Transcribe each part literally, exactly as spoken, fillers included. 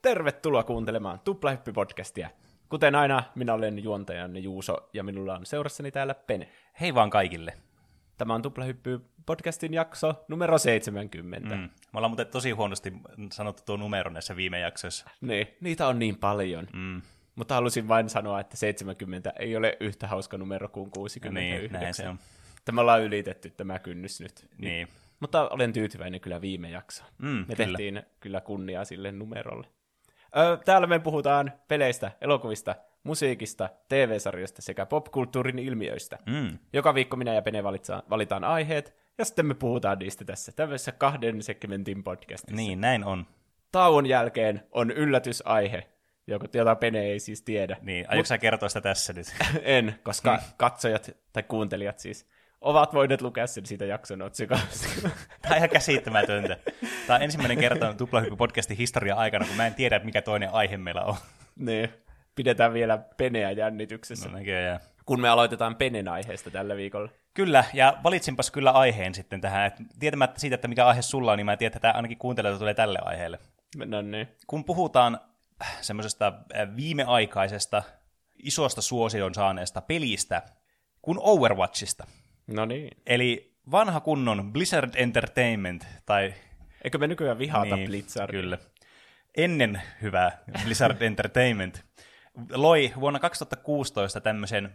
Tervetuloa kuuntelemaan Tuplahyppy-podcastia. Kuten aina, minä olen juontajanne Juuso, ja minulla on seurassani täällä Pene. Hei vaan kaikille. Tämä on Tuplahyppy-podcastin jakso numero seitsemänkymmentä. Mm. Me ollaan muuten tosi huonosti sanottu tuo numero näissä viime jaksoissa. Niin, niitä on niin paljon. Mm. Mutta halusin vain sanoa, että seitsemänkymmentä ei ole yhtä hauska numero kuin kuusikymmentäyhdeksän. Niin, näin se on. Tämä ollaan ylitetty tämä kynnys nyt. Niin. Mutta olen tyytyväinen kyllä viime jaksoon. Mm, me kyllä. tehtiin kyllä kunniaa sille numerolle. Öö, täällä me puhutaan peleistä, elokuvista, musiikista, T V-sarjoista sekä popkulttuurin ilmiöistä. Mm. Joka viikko minä ja Pene valitaan, valitaan aiheet, ja sitten me puhutaan niistä tässä tämmöisessä kahden segmentin podcastissa. Niin, näin on. Tauon jälkeen on yllätysaihe, jota Pene ei siis tiedä. Niin, aiotko sä kertoa sitä tässä nyt? En, koska katsojat tai kuuntelijat siis ovat voineet lukea sen siitä jakson otsikosta. Tämä on ihan käsittämätöntä. Tämä on ensimmäinen kerta Tuplahyppy-podcastin historian aikana, kun mä en tiedä, mikä toinen aihe meillä on. Niin, pidetään vielä Peneä jännityksessä. No näköjään. Kun me aloitetaan Penen aiheesta tällä viikolla. Kyllä, ja valitsinpas kyllä aiheen sitten tähän. Et tietämättä siitä, että mikä aihe sulla on, niin mä tiedän, että tämä ainakin kuuntelijoita tulee tälle aiheelle. No niin. Kun puhutaan semmoisesta viimeaikaisesta, isosta suosion saaneesta pelistä, kuin Overwatchista. No niin. Eli vanha kunnon Blizzard Entertainment, tai... Eikö me nykyään vihata niin, Blizzardia? Kyllä. Ennen hyvää Blizzard Entertainment loi vuonna kaksituhattakuusitoista tämmöisen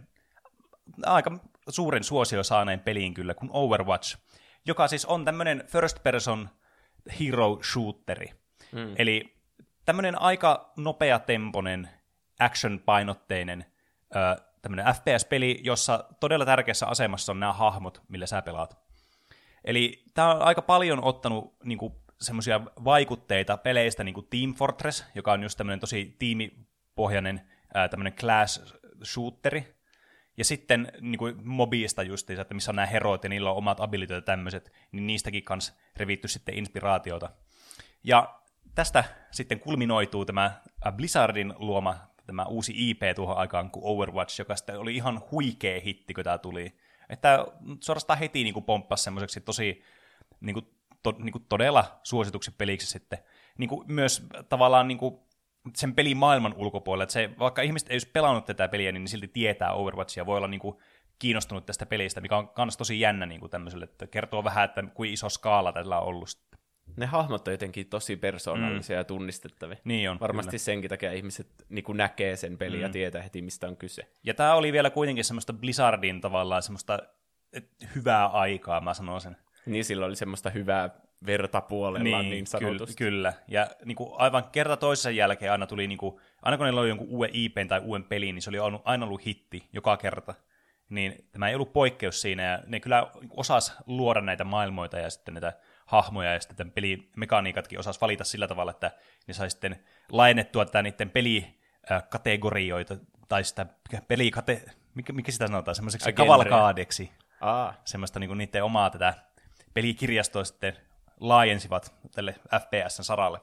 aika suuren suosio saaneen peliin kyllä, kuin Overwatch, joka siis on tämmöinen first person hero shooteri. Mm. Eli tämmöinen aika nopeatempoinen, action-painotteinen ö, tämmöinen F P S-peli, jossa todella tärkeässä asemassa on nämä hahmot, millä sä pelaat. Eli tämä on aika paljon ottanut niinku semmoisia vaikutteita peleistä, niin kuin Team Fortress, joka on just tämmöinen tosi tiimipohjainen ää, tämmöinen class-shooteri. Ja sitten niin kuin Mobista justiinsa, että missä on nämä heroit ja niillä on omat abilityt ja tämmöiset, niin niistäkin kanssa revitty sitten inspiraatiota. Ja tästä sitten kulminoituu tämä Blizzardin luoma tämä uusi I P tuohon aikaan kuin Overwatch, joka sitten oli ihan huikea hitti, kun tämä tuli. Että suorastaan heti niin kuin pomppasi semmoiseksi tosi niin kuin, to, niin kuin todella suosituksi peliksi sitten. Niin kuin myös tavallaan niin kuin sen pelin maailman ulkopuolella, että se, vaikka ihmiset ei olisi pelannut tätä peliä, niin silti tietää Overwatchia, voi olla niin kuin kiinnostunut tästä pelistä, mikä on myös tosi jännä niin kuin tämmöiselle, että kertoo vähän, että kuinka iso skaala tällä on ollut sitten. Ne hahmot on jotenkin tosi persoonallisia mm. ja tunnistettavia. Niin on. Varmasti kyllä. Senkin takia ihmiset niin kuin näkee sen pelin mm. ja tietää heti, mistä on kyse. Ja tämä oli vielä kuitenkin semmoista Blizzardin tavallaan semmoista hyvää aikaa, mä sanon sen. Niin, silloin oli semmoista hyvää verta puolella, niin, niin sanotusti. Ky- kyllä, ja niin kuin aivan kerta toisen jälkeen aina tuli, niin kuin, aina kun ne oli jonkun uuden I P:n tai uuden pelin, niin se oli aina ollut hitti joka kerta. Niin tämä ei ollut poikkeus siinä, ja ne kyllä osasi luoda näitä maailmoita ja sitten näitä hahmoja, ja sitten tämän pelimekaniikatkin osasi valita sillä tavalla, että ne sai sitten laajennettua tätä niiden pelikategorioita, tai sitä pelikate... Mikä, mikä sitä sanotaan? Semmoiseksi kavalkaadeksi. Aa. Semmoista niin kuin niiden omaa tätä pelikirjastoa sitten laajensivat tälle F P S-saralle.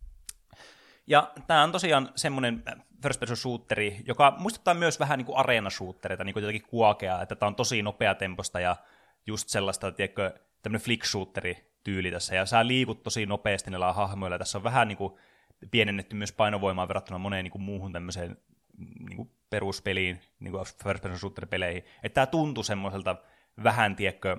Ja tämä on tosiaan semmoinen first person shooteri, joka muistuttaa myös vähän niin kuin arena-shootereita, niin kuin jotenkin kuokeaa, että tämä on tosi nopeatempoista ja just sellaista, tiedätkö, tämmöinen flick-shooteri-tyyli tässä, ja sä liikut tosi nopeasti näillä hahmoilla, ja tässä on vähän niin kuin pienennetty myös painovoimaa verrattuna moneen niin kuin muuhun tämmöiseen niin kuin peruspeliin, niin kuin first person shooter-peleihin, että tämä tuntui semmoiselta vähän, tiedätkö,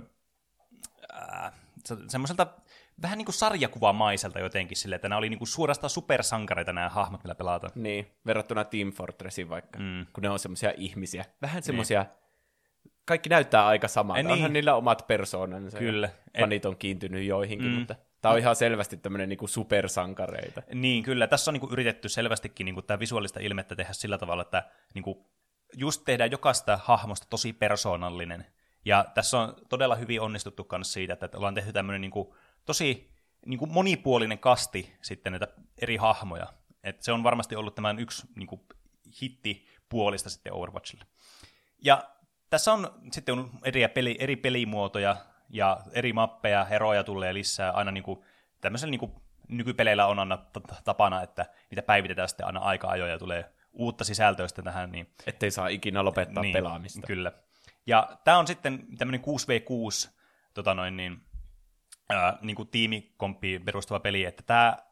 äh, semmoiselta vähän niin kuin sarjakuvamaiselta jotenkin sille, että nämä oli niin kuin suorastaan supersankareita nämä hahmot, millä pelataan. Niin, verrattuna Team Fortressiin vaikka, mm. kun ne on semmoisia ihmisiä. Vähän semmoisia, niin. Kaikki näyttää aika samalta. Niin. Onhan niillä omat persoonansa. Kyllä. Fanit on kiintynyt joihinkin, mm. mutta tämä on ihan selvästi tämmöinen niin kuin supersankareita. Niin, kyllä. Tässä on niin kuin yritetty selvästikin niin kuin tämä visuaalista ilmettä tehdä sillä tavalla, että niin kuin just tehdään jokaista hahmosta tosi persoonallinen. Ja tässä on todella hyvin onnistuttu myös siitä, että ollaan tehty tämmöinen niin kuin tosi niin kuin monipuolinen kasti sitten näitä eri hahmoja. Et se on varmasti ollut tämän yksi niin kuin hitti puolista sitten Overwatchille. Ja tässä on sitten eri, peli, eri pelimuotoja ja eri mappeja, heroja tulee lisää. Aina niin kuin, tämmöisellä niin kuin nykypeleillä on aina tapana, että niitä päivitetään sitten aina aika-ajoja ja tulee uutta sisältöä sitten tähän. Niin, ettei saa ikinä lopettaa niin, pelaamista. Kyllä. Ja tämä on sitten tämmöinen kuusi vastaan kuusi tota noin, niin, ää, niin kuin tiimikomppiin perustuva peli, että tämä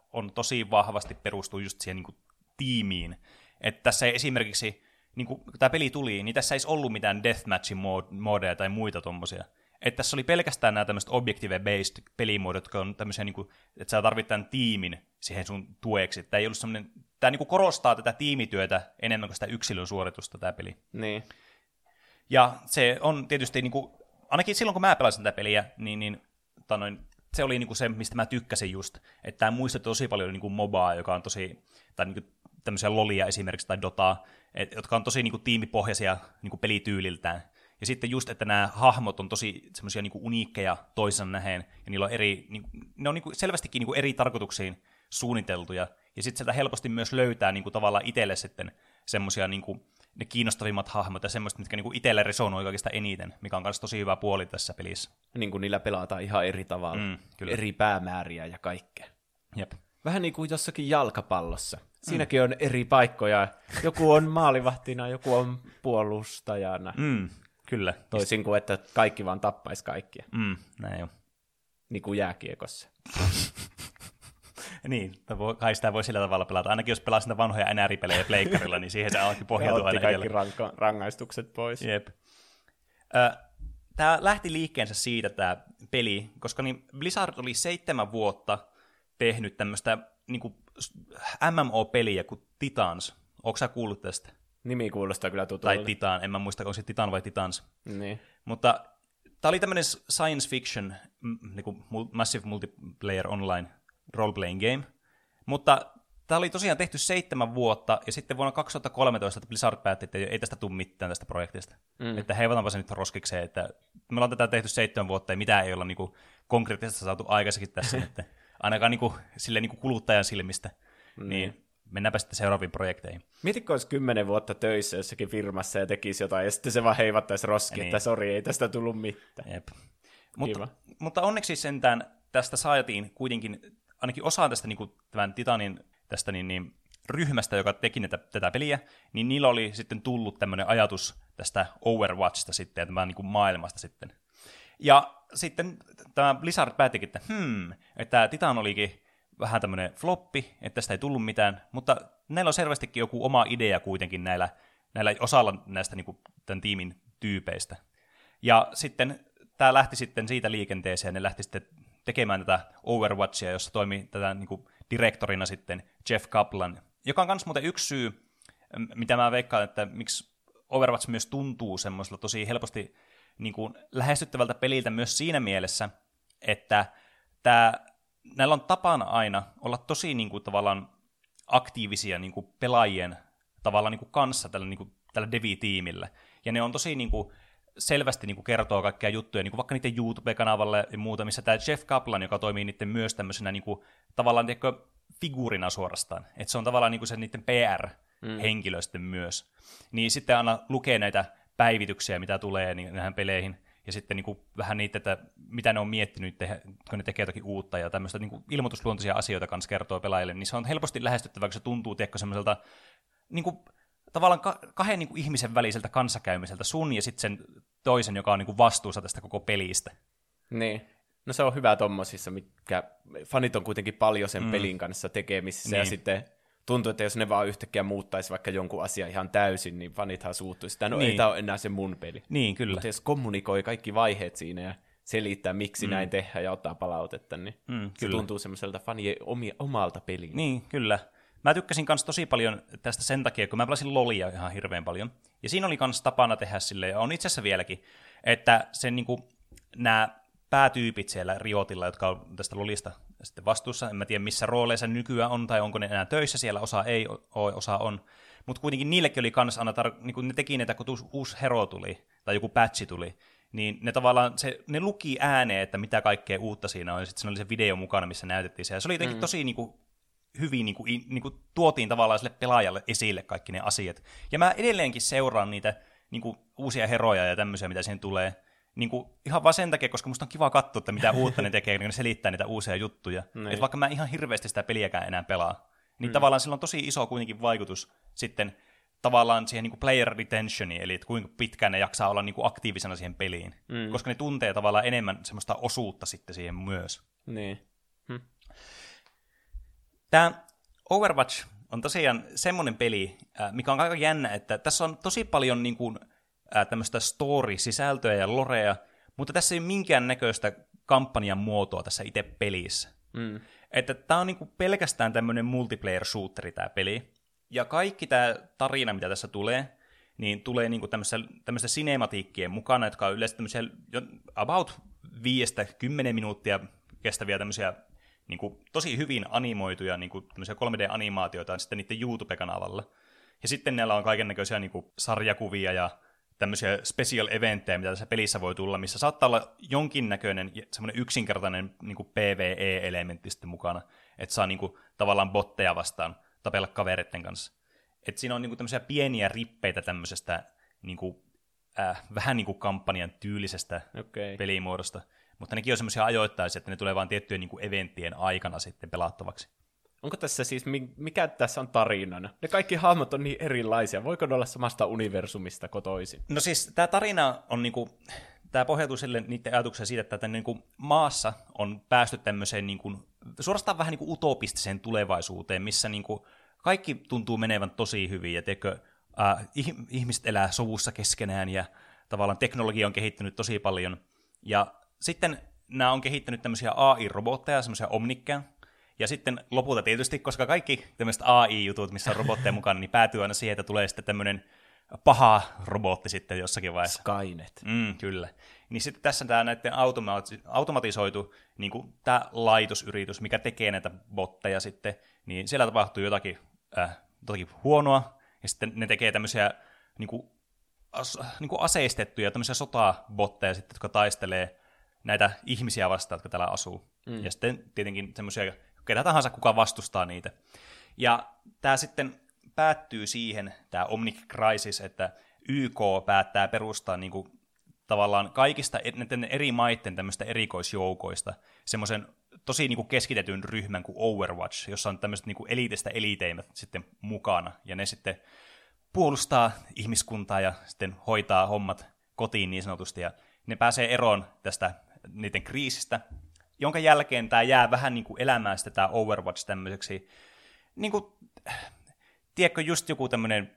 on tosi vahvasti perustuu just siihen niin kuin tiimiin. Että tässä ei esimerkiksi, niin kun tämä peli tuli, niin tässä ei ollut mitään deathmatchin modeja tai muita tommosia. Että tässä oli pelkästään nämä tämmöiset objective-based pelimuodot, jotka on tämmöisiä, niin kuin, että sä tarvit tämän tiimin siihen sun tueksi. Tämä ei ollut semmoinen, tämä niin kuin korostaa tätä tiimityötä enemmän kuin sitä yksilön suoritusta, tämä peli. Niin. Ja se on tietysti, niin kuin, ainakin silloin kun mä pelasin tätä peliä, niin, niin tanoin, se oli niin kuin se, mistä mä tykkäsin just. Että tämä muistutti tosi paljon niin kuin mobaa, joka on tosi, tai niin kuin tämmöisiä lolia esimerkiksi, tai dotaa, et, jotka on tosi niin kuin tiimipohjaisia niin kuin pelityyliltään. Ja sitten just, että nämä hahmot on tosi semmoisia niin kuin uniikkeja toisensa nähden, ja niillä on eri, niin, ne on niin kuin selvästikin niin kuin eri tarkoituksiin suunniteltuja. Ja sitten sieltä helposti myös löytää niin kuin tavallaan itselle sitten semmoisia niin kuin ne kiinnostavimmat hahmot ja semmoista, mitkä niin kuin itselle resonoi kaikista eniten, mikä on myös tosi hyvä puoli tässä pelissä. Niin kuin niillä pelataan ihan eri tavalla, mm, eri päämääriä ja kaikkea. Jep. Vähän niin kuin jossakin jalkapallossa. Siinäkin mm. on eri paikkoja. Joku on maalivahtina, joku on puolustajana. Mm, kyllä. Toisin kuin, että kaikki vaan tappaisi kaikkia. Mm, näin on. Niin kuin jääkiekossa. Niin, kai sitä voi sillä tavalla pelata. Ainakin jos pelaa sitä vanhoja N R-pelejä pleikkarilla, niin siihen se alki pohjautua aina kaikki ranka- rangaistukset pois. Jep. Tämä lähti liikkeensä siitä, tämä peli, koska niin Blizzard oli seitsemän vuotta tehnyt tämmöistä niin kuin M M O-peliä kuin Titans. Ootko sä kuullut tästä? Nimi kuulostaa kyllä tutulta. Tai Titan, en mä muista, onko se Titan vai Titans. Niin. Mutta tämä oli tämmöinen science fiction, niin kuin Massive Multiplayer Online role-playing game, mutta tämä oli tosiaan tehty seitsemän vuotta, ja sitten vuonna kaksituhattakolmetoista Blizzard päätti, että ei tästä tule mitään tästä projektista. Mm. Että heivatanpa se nyt roskikseen, että me ollaan tätä tehty seitsemän vuotta, ja mitään ei olla niinku konkreettisesti saatu aikaisemmin tässä, että ainakaan niinku, silleen niinku kuluttajan silmistä, mm. niin mennäänpä sitten seuraaviin projekteihin. Mietitkö olisi kymmenen vuotta töissä jossakin firmassa ja tekisi jotain, ja sitten se vaan heivattaisi roskiin, niin. Että sori, ei tästä tullut mitään. Jep. Mutta, mutta onneksi sentään tästä saatiin kuitenkin ainakin osa tästä niin kuin, tämän Titanin tästä niin, niin, ryhmästä, joka teki näitä, tätä peliä, niin niillä oli sitten tullut tämmöinen ajatus tästä Overwatchista sitten, ja tämän niin kuin maailmasta sitten. Ja sitten tämä Blizzard päättikin, että hmm, että Titan olikin vähän tämmöinen floppi, että tästä ei tullut mitään, mutta näillä on selvästikin joku oma idea kuitenkin näillä, näillä osalla näistä niin kuin, tämän tiimin tyypeistä. Ja sitten tämä lähti sitten siitä liikenteeseen, ne lähti sitten tekemään tätä Overwatchia, jossa toimii tätä niin kuin direktorina sitten Jeff Kaplan, joka on myös muuten yksi syy, mitä mä veikkaan, että miksi Overwatch myös tuntuu semmoisella tosi helposti niin kuin lähestyttävältä peliltä myös siinä mielessä, että tämä, näillä on tapana aina olla tosi niin kuin, tavallaan aktiivisia niin kuin pelaajien tavallaan niin kuin kanssa tällä, niin kuin, tällä devi-tiimillä. Ja ne on tosi niin kuin, selvästi niin kuin kertoo kaikkia juttuja, niin kuin vaikka niiden YouTube-kanavalle ja muuta, missä tämä Jeff Kaplan, joka toimii niiden myös tämmöisenä niin kuin, tavallaan tiedätkö, figuurina suorastaan. Että se on tavallaan niin kuin se niiden P R-henkilö sitten mm. myös. Niin sitten aina lukee näitä päivityksiä, mitä tulee niin näihin peleihin, ja sitten niin kuin, vähän niitä, että mitä ne on miettinyt, te- kun ne tekee jotakin uutta, ja tämmöistä niin kuin ilmoitusluontoisia asioita kanssa kertoo pelaajille, niin se on helposti lähestyttävää, kun se tuntuu, tiedätkö, semmoiselta niin kuin, tavallaan kahden niin kuin ihmisen väliseltä kanssakäymiseltä, sun ja sitten sen toisen, joka on niin kuin vastuussa tästä koko pelistä. Niin. No se on hyvä tommosissa, mitkä fanit on kuitenkin paljon sen mm. pelin kanssa tekemisissä, niin. Ja sitten tuntuu, että jos ne vaan yhtäkkiä muuttaisi vaikka jonkun asian ihan täysin, niin fanithan suuttuisi sitä, no niin. Ei tämä ole enää se mun peli. Niin, kyllä. Mutta jos kommunikoi kaikki vaiheet siinä ja selittää, miksi mm. näin tehdään ja ottaa palautetta, niin mm, se tuntuu semmoiselta fanien omia, omalta pelin. Niin, kyllä. Mä tykkäsin kans tosi paljon tästä sen takia, kun mä pelasin LoLia ihan hirveän paljon. Ja siinä oli kans tapana tehdä silleen, ja on itse asiassa vieläkin, että sen niinku, nämä päätyypit siellä Riotilla, jotka on tästä LoLista sitten vastuussa, en mä tiedä missä rooleissa nykyään on, tai onko ne enää töissä siellä, osa ei ole, osa on. Mutta kuitenkin niillekin oli kans aina, tar- niin ne teki näitä, kun uusi hero tuli, tai joku patchi tuli, niin ne tavallaan, se, ne luki ääneen, että mitä kaikkea uutta siinä on, ja sitten siinä oli se video mukana, missä näytettiin se, ja se oli jotenkin mm. tosi niinku, hyvin niin kuin, niin kuin tuotiin tavallaan sille pelaajalle esille kaikki ne asiat. Ja mä edelleenkin seuraan niitä niin kuin, uusia heroja ja tämmöisiä, mitä siihen tulee. Niin kuin, ihan vaan sen takia, koska musta on kiva katsoa, että mitä uutta ne tekee, kun ne selittää niitä uusia juttuja. Että vaikka mä ihan hirveästi sitä peliäkään enää pelaa, niin mm. tavallaan sillä on tosi iso kuitenkin vaikutus sitten tavallaan siihen niin kuin player retentioniin, eli että kuinka pitkään ne jaksaa olla niin kuin aktiivisena siihen peliin. Mm. Koska ne tuntee tavallaan enemmän semmoista osuutta sitten siihen myös. Niin. Hm. Tämä Overwatch on tosiaan semmoinen peli, mikä on aika jännä, että tässä on tosi paljon niin kuin, tämmöistä story-sisältöä ja lorea, mutta tässä ei ole minkään näköistä kampanjan muotoa tässä itse pelissä. Mm. Että tämä on niin kuin pelkästään tämmöinen multiplayer-shooteri tämä peli, ja kaikki tämä tarina, mitä tässä tulee, niin tulee niin kuin tämmöistä sinematiikkien mukana, jotka on yleensä tämmöisiä about viidestä kymmenen minuuttia kestäviä tämmöisiä niin kuin tosi hyvin animoituja niin kuin tämmöisiä kolme D-animaatioita sitten niiden YouTube-kanavalla. Ja sitten näillä on kaikennäköisiä niin kuin sarjakuvia ja tämmöisiä special eventtejä, mitä tässä pelissä voi tulla, missä saattaa olla jonkinnäköinen semmoinen yksinkertainen niin kuin P V E-elementti sitten mukana, että saa niin kuin tavallaan botteja vastaan tapella kavereiden kanssa. Että siinä on niin kuin tämmöisiä pieniä rippeitä tämmöisestä niin kuin, äh, vähän niin kuin kampanjan tyylisestä okay. pelimuodosta. Mutta nekin on semmoisia ajoittaisia, että ne tulee vain tiettyjen niin kuin eventtien aikana sitten pelattavaksi. Onko tässä siis, mikä tässä on tarinana? Ne kaikki hahmot on niin erilaisia. Voiko ne olla samasta universumista kotoisin? No siis tämä tarina on niinku, tämä pohjautuu sille niiden ajatuksia siitä, että tämän niinku maassa on päästy tämmöiseen niinku, suorastaan vähän niinku utopistiseen tulevaisuuteen, missä niinku kaikki tuntuu menevän tosi hyvin ja teikö, äh, ihmiset elää sovussa keskenään ja tavallaan teknologia on kehittynyt tosi paljon. Ja sitten nämä on kehittänyt tämmöisiä A I-robotteja, semmoisia omnikkeja. Ja sitten lopulta tietysti, koska kaikki tämmöiset A I-jutut, missä on robotteja mukana, niin päätyy aina siihen, että tulee sitten tämmöinen paha robotti sitten jossakin vaiheessa. Skynet. Mm, kyllä. Niin sitten tässä tämä näiden automati- automatisoitu niin kuin tämä laitosyritys, mikä tekee näitä botteja sitten, niin siellä tapahtuu jotakin, äh, jotakin huonoa, ja sitten ne tekee tämmöisiä niin kuin, as, niin kuin aseistettuja tämmöisiä sotabotteja sitten, jotka taistelee näitä ihmisiä vastaan, jotka täällä asuu. Mm. Ja sitten tietenkin semmoisia ketä tahansa, kuka vastustaa niitä. Ja tämä sitten päättyy siihen, tämä Omnic Crisis, että Y K päättää perustaa niin kuin, tavallaan kaikista näiden eri maiden tämmöistä erikoisjoukoista semmoisen tosi niin kuin keskitetyn ryhmän kuin Overwatch, jossa on tämmöiset niin kuin elitistä eliteimmät sitten mukana, ja ne sitten puolustaa ihmiskuntaa ja sitten hoitaa hommat kotiin niin sanotusti, ja ne pääsee eroon tästä niiden kriisistä, jonka jälkeen tämä jää vähän niin kuin elämään sitten tämä Overwatch tämmöiseksi, niin kuin, tiedätkö, just joku tämmöinen,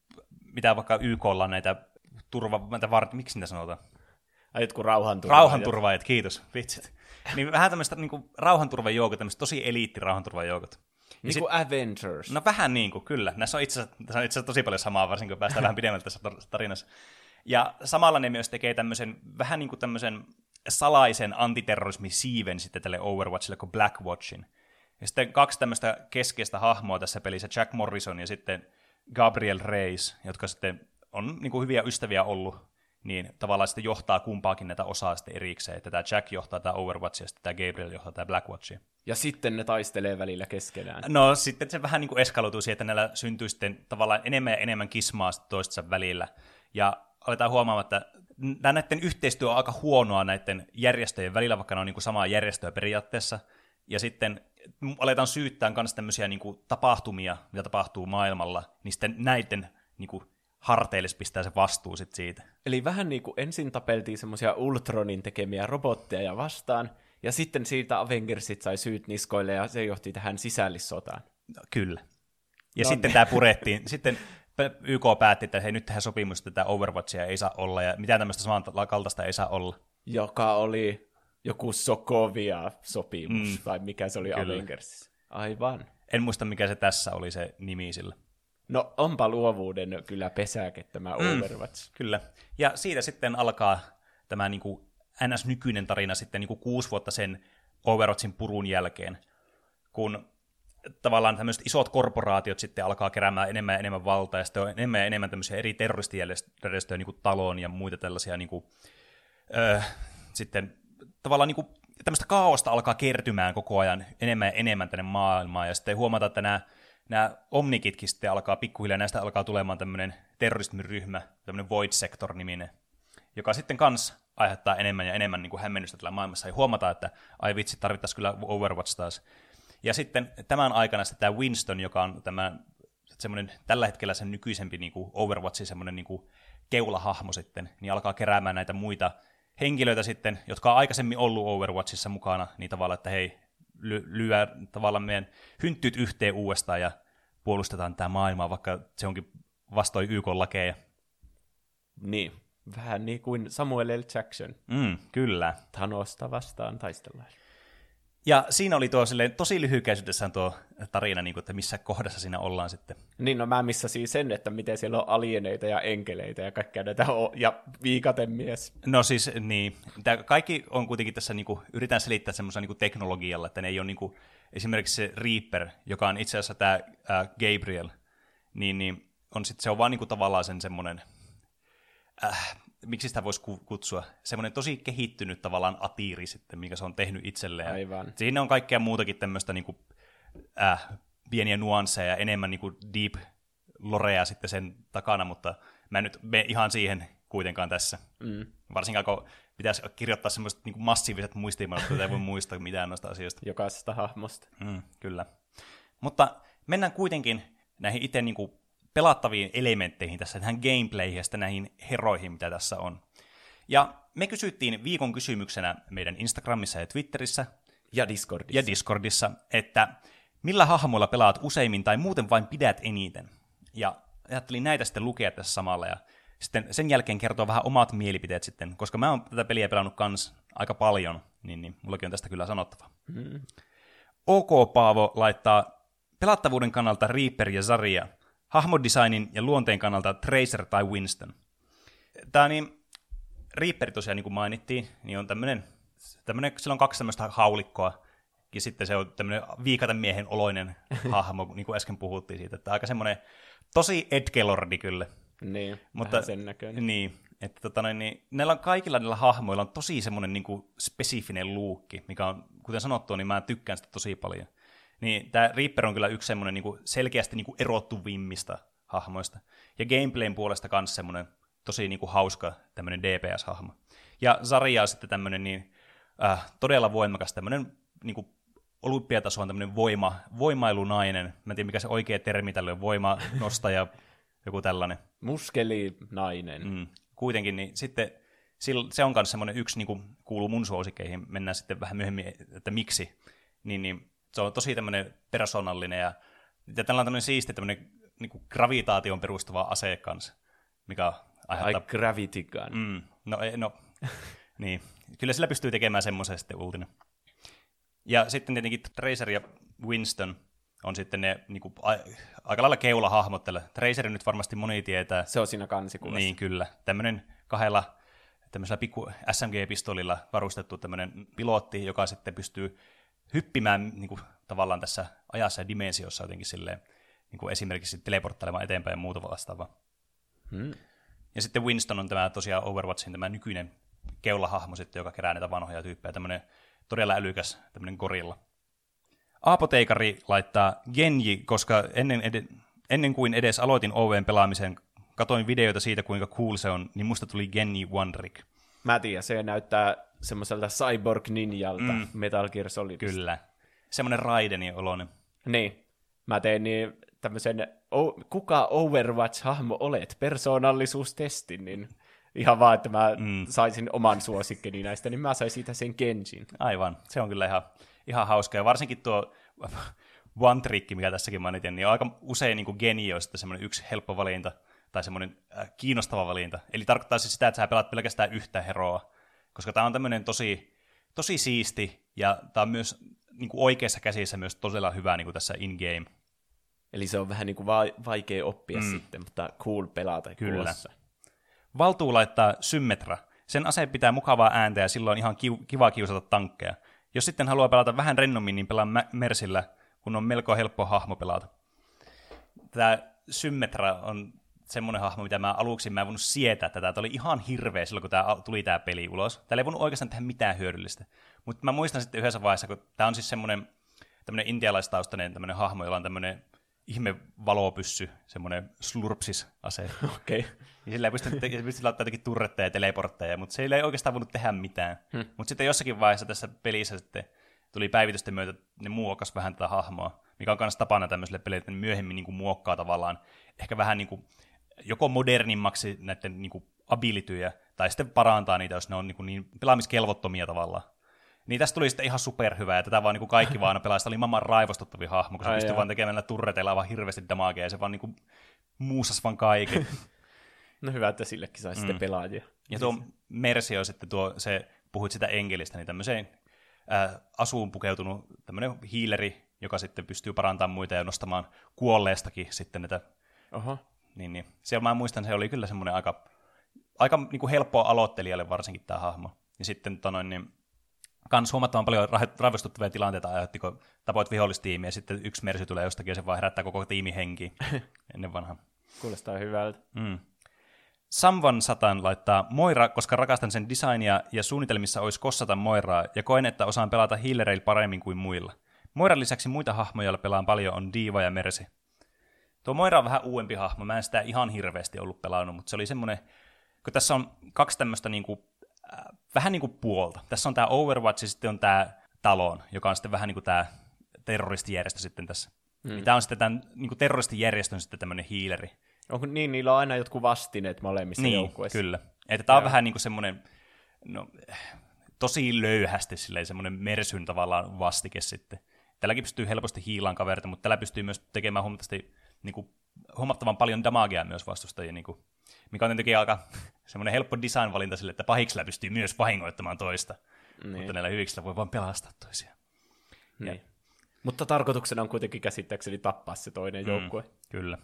mitä vaikka Y K:lla on näitä turva, näitä vart, miksi niitä sanotaan? Ai jotkut rauhanturvaajat. Rauhanturvaajat, kiitos, vitsit. Niin vähän tämmöistä niin kuin rauhanturvajoukot, tämmöistä tosi eliitti rauhanturvajoukot. Niin sit, kuin Avengers. No vähän niin kuin, kyllä. Näissä on itse asiassa, tässä on itse asiassa tosi paljon samaa, varsinkin kun päästään vähän pidemmältä tässä tarinassa. Ja samalla ne myös tekee tämmöisen, vähän niin kuin tämmöisen salaisen antiterrorismisiiven sitten tälle Overwatchille kuin Blackwatchin. Ja sitten kaksi tämmöistä keskeistä hahmoa tässä pelissä, Jack Morrison ja sitten Gabriel Reyes, jotka sitten on niin kuin hyviä ystäviä ollut, niin tavallaan sitten johtaa kumpaakin näitä osaa sitten erikseen, että tämä Jack johtaa tämä Overwatchia ja sitten tämä Gabriel johtaa tämä Blackwatchia. Ja sitten ne taistelee välillä keskenään. No sitten se vähän niin kuin eskaloituu siihen, että näillä syntyy sitten tavallaan enemmän ja enemmän kismaa toistensa välillä. Ja aletaan huomaamaan, että näiden yhteistyö on aika huonoa näiden järjestöjen välillä, vaikka ne on niin kuin samaa järjestöä periaatteessa. Ja sitten aletaan syyttää myös tämmöisiä niin kuin tapahtumia, mitä tapahtuu maailmalla, niin sitten näiden niin kuin harteille pistää se vastuu sit siitä. Eli vähän niin kuin ensin tapeltiin semmoisia Ultronin tekemiä robotteja vastaan, ja sitten siitä Avengersit sai syyt niskoille, ja se johti tähän sisällissotaan. Kyllä. Ja no sitten niin. tämä purettiin. Sitten Y K päätti, että hei, nyt tehdään sopimus, että tämä Overwatchia ei saa olla, ja mitään tämmöistä samankaltaista ei saa olla. Joka oli joku Sokovia-sopimus, mm, vai mikä se oli kyllä. Avengersissa. Aivan. En muista, mikä se tässä oli se nimi sillä. No onpa luovuuden kyllä pesäke tämä mm, Overwatch. Kyllä. Ja siitä sitten alkaa tämä niin kuin N S-nykyinen tarina sitten niin kuin kuusi vuotta sen Overwatchin purun jälkeen, kun tavallaan tämmöiset isot korporaatiot sitten alkaa keräämään enemmän ja enemmän valtaa, ja sitten on enemmän ja enemmän tämmöisiä eri terroristijärjestöjä, niin kuin Talon ja muita tällaisia, niin kuin, öö, sitten tavallaan niin kuin, tämmöistä kaaosta alkaa kertymään koko ajan enemmän ja enemmän tänne maailmaan, ja sitten huomataan, että nämä, nämä Omnikitkin sitten alkaa pikkuhiljaa, näistä alkaa tulemaan tämmöinen terrorismiryhmä, tämmöinen Void Sector-niminen, joka sitten kanssa aiheuttaa enemmän ja enemmän niin kuin hämmennystä tällä maailmassa, ja huomataan, että ai vitsi, tarvittaisiin kyllä Overwatch taas. Ja sitten tämän aikana sitten tämä Winston, joka on tämä, semmoinen, tällä hetkellä sen nykyisempi niin kuin Overwatchin semmoinen niin kuin keulahahmo sitten, niin alkaa keräämään näitä muita henkilöitä sitten, jotka on aikaisemmin ollut Overwatchissa mukana, niin tavallaan, että hei, ly- lyö tavallaan meidän hynttyyt yhteen uudestaan ja puolustetaan tämä maailmaa, vaikka se onkin vastoin Y K-lakeja. Niin, vähän niin kuin Samuel L. Jackson. Mm, kyllä. Thanosta vastaan taistellaan. Ja siinä oli tuo silleen, tosi lyhykäisyydessään tuo tarina, niin kuin, että missä kohdassa siinä ollaan sitten. Niin, no mä missasin sen, että miten siellä on alieneita ja enkeleitä ja kaikkea näitä, o- ja viikatemies. No siis niin, tämä kaikki on kuitenkin tässä, niin kuin, yritän selittää semmoisella niin teknologialla, että ne ei ole niin kuin, esimerkiksi se Reaper, joka on itse asiassa tämä äh, Gabriel, niin, niin on sit, se on vaan niin kuin, tavallaan sen semmoinen, äh, miksi sitä voisi kutsua, semmoinen tosi kehittynyt tavallaan atiiri sitten, minkä se on tehnyt itselleen. Aivan. Siinä on kaikkea muutakin tämmöistä niin kuin, äh, pieniä nuansseja ja enemmän niin kuin deep lorea sitten sen takana, mutta mä en nyt mene ihan siihen kuitenkaan tässä. Mm. Varsinkaan kun pitäisi kirjoittaa semmoiset niin kuin massiiviset muistiinpanot, että ei voi muistaa mitään noista asioista. Jokaisesta hahmosta. Mm, kyllä. Mutta mennään kuitenkin näihin itse niin kuin pelattaviin elementteihin tässä, tähän gameplayhin ja sitten näihin heroihin, mitä tässä on. Ja me kysyttiin viikon kysymyksenä meidän Instagramissa ja Twitterissä ja Discordissa, ja Discordissa että millä hahmoilla pelaat useimmin tai muuten vain pidät eniten. Ja ajattelin näitä sitten lukea tässä samalla ja sitten sen jälkeen kertoa vähän omat mielipiteet sitten, koska mä oon tätä peliä pelannut kans aika paljon, niin, niin mullakin on tästä kyllä sanottava. Hmm. OK Paavo laittaa pelattavuuden kannalta Reaper ja Zarya, hahmodesignin ja luonteen kannalta Tracer tai Winston. Tää niin, Reaper tosiaan, niin kuin mainittiin, niin on tämmönen, tämmönen, sillä on kaksi tämmöistä haulikkoa, ja sitten se on tämmönen viikatemiehen oloinen hahmo, niin kuin äsken puhuttiin siitä, että aika semmoinen tosi edgelordi kyllä. Niin, mutta sen näköinen. Niin, että tota noin, niin, näillä on kaikilla näillä hahmoilla on tosi semmoinen niin kuin spesifinen luukki, mikä on, kuten sanottua, niin mä tykkään sitä tosi paljon. Niin tämä Reaper on kyllä yksi semmoinen niin kuin selkeästi niin kuin erottuvimmista hahmoista. Ja gameplayn puolesta myös semmoinen tosi niin kuin hauska tämmöinen D P S-hahmo. Ja Zarya on sitten tämmöinen niin, äh, todella voimakas tämmöinen niin kuin olympiatasoon tämmöinen voima, voimailunainen. Mä en tiedä, mikä se oikea termi tälle on, voimanostaja, joku tällainen. Muskelinainen. Mm, kuitenkin, niin sitten se on myös semmoinen yksi, niin kuin kuuluu mun suosikkeihin, mennään sitten vähän myöhemmin, että miksi. Niin, niin se on tosi tämmöinen persoonallinen ja, ja tällä on tämmöinen siisti tämmöinen niin kuin gravitaation perustuva ase kanssa, mikä aiheuttaa... Ai gravity gun. Mm, no, no niin. Kyllä sillä pystyy tekemään semmoisen sitten ultinen. Ja sitten tietenkin Tracer ja Winston on sitten ne niin kuin, a, aika lailla keulahahmot tällä. Tracer nyt varmasti moni tietää. Se on siinä kansikuvassa. Niin, kyllä. Tämmöinen kahdella tämmöisellä pikku S M G-pistolilla varustettu tämmöinen pilotti, joka sitten pystyy hyppimään niin kuin, tavallaan tässä ajassa ja dimensiossa jotenkin silleen, niin kuin esimerkiksi teleporttailemaan eteenpäin ja muuta vastaavaa. Hmm. Ja sitten Winston on tämä tosiaan Overwatchin tämä nykyinen keulahahmo sitten, joka kerää näitä vanhoja tyyppejä, tämmöinen todella älykäs tämmöinen gorilla. Aapoteikari laittaa Genji, koska ennen, ed- ennen kuin edes aloitin O V:n pelaamisen, katoin videoita siitä, kuinka cool se on, niin musta tuli Genji One Rig. Mä tiedän, se näyttää semmoiselta Cyborg Ninjalta mm. Metal Gear Solidista. Kyllä. Semmoinen Raidenin oloinen. Niin. Mä tein niin tämmöisen, o- kuka Overwatch-hahmo olet, persoonallisuustestin, niin ihan vaan, että mä mm. saisin oman suosikkeni näistä, niin mä sain siitä sen Genjin. Aivan, se on kyllä ihan, ihan hauska. Ja varsinkin tuo One Trick, mikä tässäkin mainitin, niin on aika usein niin kuin Genji on sitten semmoinen yksi helppo valinta, tai semmoinen äh, kiinnostava valinta. Eli tarkoittaa siis sitä, että sä pelaat pelkästään yhtä heroa, koska tämä on tämmöinen tosi, tosi siisti, ja tämä on myös niin kuin oikeassa käsissä myös todella hyvä niin kuin tässä in-game. Eli se on vähän niin kuin va- vaikea oppia mm. sitten, mutta cool pelata. Kyllä. Kulossa. Valtuu laittaa Symmetra. Sen aseen pitää mukavaa ääntä ja silloin on ihan ki- kiva kiusata tankkeja. Jos sitten haluaa pelata vähän rennommin, niin pelaa mä- Mersillä, kun on melko helppo hahmo pelata. Tämä Symmetra on semmoinen hahmo, mitä mä aluksi mä en voinut sietää tätä. Tämä oli ihan hirveä silloin, kun tämä tuli tämä peli ulos. Täällä ei voinut oikeastaan tehdä mitään hyödyllistä. Mutta mä muistan sitten yhdessä vaiheessa, kun tämä on siis semmoinen tämmöinen intialaistaustainen tämmöinen hahmo, jolla on tämmöinen ihme valopyssy, semmoinen slurpsis-ase. Okei. Okay. Ja sillä ei pysty, te- pysty laittamaan jotakin turretteja ja teleportteja, mutta se ei oikeastaan voinut tehdä mitään. Hmm. Mutta sitten jossakin vaiheessa tässä pelissä sitten tuli päivitysten myötä, ne muokkasi vähän tätä hahmoa, mikä on myös tapana tämmöiselle pelille, että ne myöhemmin niin kuin muokkaa tavallaan ehkä vähän niin kuin joko modernimmaksi näiden niin kuin abilityjä, tai sitten parantaa niitä, jos ne on niin, kuin niin pelaamiskelvottomia tavallaan. Niin tästä tuli sitten ihan superhyvä, ja tätä vaan niin kaikki vaan pelaa. Sitä oli maailman raivostuttavia hahmo, kun se pystyi vaan tekemään turreteilla vaan hirveästi damagea, ja se vaan niin muussasi vaan kaiken. No hyvä, että sillekin sai mm. sitten pelaajia. Ja tuo Mercy on sitten tuo, se puhuit sitä enkelistä, niin tämmöiseen ää, asuun pukeutunut tämmöinen healeri, joka sitten pystyy parantamaan muita ja nostamaan kuolleestakin sitten näitä. Oho. Niin, niin. Siellä mä muistan, se oli kyllä semmoinen aika, aika niin kuin helppoa aloittelijalle varsinkin tämä hahmo. Ja sitten tonoin, niin kans huomattavan paljon raivostuttavia tilanteita aiheutti, kun tapoit vihollistiimiä, ja sitten yksi Mercy tulee jostakin, ja se vaan herättää koko tiimi henkiin ennen vanhaa. Kuulostaa hyvältä. Mm. Samvan Satan laittaa Moira, koska rakastan sen designia ja suunnitelmissa olisi kossata Moiraa, ja koen, että osaan pelata healereilla paremmin kuin muilla. Moiran lisäksi muita hahmoja, joilla pelaan paljon, on Diva ja Mercy. Tuo Moira on vähän uudempi hahmo, mä en sitä ihan hirveästi ollut pelannut, mutta se oli semmoinen, kun tässä on kaksi tämmöistä niinku, äh, vähän niin kuin puolta. Tässä on tämä Overwatch ja sitten on tämä Talon, joka on sitten vähän niin kuin tämä terroristijärjestö sitten tässä. Mm. Tämä on sitten tämän niin terroristijärjestön sitten tämmöinen healeri. Onko niin, niillä on aina jotkut vastineet molemmissa niin, joukkueissa? Kyllä. Että tämä on vähän niin kuin semmoinen, no, tosi löyhästi silleen, semmoinen Mersyn tavallaan vastike sitten. Tälläkin pystyy helposti hiilaan kaverita, mutta tällä pystyy myös tekemään huomattavasti, niin kuin, huomattavan paljon damagea myös vastustajia, niin kuin, mikä on tietenkin aika semmoinen helppo design-valinta sille, että pahiksella pystyy myös vahingoittamaan toista, niin. Mutta näillä hyviksillä voi vaan pelastaa toisiaan. Niin. Mutta tarkoituksena on kuitenkin käsittääkseni tappaa se toinen mm, joukkue. Kyllä.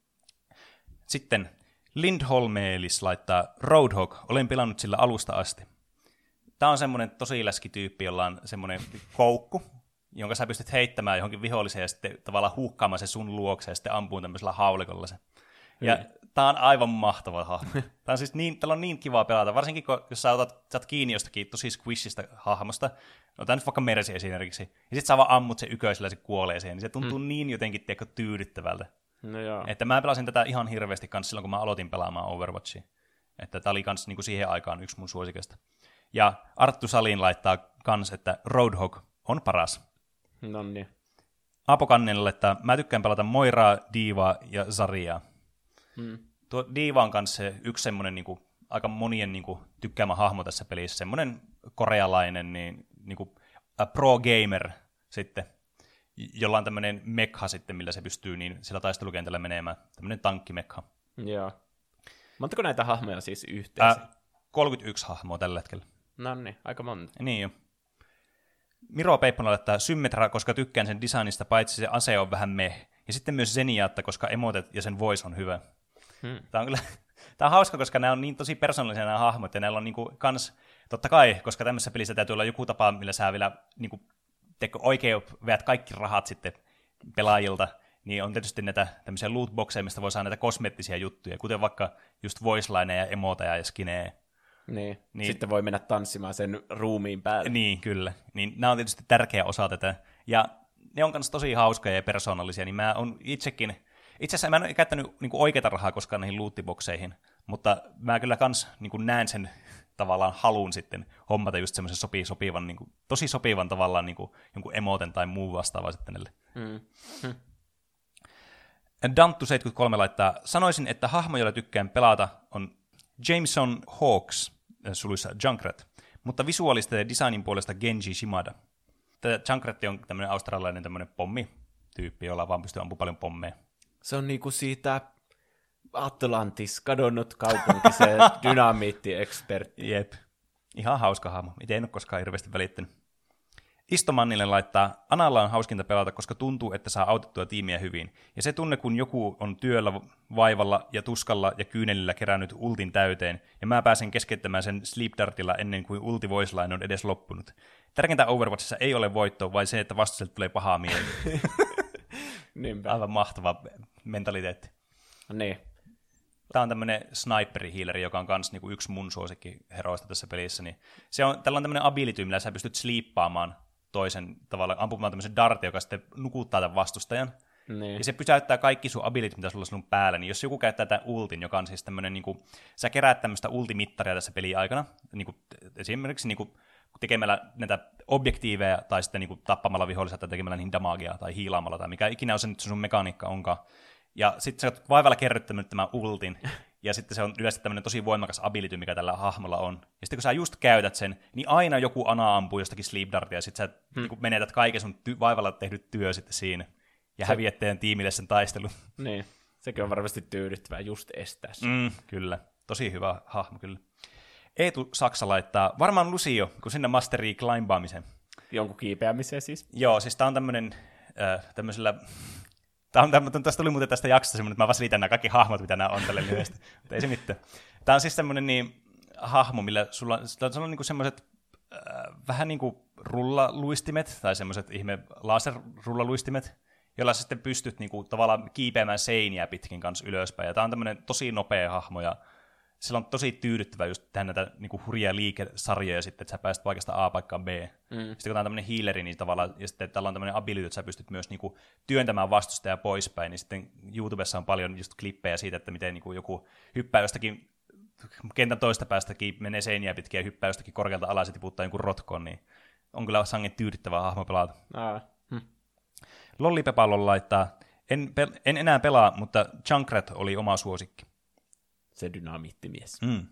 Sitten Lindholmelis laittaa Roadhog, olen pelannut sillä alusta asti. Tämä on semmoinen tosi läski tyyppi, jolla on semmoinen koukku, jonka sä pystyt heittämään johonkin viholliseen ja sitten tavallaan huukkaamaan se sun luokse ja sitten ampuun tämmöisellä haulikolla se. Ja mm. tää on aivan mahtava hahmo. Tää on siis niin, täällä on niin kivaa pelata, varsinkin kun, jos sä otat, sä oot kiinni jostakin tosi squishista hahmosta, otan nyt vaikka Mercy esimerkiksi, ja sit sä vaan ammut se yköisellä se kuolee siihen, niin se tuntuu mm. niin jotenkin tiedätkö, tyydyttävältä. No joo. Että mä pelasin tätä ihan hirveästi kanssa silloin, kun mä aloitin pelaamaan Overwatchia. Että tää oli kans niin kuin siihen aikaan yksi mun suosikista. Ja Arttu Salin laittaa kans, että Roadhog on paras. Nonni. Aapo Kannelle, että mä tykkään pelata Moiraa, Divaa ja Zariaa. Hmm. Tuo Diva on kanssa se yksi semmoinen niin kuin, aika monien niin kuin, tykkäämä hahmo tässä pelissä. Semmoinen korealainen niin, niin kuin, uh, pro-gamer sitten, jolla on tämmöinen mekha sitten, millä se pystyy niin sillä taistelukentällä menemään. Tämmöinen tankkimekha. Joo. Montako näitä hahmoja siis yhteensä? Äh, kolmekymmentäyksi hahmoa tällä hetkellä. Nonni, aika monta. Niin jo. Miro Peipponen laittaa Symmetra, koska tykkään sen designista, paitsi se ase on vähän meh. Ja sitten myös Zeniatta, koska emotet ja sen voice on hyvä. Hmm. Tämä on kyllä tämä on hauska, koska nämä on niin tosi persoonallisia nämä hahmot, ja näillä on niinku kans, totta kai, koska tämmöisessä pelissä täytyy olla joku tapa, millä sä vielä niinku, teekö, oikein veät kaikki rahat sitten pelaajilta, niin on tietysti näitä tämmöisiä lootboxeja, mistä voi saada näitä kosmeettisia juttuja, kuten vaikka just voicelineja ja emoteja ja skinejä. Niin. niin, sitten voi mennä tanssimaan sen ruumiin päälle. Niin, kyllä. Niin nämä on tietysti tärkeä osa tätä. Ja ne on myös tosi hauskoja ja persoonallisia, niin mä oon itsekin, itse asiassa mä en ole käyttänyt niin kuin oikeata rahaa koskaan näihin lootboxeihin, mutta mä kyllä kans niin kuin näen sen tavallaan halun sitten hommata just semmoisen sopi, sopivan, niin kuin, tosi sopivan tavallaan niin kuin, jonkun emoten tai muu vastaava sitten näille. Mm. Hm. Danttu seitsemänkymmentäkolme laittaa, sanoisin, että hahmo, jolla tykkään pelata, on Jameson Hawks, suluissa Junkrat, mutta visuaalista ja designin puolesta Genji Shimada. Tämä Junkrat on tämmöinen australialainen tämmöinen pommityyppi, jolla vaan pystyy ampumaan paljon pommeja. Se on niinku siitä Atlantis, kadonnut kaupunki, se dynamiitti-ekspertti. Jep. Ihan hauska hahmo. Itse en ole koskaan hirveästi välittänyt. Istomannille laittaa, Analla on hauskinta pelata, koska tuntuu, että saa autettua tiimiä hyvin. Ja se tunne, kun joku on työllä, vaivalla ja tuskalla ja kyynelillä kerännyt ultin täyteen, ja mä pääsen keskeyttämään sen Sleep Dartilla ennen kuin ulti voiceline on edes loppunut. Tärkeintä Overwatchissa ei ole voitto, vaan se, että vastustajalta tulee pahaa mieli. Aivan mahtava mentaliteetti. Niin. Tämä on tämmöinen sniperi-healeri, joka on myös niinku yksi mun suosikkiheroista tässä pelissä. Niin se on, tällä on tämmöinen ability, millä sä pystyt sliippaamaan toisen tavalla, ampumaan tämmöisen dartin, joka sitten nukuttaa tämän vastustajan. Niin. Ja se pysäyttää kaikki sun abilityt, mitä sulla on sun päällä. Niin jos joku käyttää tämän ultin, joka on siis tämmöinen, niinku, sä keräät tämmöistä ultimittaria tässä pelin aikana, niinku, esimerkiksi niinku, tekemällä näitä objektiiveja tai sitten niinku, tappamalla vihollisia tai tekemällä niihin damagea tai hiilaamalla tai mikä ikinä on se nyt sun mekaniikka onkaan. Ja sitten sä oot vaivalla kerryttänyt tämän ultin, ja sitten se on yleensä tämmöinen tosi voimakas ability, mikä tällä hahmolla on. Ja sitten kun sä just käytät sen, niin aina joku ana ampuu jostakin sleep dartia, ja sitten sä hmm. niin menetät kaiken sun ty- vaivalla tehdyt työ sitten siinä, ja se... häviät teidän tiimille sen taistelun. Niin, sekin on varmasti tyydyttävää just estää sen. Mm, kyllä, tosi hyvä hahmo kyllä. Eetu Saksa laittaa, varmaan Lucio, kun sinne masterii climbbaamisen. Jonkun kiipeämiseen siis? Joo, siis tää on tämmönen, äh, tämmöisellä... Tää on tämmönen, tästä tuli muuten tästä jaksosta semmoinen, että mä vaan selitän nämä kaikki hahmot, mitä nämä on tälle lyhyesti. Mutta ei se mitään. Tää on siis semmoinen niin, hahmo, millä sulla, sulla on niinku semmoiset äh, vähän niin kuin rullaluistimet, tai semmoiset ihme laserrullaluistimet, joilla sä sitten pystyt niinku tavallaan kiipeämään seiniä pitkin kanssa ylöspäin. Ja tää on tämmöinen tosi nopea hahmo, ja sillä on tosi tyydyttävä just tehdä näitä niinku hurjia liikesarjoja sitten, että sä pääset paikasta A paikkaan B. Mm. Sitten kun tää on tämmöinen healeri, niin tavallaan, ja sitten tällä on tämmöinen ability, että sä pystyt myös niinku työntämään vastustajaa poispäin, niin sitten YouTubessa on paljon just klippejä siitä, että miten niinku joku hyppää jostakin kentän toista päästäkin, menee seiniä pitkin ja hyppää jostakin korkealta alas ja tiputtaa jonkun rotkoon, niin on kyllä sangen tyydyttävä hahmo pelata. Ah. Hm. Lollipepallon laittaa, en, pel- en enää pelaa, mutta Junkrat oli oma suosikki. Se dynamiittimies. Mm.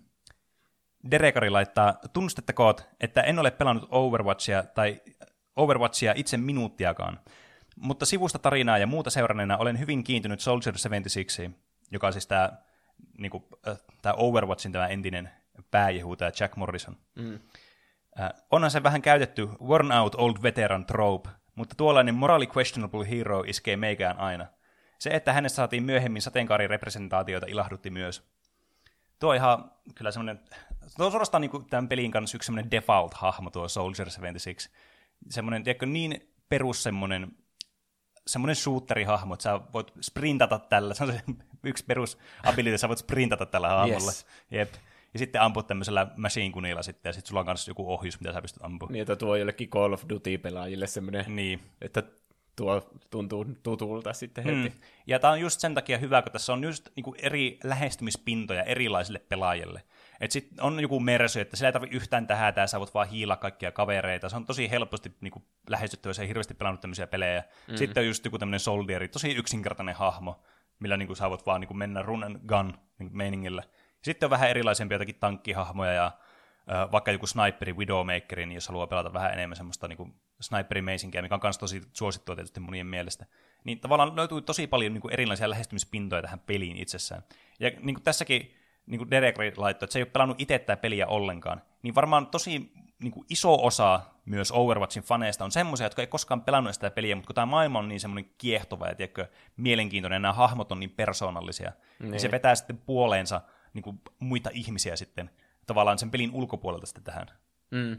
Derekari laittaa, tunnustettakoon, että en ole pelannut Overwatchia tai Overwatchia itse minuuttiakaan, mutta sivusta tarinaa ja muuta seuranneena olen hyvin kiintynyt Soldier seitsemänkymmentäkuusi, joka on siis tämä niinku, äh, Overwatchin tämä entinen pääjehu, tämä Jack Morrison. Mm. Äh, onhan se vähän käytetty worn out old veteran trope, mutta tuollainen morally questionable hero iskee meikään aina. Se, että hänestä saatiin myöhemmin sateenkaarirepresentaatioita, ilahdutti myös. Tuo on ihan kyllä semmoinen, tuo on suorastaan niin kuin tämän pelin kanssa yksi semmoinen default-hahmo tuo Soldier seitsemänkymmentäkuusi. Semmoinen, tiedätkö, niin perus semmoinen, semmoinen shooterihahmo, että sä voit sprintata tällä, se on se yksi perus ability, sä voit sprintata tällä hahmolla. Yes. Jep. Ja sitten amput tämmöisellä machine gunilla sitten, ja sitten sulla on myös joku ohjus, mitä sä pystyt ampumaan. Niin, että tuo jollekin Call of Duty-pelaajille semmoinen, niin. Että tuo tuntuu tutulta sitten heti. Mm. Ja tämä on just sen takia hyvä, kun tässä on just niinku eri lähestymispintoja erilaisille pelaajille. Että sitten on joku Mercy, että sillä ei tarvitse yhtään tähätää, sä voit vaan hiilaa kaikkia kavereita. Se on tosi helposti niinku lähestyttävä, se ei hirveästi pelannut tämmöisiä pelejä. Mm. Sitten on just joku tämmöinen soldieri, tosi yksinkertainen hahmo, millä niinku sä voit vaan niinku mennä run and gun niinku meiningillä. Sitten on vähän erilaisempia jotakin tankkihahmoja ja äh, vaikka joku sniperi, Widowmakeri, niin jos haluaa pelata vähän enemmän semmoista niinku sniperimeisinkiä, mikä on myös tosi suosittua tietysti monien mielestä, niin tavallaan löytyy tosi paljon niin kuin erilaisia lähestymispintoja tähän peliin itsessään. Ja niin kuin tässäkin niin kuin Derek laittoi, että se ei ole pelannut itse tätä peliä ollenkaan, niin varmaan tosi niin kuin iso osa myös Overwatchin faneista on semmoisia, jotka ei koskaan pelannut sitä peliä, mutta kun tämä maailma on niin semmoinen kiehtova ja tiedätkö, mielenkiintoinen, ja nämä hahmot on niin persoonallisia, niin, niin se vetää sitten puoleensa niin kuin muita ihmisiä sitten tavallaan sen pelin ulkopuolelta sitten tähän. Mm.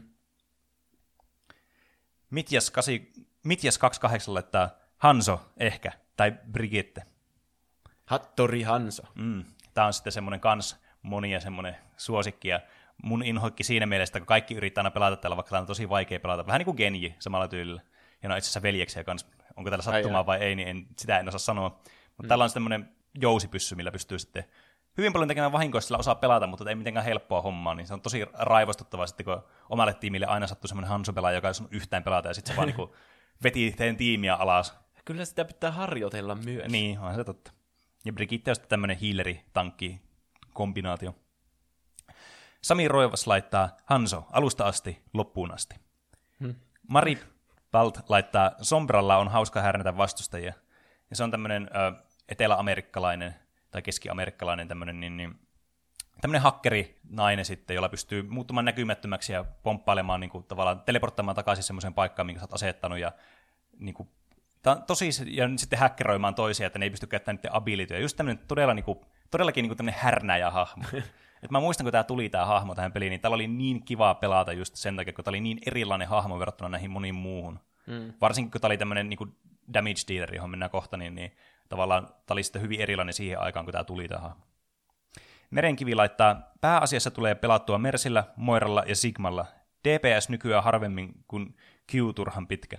Mitjas, Mitjas kaksikymmentäkahdeksan laittaa Hanso ehkä, tai Brigitte. Hattori Hanso. Mm. Tämä on sitten semmoinen kans monia semmoinen suosikki, ja mun inhoikki siinä mielessä, kun kaikki yrittää aina pelata tällä, vaikka tämä on tosi vaikea pelata. Vähän niin kuin Genji samalla tyylillä. Ja no itse asiassa veljeksiä kanssa. Onko tällä sattumaa ai, vai ai. ei, niin en, sitä en osaa sanoa. Mutta mm. tällä on semmoinen jousipyssy, millä pystyy sitten hyvin paljon tekemään vahinkoa, sillä osaa pelata, mutta ei mitenkään helppoa hommaa, niin se on tosi raivostuttavaa sitten, kun omalle tiimille aina sattuu semmoinen Hanso-pelaaja, joka ei osannut yhtään pelata, ja sitten se vaan niin veti teidän tiimiä alas. Kyllä sitä pitää harjoitella myös. Niin, on se totta. Ja Brigitte on sitten tämmöinen healeri-tankki-kombinaatio. Sami Roivas laittaa Hanso alusta asti, loppuun asti. Hmm. Mari Palt laittaa Sombralla on hauska härnätä vastustajia. Ja se on tämmöinen ö, etelä-amerikkalainen tai keski-amerikkalainen tämmöinen, niin, niin, tämmöinen hakkeri-nainen sitten, jolla pystyy muuttumaan näkymättömäksi ja pomppailemaan, niin kuin, tavallaan teleporttaamaan takaisin semmoiseen paikkaan, minkä sä oot asettanut, ja, niin kuin, tosi, ja sitten häkkeroimaan toisia, että ne ei pysty käyttämään niiden abilityjä. Just tämmöinen todella, niin kuin, todellakin niin kuin tämmöinen härnäjä-hahmo. Et mä muistan, kun tämä tuli tämä hahmo tähän peliin, niin täällä oli niin kivaa pelata just sen takia, kun tämä oli niin erilainen hahmo verrattuna näihin moniin muuhun. Mm. Varsinkin, kun tämä oli tämmöinen niin kuin damage dealer, johon mennään kohta, niin, niin tavallaan tämä oli sitten hyvin erilainen siihen aikaan, kun tämä tuli tähän. Merenkivi laittaa, pääasiassa tulee pelattua Mersillä, Moiralla ja Sigmalla. D P S nykyään harvemmin kuin Q-turhan pitkä.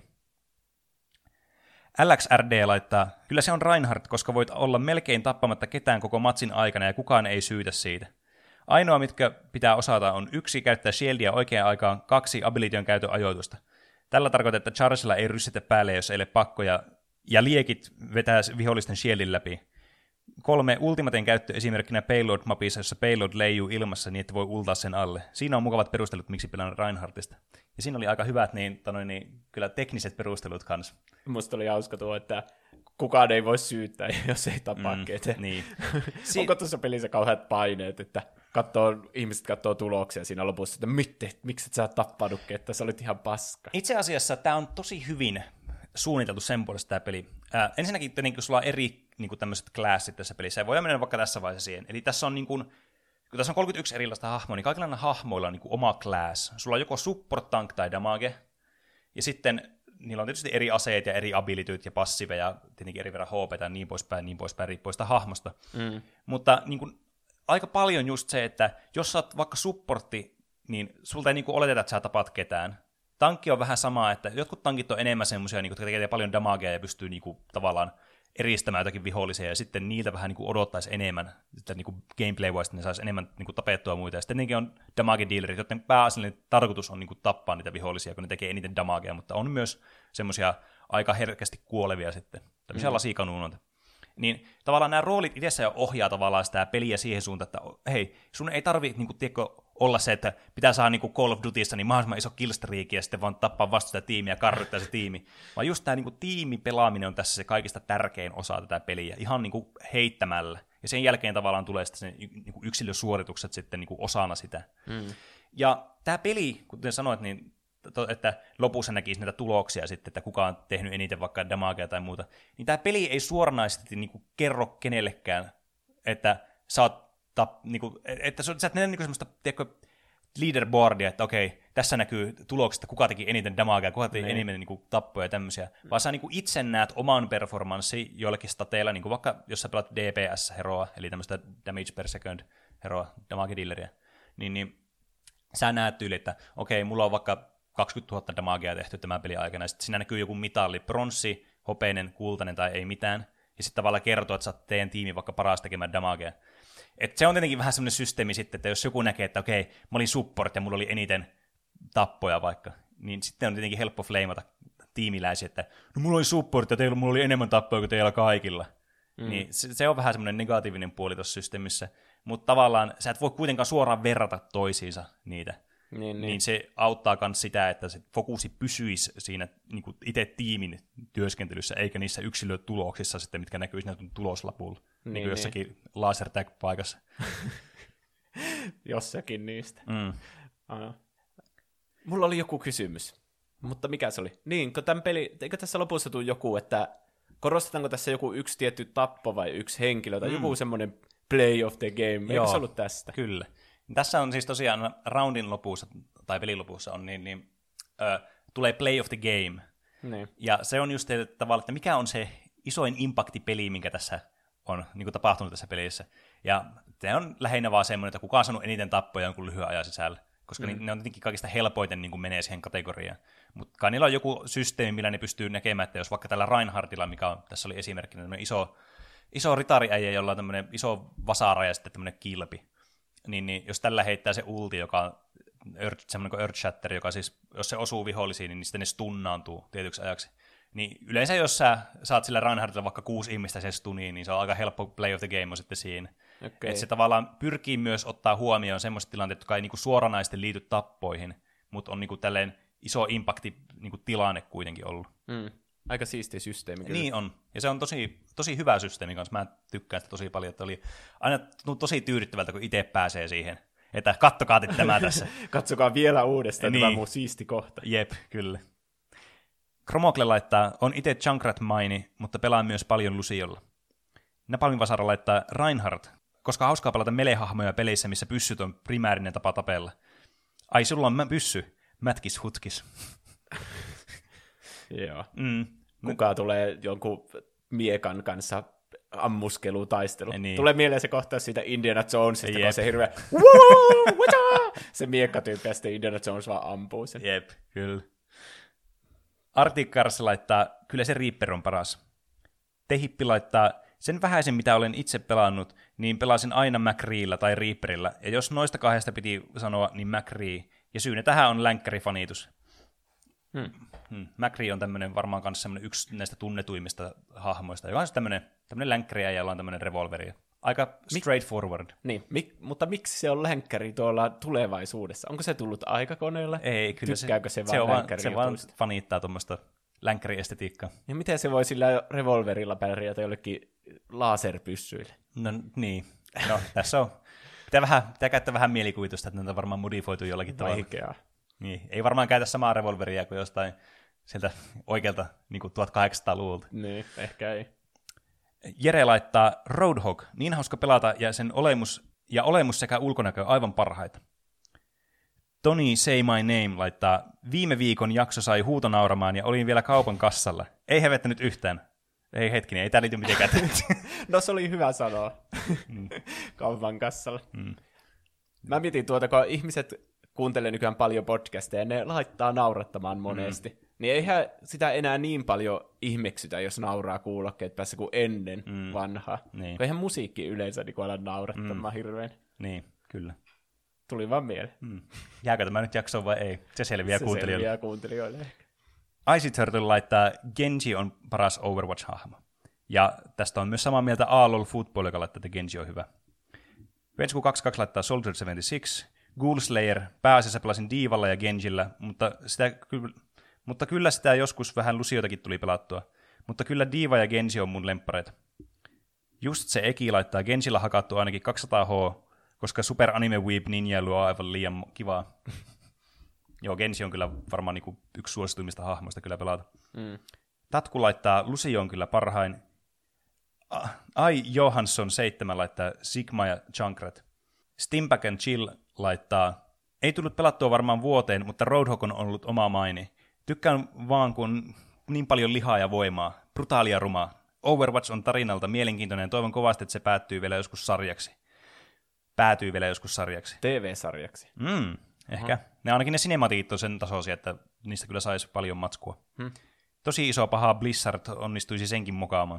L X R D laittaa, kyllä se on Reinhardt, koska voit olla melkein tappamatta ketään koko matsin aikana ja kukaan ei syytä siitä. Ainoa, mitkä pitää osata, on yksi, käyttää shieldia oikeaan aikaan, kaksi, abilityn käytön ajoitusta. Tällä tarkoittaa, että Chargella ei ryssitä päälle, jos ei ole pakkoja, ja liekit vetää vihollisten shieldin läpi. Kolme Ultimaten käyttö esimerkkinä Payload-mapissa, jossa Payload leijuu ilmassa niin, että voi ultaa sen alle. Siinä on mukavat perustelut, miksi pelaan Reinhardtista. Ja siinä oli aika hyvät, niin, tanoin, niin kyllä tekniset perustelut kanssa. Musta oli hauska tuo, että kukaan ei voi syyttää, jos ei tapaa mm, ketään. Niin. Si- Onko tuossa pelissä kauheat paineet, että katsoo, ihmiset katsoo tuloksia siinä lopussa, että mitte, miksi et sä tappanut ketään, sä olit ihan paska. Itse asiassa tämä on tosi hyvin suunniteltu sen puolesta tämä peli. Ää, ensinnäkin, kun sulla on eri niin kuin tämmöiset classit tässä pelissä, ja voidaan mennä vaikka tässä vaiheessa siihen. Eli tässä on, niin kuin, kun tässä on kolmekymmentäyksi erilaista hahmoa, niin kaikilla näillä hahmoilla on niin kuin oma class. Sulla on joko support, tank tai damage, ja sitten niillä on tietysti eri aseet ja eri abilityt ja passiveja, tietenkin eri verran H P ja niin poispäin, niin poispäin, riippuen hahmosta. Mm. Mutta niin kuin, aika paljon just se, että jos sä oot vaikka supportti, niin sulta ei niin kuin oleteta, että sä tapaat ketään. Tankki on vähän sama, että jotkut tankit on enemmän semmoisia, niin jotka tekee paljon damagea ja pystyy niin kuin, tavallaan eristämään jotakin vihollisia, ja sitten niiltä vähän niin kuin odottaisi enemmän, että niin kuin gameplay-wise ne saisi enemmän niin kuin tapettua muita. Ja sitten tietenkin on damage-dealerit, joiden pääasiallinen tarkoitus on niin kuin tappaa niitä vihollisia, kun ne tekee eniten damagea, mutta on myös semmoisia aika herkästi kuolevia sitten, tämmöisiä mm. lasikanuunoita. Niin tavallaan nämä roolit itsessä jo ohjaa tavallaan sitä peliä siihen suuntaan, että hei, sun ei tarvitse niin kuin, tiedätkö, olla se, että pitää saada niin kuin Call of Dutyssa niin mahdollisimman iso killstreaki ja sitten vaan tappaa vastusta tiimiä ja karruttaa se tiimi. Vaan just tämä niin kuin, tiimipelaaminen on tässä se kaikista tärkein osa tätä peliä, ihan niin kuin, heittämällä. Ja sen jälkeen tavallaan tulee sitten se, niin kuin, yksilösuoritukset sitten niin kuin, osana sitä. Mm. Ja tämä peli, kuten sanoit, niin että lopussa näkisi näitä tuloksia sitten, että kuka on tehnyt eniten vaikka damagea tai muuta, niin tämä peli ei suoranaisesti niin kuin, kerro kenellekään, että sä oot tap, niin kuin, että sä et näe niin semmoista, tiedätkö, leaderboardia, että okei, tässä näkyy tuloksista, kuka teki eniten damagea, kuka teki eniten niin kuin, tappoja ja tämmöisiä, vaan sä niin kuin, itse näet oman performanssi joillekin stateilla, niin kuin vaikka jos sä pelaat D P S-heroa, eli tämmöistä damage per second heroa, damage dealeria, niin, niin sä näet tyyli, että okei, mulla on vaikka kaksikymmentätuhatta damagea tehty tämän pelin aikana, ja sitten siinä näkyy joku mitalli, bronssi, hopeinen, kultainen tai ei mitään, ja sitten tavallaan kertoo, että sä oot teidän tiimi vaikka paras tekemään damagea. Et se on tietenkin vähän semmoinen systeemi sitten, että jos joku näkee, että okei, mä olin support ja mulla oli eniten tappoja vaikka, niin sitten on tietenkin helppo fleimata tiimiläisiä, että no mulla oli support ja teillä mulla oli enemmän tappoja kuin teillä kaikilla. Mm. Niin se, se on vähän semmoinen negatiivinen puoli tuossa systeemissä, mutta tavallaan sä et voi kuitenkaan suoraan verrata toisiinsa niitä. Niin, niin. niin se auttaa myös sitä, että se fokusi pysyisi siinä niin kuin itse tiimin työskentelyssä, eikä niissä yksilötuloksissa sitten, mitkä näkyy siinä tuloslapulla, niin, niin kuin jossakin niin. laser tag-paikassa. Jossakin niistä. Mm. Ah. Mulla oli joku kysymys, mutta mikä se oli? Niin, kun tämän peli, eikö tässä lopussa tule joku, että korostetaanko tässä joku yksi tietty tappo vai yksi henkilö, tai mm. joku semmoinen play of the game, eikö se ollut tästä? Kyllä. Tässä on siis tosiaan roundin lopussa, tai pelin lopussa on, niin, niin ö, tulee play of the game. Niin. Ja se on just tavallaan, että mikä on se isoin impacti-peli, minkä tässä on niin kuin tapahtunut tässä pelissä. Ja se on lähinnä vaan semmoinen, että kuka on saanut eniten tappoja jonkun lyhyen ajan sisällä. Koska mm. ne on tietenkin kaikista helpoiten niin kuin menee siihen kategoriaan. Mutta kai niillä on joku systeemi, millä ne pystyy näkemään, että jos vaikka tällä Reinhardtilla, mikä on, tässä oli esimerkkinä, tämmöinen iso, iso ritariäijä, jolla on tämmöinen iso vasara ja sitten tämmöinen kilpi. Niin, niin jos tällä heittää se ulti, joka on earth, semmoinen kuin Earth Shatter, joka siis, jos se osuu vihollisiin, niin sitten ne stunnaantuu tietyksi ajaksi. Niin yleensä jos sä saat sillä Reinhardtilla vaikka kuusi ihmistä se stuniin, niin se on aika helppo play of the game on sitten siinä. Okay. Että se tavallaan pyrkii myös ottaa huomioon semmoiset tilanteet, jotka ei niinku suoranaisesti liity tappoihin, mutta on niinku tälleen iso impakti niinku tilanne kuitenkin ollut. Mm. Aika siistiä systeemi. Kyllä. Niin on. Ja se on tosi, tosi hyvä systeemi kanssa. Mä tykkään sitä tosi paljon. Että oli aina tosi tyydyttävältä, kun itse pääsee siihen. Että kattokaa tämä tässä. Katsokaa vielä uudestaan niin. Tämä muu siisti kohta. Jep, kyllä. Chromokle laittaa, on itse Junkrat maini, mutta pelaan myös paljon Luciolla. Napalmin Vasara laittaa Reinhardt, koska hauskaa pelata melee-hahmoja peleissä, missä pyssyt on primäärinen tapa tapella. Ai, sulla on pyssy. Mätkis hutkis. Joo. Mm. Kuka tulee jonkun miekan kanssa ammuskelu, taistelu. Niin. Tulee mieleen se kohtaus siitä Indiana Jonesista, kun se hirveä se miekka-tyyppi, ja sitten Indiana Jones vaan ampuu sen. Jep, kyllä. Artikkarissa laittaa, kyllä se Reaper on paras. Tehippi laittaa, sen vähäisen mitä olen itse pelannut, niin pelasin aina McCreella tai Reaperillä, ja jos noista kahdesta piti sanoa, niin McCree. Ja syynä tähän on länkkärifanitus. Hmm. Hmm. McCree on tämmöinen varmaan myös semmoinen yksi näistä tunnetuimmista hahmoista, joka on tämmöinen, tämmöinen länkkäriä, jolla on tämmöinen revolveri. Aika straightforward. Niin, mik, mutta miksi se on länkkäri tuolla tulevaisuudessa? Onko se tullut aikakoneella? Ei, kyllä Tykkääkö se, se, se, vaan vaan se vaan fanittaa tuommoista länkkäriestetiikkaa. Ja miten se voi sillä revolverilla pärjätä jollekin laserpyssyille? No niin, no tässä on. Pitää, vähän, pitää käyttää vähän mielikuvitusta, että näitä varmaan modifoitu jollakin tavalla. Vaikeaa. Niin, ei varmaan käytä samaa revolveria kuin jostain sieltä oikealta niin kuin tuhatkahdeksansataaluvulta. Niin, ehkä ei. Jere laittaa Roadhog, niin hauska pelata ja sen olemus ja olemus sekä ulkonäkö aivan parhaita. Tony Say My Name laittaa, viime viikon jakso sai huutonauramaan ja olin vielä kaupan kassalla. Ei hevettänyt yhtään. Ei hetkinen, ei tää liity mitenkään. No se oli hyvä sanoa. Mm. Kaupan kassalla. Mm. Mä mietin tuota, kun ihmiset kuuntelee nykyään paljon podcasteja, ne laittaa naurattamaan monesti. Mm. Niin eihän sitä enää niin paljon ihmeksytä, jos nauraa kuulokkeet päässä kuin ennen mm. vanhaa. Niin. Eihän musiikki yleensä niin ala naurattamaan mm. hirveän. Niin, kyllä. Tuli vaan mieleen. Mm. Jääkö tämä nyt jaksoon vai ei? Se selviää Se kuuntelijoille. selviää kuuntelijoille. Icy Turtle laittaa, Genji on paras Overwatch-hahmo. Ja tästä on myös samaa mieltä A L O L Football, joka laittaa, että Genji on hyvä. Vensku kaksikymmentäkaksi laittaa Soldier seitsemänkymmentäkuusi. Ghoul Slayer, pääasiassa pelasin Diivalla ja Genjillä, mutta, sitä, mutta kyllä sitä joskus vähän Luciotakin tuli pelattua. Mutta kyllä Diiva ja Genji on mun lemppareita. Just se Eki laittaa Genjillä hakattu ainakin kaksisataa H, koska Super Anime Weeb ninjailu on aivan liian kivaa. Joo, Genji on kyllä varmaan niinku yksi suosituimmista hahmoista kyllä pelata. Mm. Tatku laittaa Lucio on kyllä parhain. Ai Johansson seitsemän laittaa Sigma ja Junkrat. Stimpak and Chill laittaa, ei tullut pelattua varmaan vuoteen, mutta Roadhog on ollut oma maini. Tykkään vaan, kun niin paljon lihaa ja voimaa. Brutaalia rumaa. Overwatch on tarinalta mielenkiintoinen ja toivon kovasti, että se päättyy vielä joskus sarjaksi. Päätyy vielä joskus sarjaksi. T V-sarjaksi. Mm, ehkä. Aha. Ne ainakin ne cinematiikit on sen tasoisia, että niistä kyllä saisi paljon matskua. Hmm. Tosi iso paha Blizzard onnistuisi senkin mokaamaan.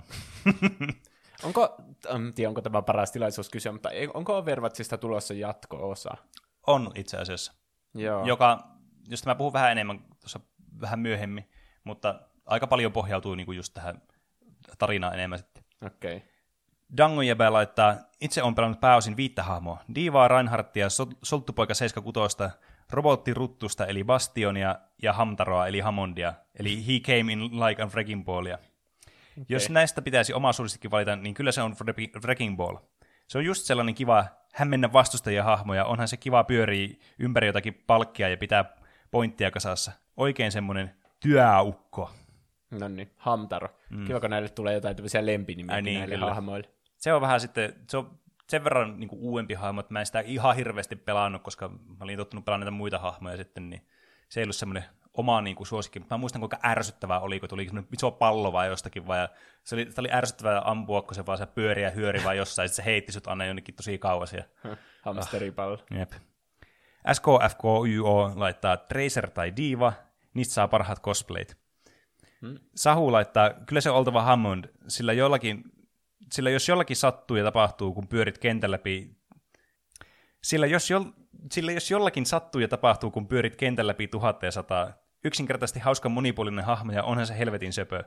Onko, en tiedä, onko tämä paras tilaisuus kysyä, mutta onko Overwatchista tulossa jatko-osa? On itse asiassa. Joo. Joka, josta mä puhun vähän enemmän tuossa vähän myöhemmin, mutta aika paljon pohjautuu niinku just tähän tarinaan enemmän sitten. Okei. Okay. Dango Jebä laittaa, itse on pelannut pääosin viittä hahmoa. Diivaa, Reinhardtia, Solttupoika seitsemänkymmentäkuusi, Robotti Ruttusta eli Bastionia ja Hamtaroa eli Hammondia, eli He Came in Like a Wrecking Ballia. Okay. Jos näistä pitäisi oma suosikki valita, niin kyllä se on Wrecking Ball. Se on just sellainen kiva hämmennä vastustajia hahmoja, onhan se kiva pyörii ympäri jotakin palkkia ja pitää pointtia kasassa. Oikein semmoinen työukko. No niin, Hamtaro. Mm. Kiva, kun näille tulee jotain tämmöisiä lempinimiä niin, näille kyllä. hahmoille. Se on vähän sitten, se on sen verran niin kuin uudempi hahmo, että mä en sitä ihan hirveästi pelannut, koska mä olin tottunut pelaamaan näitä muita hahmoja sitten, niin se ei ollut semmoinen oma niin kuin suosikki. Mä muistan, kuinka ärsyttävää oli, kun tuli semmoinen iso pallo vai jostakin, vai, se, oli, se oli ärsyttävää ampua, kun se vaan se pyöri ja hyöri vai jossain, ja sitten se heitti sut aina jonnekin tosi kauas. Ja... Hamsteripallo. Ah, jep. S K F K Y O laittaa Tracer tai Diva, niistä saa parhaat cosplayt. Hmm. Sahu laittaa, kyllä se on oltava Hammond, sillä, jollakin, sillä jos jollakin sattuu ja tapahtuu, kun pyörit kentän läpi, sillä jos, jo, sillä jos jollakin sattuu ja tapahtuu, kun pyörit kentän läpi tuhatta ja sataa, yksinkertaisesti hauska monipuolinen hahmo ja onhan se helvetin söpö.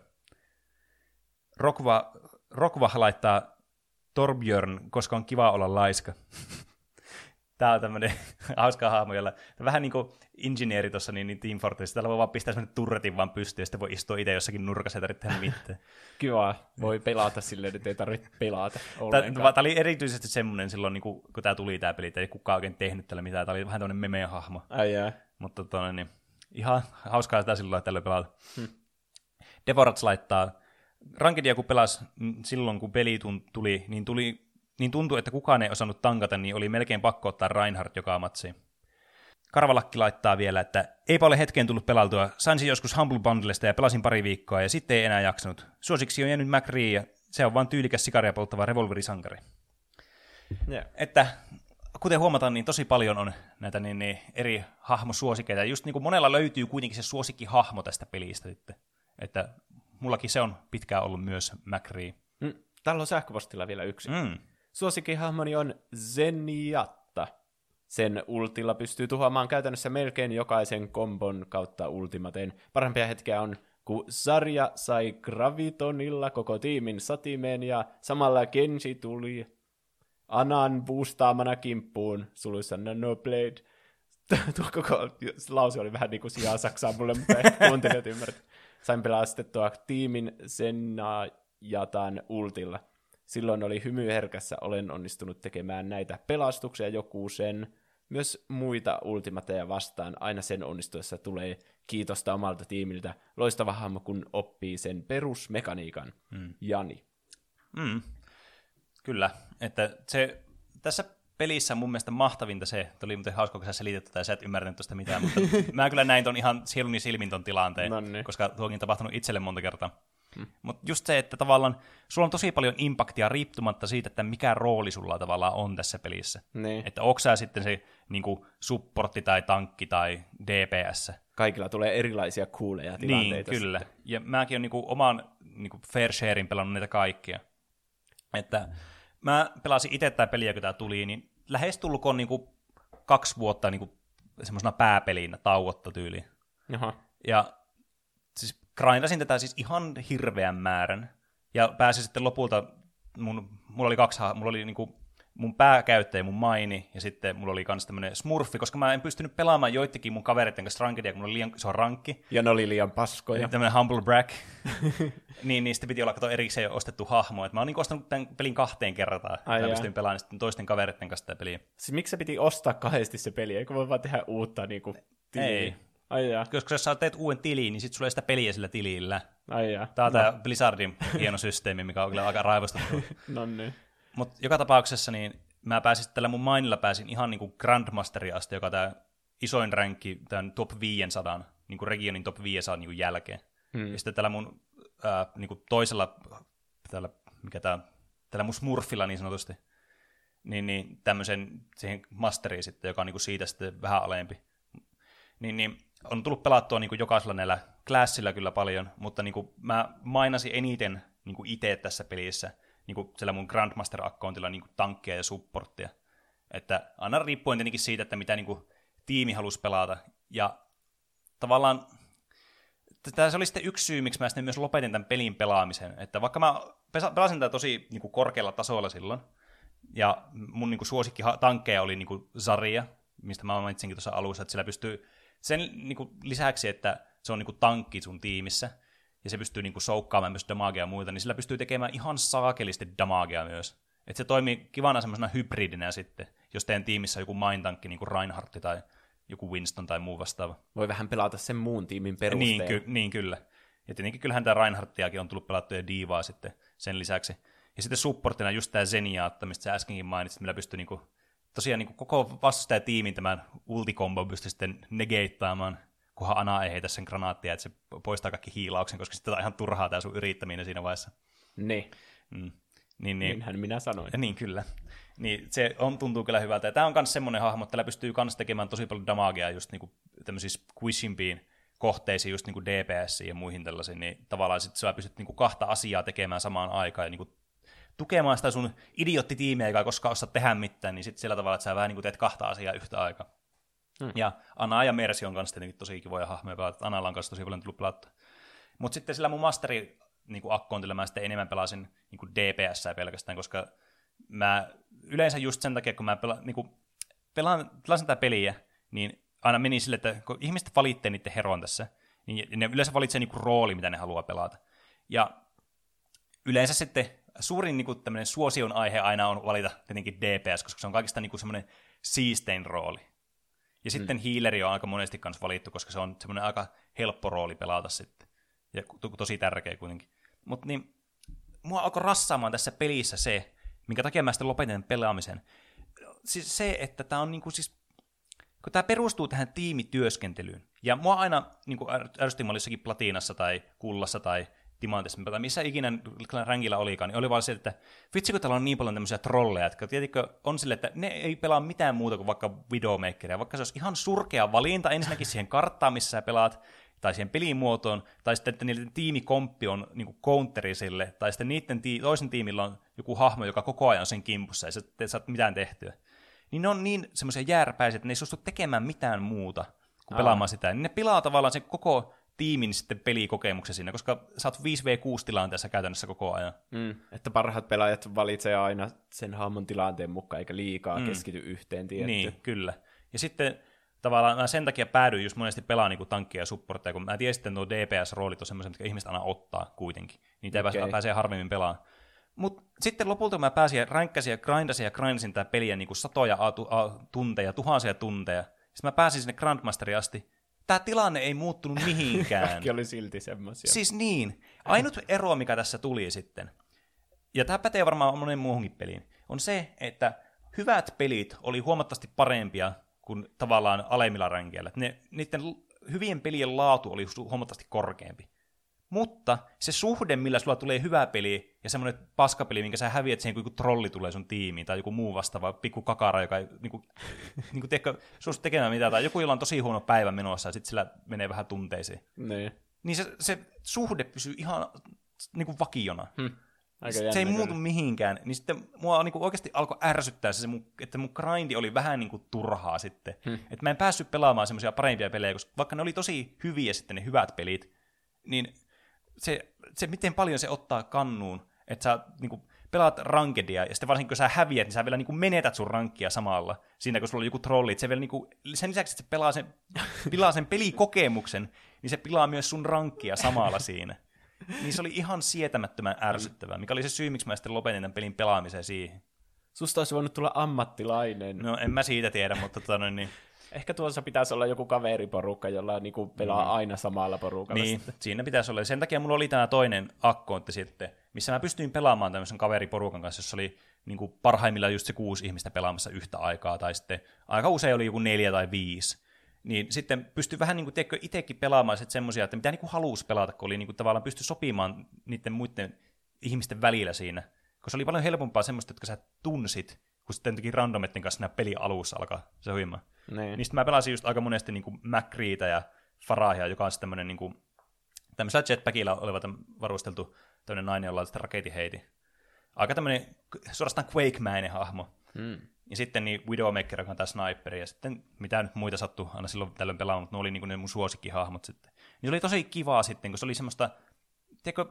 Rokva, Rokva laittaa Torbjörn, koska on kiva olla laiska. Tämä on tämmöinen hauska hahmo, jolla vähän niin kuin insinööri tuossa niin, niin Team Fortress, täällä voi vaan pistää semmoinen turretin vaan pystyyn, ja sitten voi istua itse jossakin nurkassa ja tarvitse tehdä mitään. Kiva, voi pelata silleen, että ei tarvitse pelata ollenkaan. Tämä, tämä oli erityisesti semmoinen silloin, niin kuin, kun tämä tuli tämä peli, että ei kukaan oikein tehnyt tällä mitään, tämä oli vähän tämmöinen meme-hahmo. Ai jää. Mutta tuonne, niin, ihan hauskaa sitä silloin, että tällä pelata. Hmm. Devorats laittaa, Rankedia kun pelasi silloin, kun peli tuli, niin tuli niin tuntui, että kukaan ei osannut tankata, niin oli melkein pakko ottaa Reinhardt joka matsiin. Karvalakki laittaa vielä, että eipä ole hetkeen tullut pelaltua. Sain sen joskus Humble Bundlesta ja pelasin pari viikkoa ja sitten ei enää jaksanut. Suosiksi on jäänyt McCree ja se on vaan tyylikäs sikaria polttava revolverisankari. Yeah. Että kuten huomataan, niin tosi paljon on näitä niin, niin, eri hahmosuosikeita. Just niin kuin monella löytyy kuitenkin se suosikkihahmo tästä pelistä sitten. Että mullakin se on pitkään ollut myös McCree. Mm, täällä on sähköpostilla vielä yksi. Mm. Suosikkihahmoni on Zenyatta. Sen ultilla pystyy tuhoamaan käytännössä melkein jokaisen kombon kautta ultimateen. Parempia hetkiä on, kun Zarya sai Gravitonilla koko tiimin satimeen ja samalla Genji tuli Anan boostaamana kimppuun, suluissa Nanoblade. Tuo koko lause oli vähän niin kuin sijaa saksaa mulle, mutta kuuntelijat ymmärrät. Sain pelastettua tiimin Zenyataan ultilla. Silloin oli hymyherkässä, olen onnistunut tekemään näitä pelastuksia joku sen. Myös muita ultimateja vastaan aina sen onnistuessa tulee kiitosta omalta tiimiltä. Loistava hahmo, kun oppii sen perusmekaniikan. Mm. Jani. Mm. Kyllä, että se tässä pelissä mun mielestä mahtavinta se, että oli muuten hauska, kun sä selitit tai sä et ymmärtänyt tuosta mitään, mutta mä kyllä näin ton ihan sieluni silmin ton tilanteen, Nonni. koska tuokin on tapahtunut itselle monta kertaa. Hmm. Mutta just se, että tavallaan sulla on tosi paljon impaktia riippumatta siitä, että mikä rooli sulla tavallaan on tässä pelissä. Niin. Että onko sä sitten se niinku supportti tai tankki tai D P S. Kaikilla tulee erilaisia cooleja tilanteita. Niin, kyllä. Sitten. Ja mäkin olen niinku oman niinku fair sharein pelannut näitä kaikkia. Että mä pelasin itse tämä peliä, kun tämä tuli, niin lähestulkoon niinku kaksi vuotta niinku semmoisena pääpelinä tauotta tyyliin. Jaha. Ja siis grindasin tätä siis ihan hirveän määrän. Ja pääsin sitten lopulta, mun, mulla oli kaksi, mulla oli niinku mun pääkäyttäjä, mun maini, ja sitten mulla oli kans tämmönen smurfi, koska mä en pystynyt pelaamaan joittekin mun kavereiden kanssa rankedia, kun mulla oli liian iso rankki. Ja ne oli liian paskoja. Tämmönen humble brag. niin, niin sitten piti olla kato erikseen ostettu hahmo. Et mä oon niinku ostanut tämän pelin kahteen kertaan. Ai mä pystyin pelaamaan sitten toisten kavereiden kanssa tätä peliä. Siis miksi se piti ostaa kahdesti se peli? Eikö voi vaan tehdä uutta niinku tiliä? Ei. Ai jaa. Koska jos sä teet uuden tiliin, niin sit sulla ei sitä peliä sillä tilillä. Ai jaa. Tää on no. tää Blizzardin hieno systeemi, mikä on kyllä aika raivostuttu. No niin. Mut joka tapauksessa niin mä pääsin tällä mun mainilla pääsin ihan niinku Grandmasterin asti, joka tää isoin ränkki tämän top viisisataa, niinku regionin top viisisataa niinku jälkeen. Hmm. Ja sitten tällä mun ää, niinku toisella, tällä, mikä tää, tällä mun smurfilla niin sanotusti, niin, niin tämmöisen siihen masteriin sitten, joka on niinku siitä sitten vähän alempi. Niin, niin on tullut pelattua niinku jokaisella näillä classilla kyllä paljon, mutta niinku mä mainasin eniten niinku itse tässä pelissä, niinku siellä mun Grandmaster-accountilla niinku tankkia ja supporttia. Että aina riippuen tietenkin siitä, että mitä niinku tiimi halusi pelata. Ja tavallaan tämä oli sitten yksi syy, miksi mä sitten myös lopetin tämän pelin pelaamisen. Että vaikka mä pelasin tätä tosi niinku korkealla tasolla silloin, ja mun niinku suosikki tankkeja oli niinku Zarya, mistä mä mainitsinkin tuossa alussa, että sillä pystyy sen niinku lisäksi, että se on niinku tankki sun tiimissä, ja se pystyy niinku soukkaamaan myös damagea ja muita, niin sillä pystyy tekemään ihan saakelisti damagea myös. Että se toimii kivana semmoisena hybridinä sitten, jos teidän tiimissä on joku main-tankki, niin kuin Reinhardt tai joku Winston tai muu vastaava. Voi vähän pelata sen muun tiimin perusteella. Niin, ky- niin kyllä. Ja tietenkin kyllähän tämä Reinhardtiakin on tullut pelattua Divaa sitten sen lisäksi. Ja sitten supportina just tämä Zenyatta, mistä sä äskenkin mainitsit, millä pystyy niinku, tosiaan niinku koko vastustajatiimin tämän ultikombo pystyy sitten negeittaamaan, kunhan Ana ei heitä sen granaattia, että se poistaa kaikki hiilauksen, koska sitten on ihan turhaa tämä sun yrittäminen siinä vaiheessa. Niin. Mm. Niin, niin. Niinhän minä sanoin. Ja niin, kyllä. Niin, se on, tuntuu kyllä hyvältä. Ja tämä on myös semmoinen hahmo, että tällä pystyy myös tekemään tosi paljon damagea just niinku tämmöisiin squishimpiin kohteisiin, just niinku D P S ja muihin tällaisiin, niin tavallaan sit sä pystyt niinku kahta asiaa tekemään samaan aikaan ja niinku tukemaan sitä sun idiottitiimiä, joka ei koskaan osaa tehdä mitään, niin sitten sillä tavalla, että sä vähän niinku teet kahta asiaa yhtä aikaa. Hmm. Ja Ana ja Mercy on kanssa tietenkin tosi kivoja hahmoja pelata. Analla on kanssa tosi paljon tullut pelattua. Mutta sitten sillä mun masteri niinku accountilla mä sitten enemmän pelasin niinku D P S:ää pelkästään, koska mä yleensä just sen takia, kun mä pela, niinku, pelaan, pelasin tätä peliä, niin aina meni sille, että kun ihmiset valitsee niiden heron tässä, niin ne yleensä valitsee niinku rooli, mitä ne haluaa pelata. Ja yleensä sitten suurin niinku tämmöinen suosion aihe aina on valita tietenkin D P S, koska se on kaikista niinku semmoinen siistein rooli. Ja sitten hmm. healeri on aika monesti kanssa valittu, koska se on semmoinen aika helppo rooli pelata sitten. Ja to- tosi tärkeä kuitenkin. Mutta niin, mua alkoi rassaamaan tässä pelissä se, minkä takia mä sitten lopetin pelaamisen. Siis se, että tää on niinku siis, kun tää perustuu tähän tiimityöskentelyyn. Ja mua aina niinku ärsytti, mä olin jossakin platinassa tai kullassa tai timantissa, tai missä ikinä ränkillä olikaan, niin oli vaan se, että vitsi, kun täällä on niin paljon tämmöisiä trolleja, että tietenkin on sille, että ne ei pelaa mitään muuta kuin vaikka Widowmakeria, vaikka se olisi ihan surkea valinta ensinnäkin siihen karttaan, missä sä pelaat, tai siihen pelimuotoon, tai sitten, että niiden tiimikomppi on niin counteri sille, tai sitten niiden tii- toisen tiimillä on joku hahmo, joka koko ajan on sen kimpussa, ja sä et saa mitään tehtyä. niin ne on niin semmoisia jääräpäisiä, että ne ei suostu tekemään mitään muuta kuin pelaamaan sitä. Niin ne pilaa tavallaan sen koko tiimin sitten pelikokemuksen siinä, koska sä oot viisi vastaan kuusi tilanteessa käytännössä koko ajan. Mm, että parhaat pelaajat valitsee aina sen hahmon tilanteen mukaan, eikä liikaa mm. keskity yhteen tietty. Niin, kyllä. Ja sitten tavallaan mä sen takia päädyin just monesti pelaamaan niin tankkia ja supportteja, kun mä tiedän sitten nuo D P S-roolit on semmoisia, mitkä ihmiset aina ottaa kuitenkin. Niitä okay. ei pääse harvemmin pelaamaan. Mutta sitten lopulta kun mä pääsin ja rankkasin ja grindasin ja grindasin tää peliä niin kuin satoja a- tu- a- tunteja, tuhansia tunteja, sitten mä pääsin sinne Grandmasteriin asti, tämä tilanne ei muuttunut mihinkään. Kaikki oli silti semmoisia. Siis niin. Ainut ero, mikä tässä tuli sitten, ja tämä pätee varmaan monen muuhunkin peliin, on se, että hyvät pelit oli huomattavasti parempia kuin tavallaan alemmilla ränkeillä. Ne, niiden hyvien pelien laatu oli huomattavasti korkeampi. Mutta se suhde, millä sulla tulee hyvä peli ja semmoinen paskapeli, minkä sä häviät siihen, kun joku trolli tulee sun tiimiin, tai joku muu vastaava pikku kakara, joka ei niinku, niinku tiedätkö, suostu tekemään mitään, tai joku, jolla on tosi huono päivä menossa, ja sitten sillä menee vähän tunteisiin. Niin. Niin se, se suhde pysyy ihan niinku vakiona. Hmm. Se ei muutu mihinkään. Niin sitten mua niinku oikeasti alkoi ärsyttää se, että mun grindi oli vähän niinku turhaa sitten. Hmm. Että mä en päässyt pelaamaan semmoisia parempia pelejä, koska vaikka ne oli tosi hyviä sitten ne hyvät pelit, niin se, se miten paljon se ottaa kannuun, että sä niinku pelaat rankedia, ja sitten varsinkin kun sä häviät, niin sä vielä niinku menetät sun rankkia samalla, siinä kun sulla on joku trolli, että se vielä niinku, sen lisäksi, että se pelaa sen, pilaa sen pelikokemuksen, niin se pilaa myös sun rankkia samalla siinä. Niin se oli ihan sietämättömän ärsyttävää, mikä oli se syy, miksi mä sitten lopetin tämän pelin pelaamisen siihen. Susta olisi voinut tulla ammattilainen. No en mä siitä tiedä, mutta tota noin niin. Ehkä tuossa pitäisi olla joku kaveriporukka, jolla niinku pelaa mm. aina samalla porukalla. Niin, sitten. Siinä pitäisi olla. Sen takia mulla oli tämä toinen akkontti sitten, missä mä pystyin pelaamaan tämmöisen kaveriporukan kanssa, jossa oli niinku parhaimmillaan just se kuusi ihmistä pelaamassa yhtä aikaa, tai sitten aika usein oli joku neljä tai viisi. Niin sitten pystyi vähän niin kuin, tiedätkö, itsekin pelaamaan semmoisia, että mitä niin kuin halusi pelata, kun oli niin kuin, tavallaan pystyi sopimaan niiden muiden ihmisten välillä siinä. Koska se oli paljon helpompaa semmoista, että sä tunsit, kun sitten teki randometten kanssa nämä peli alussa alkaa se huima. Niin. Niin sitten mä pelasin just aika monesti niin kuin Macreeta ja Farahia, joka on sitten tämmöinen niin kuin, tämmöisellä jetpackilla oleva varusteltu tämmöinen nainen, jolla on sitten raketin heiti. Aika tämmöinen suorastaan Quake-mäinen hahmo. Mm. Ja sitten niin Widowmaker, joka on tämä sniperi, ja sitten mitä nyt muita sattui aina silloin tällöin pelaamaan, mutta ne oli niin kuin ne mun suosikkihahmot sitten. Niin se oli tosi kivaa sitten, kun se oli semmoista, tiedätkö,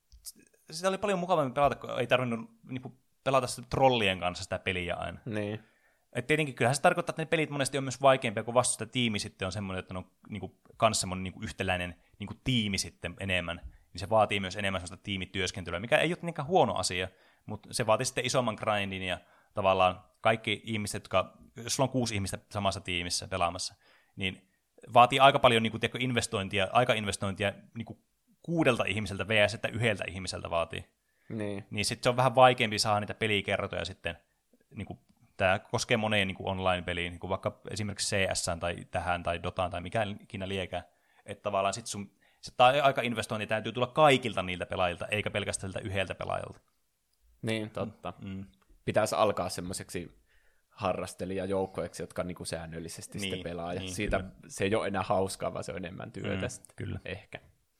sitä oli paljon mukavammin pelata, kun ei tarvinnut niin kuin, pelata trollien kanssa sitä peliä aina. Niin. Et tietenkin kyllähän se tarkoittaa, että ne pelit monesti on myös vaikeampia, kun vastusta tiimi sitten on semmoinen, että ne on niin kuin, kans semmoinen niin kuin yhtäläinen niin kuin tiimi sitten enemmän. Niin se vaatii myös enemmän semmoista tiimityöskentelyä, mikä ei ole niinkään huono asia, mutta se vaatii sitten isomman grindin ja tavallaan kaikki ihmiset, jotka, jos sulla on kuusi ihmistä samassa tiimissä pelaamassa, niin vaatii aika paljon niin kuin, tiedätkö, investointia, aikainvestointia niin kuin kuudelta ihmiseltä versus että yhdeltä ihmiseltä vaatii. Niin. Niin sitten se on vähän vaikeampi saada niitä pelikertoja sitten. Niin kuin, tämä koskee moneen niin kuin online-peliin, niin kuin vaikka esimerkiksi C S tai tähän tai Dotaan tai mikä ikinä liekään. Että tavallaan sitten sun se aika-investointi täytyy tulla kaikilta niiltä pelaajilta, eikä pelkästään tältä yhdeltä pelaajalta. Niin, totta. Mm. Pitäisi alkaa semmoiseksi harrastelijajoukkoeksi, jotka niinku säännöllisesti niin, sitten pelaa. Ja niin, siitä kyllä. Se ei ole enää hauskaa, vaan se on enemmän työtä. Mm, kyllä. Ehkä.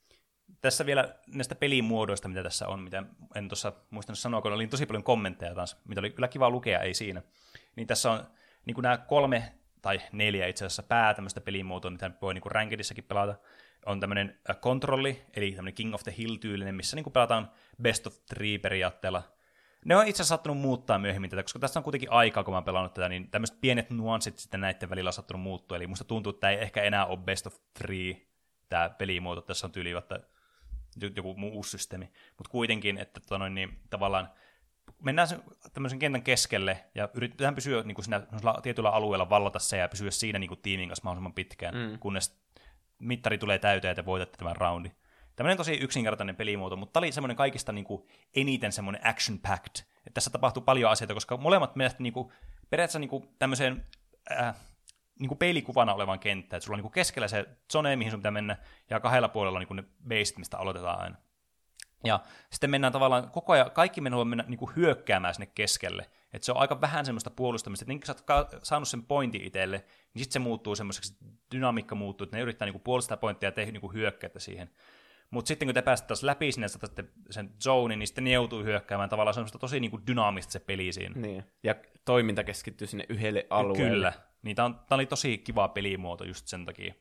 Tässä vielä näistä pelimuodoista, mitä tässä on, mitä en tuossa muistanut sanoa, kun oli tosi paljon kommentteja taas, mitä oli kyllä kiva lukea, ei siinä. Niin tässä on niin kuin nämä kolme tai neljä itse asiassa pää tämmöistä pelimuotoa, mitä voi niin kuin rankedissakin pelata. On tämmöinen kontrolli, eli tämmöinen King of the Hill-tyylinen, missä niin kuin pelataan best of three periaatteella. Ne on itse asiassa sattunut muuttaa myöhemmin tätä, koska tässä on kuitenkin aikaa, kun mä oon pelannut tätä, niin tämmöiset pienet nuanssit sitten näiden välillä on sattunut muuttua. Eli musta tuntuu, että tämä ei ehkä enää ole best of three, tämä pelimuoto. Tässä on tyyli että joku muu uusi systeemi. Mutta kuitenkin, että tota noin, niin, tavallaan mennään tämmöisen kentän keskelle ja yritetään pysyä niin kuin siinä tietyllä alueella vallata se ja pysyä siinä niin kuin tiimin kanssa mahdollisimman pitkään, mm. kunnes mittari tulee täyteen ja te voitatte tämän roundin. Tämmöinen tosi yksinkertainen pelimuoto, mutta tämä oli semmoinen kaikista niin kuin eniten semmoinen action-packed. Että tässä tapahtuu paljon asioita, koska molemmat menevät niin kuin, periaatteessa niin kuin tämmöiseen äh, niin kuin peilikuvana olevan kenttään. Että sulla on niin kuin keskellä se zone, mihin sun pitää mennä, ja kahdella puolella on niin kuin ne baseit, mistä aloitetaan aina. Ja sitten mennään tavallaan koko ajan, kaikki menee mennä niin kuin hyökkäämään sinne keskelle. Että se on aika vähän semmoista puolustamista, että niin kuin sä oot saanut sen pointin itselle, niin sitten se muuttuu semmoiseksi, dynamiikka muuttuu, että ne yrittää niin kuin puolustaa pointtia ja tehdä niin kuin hyökkäyttä siihen. Mutta sitten kun te pääsette taas läpi sinne sen zonein, niin sitten ne joutuu hyökkäämään tavallaan semmoista tosi niin kuin dynaamista se peli siinä. Niin. Ja toiminta keskittyy sinne yhdelle alueelle. Kyllä. Niin tämä oli tosi kiva pelimuoto just sen takia.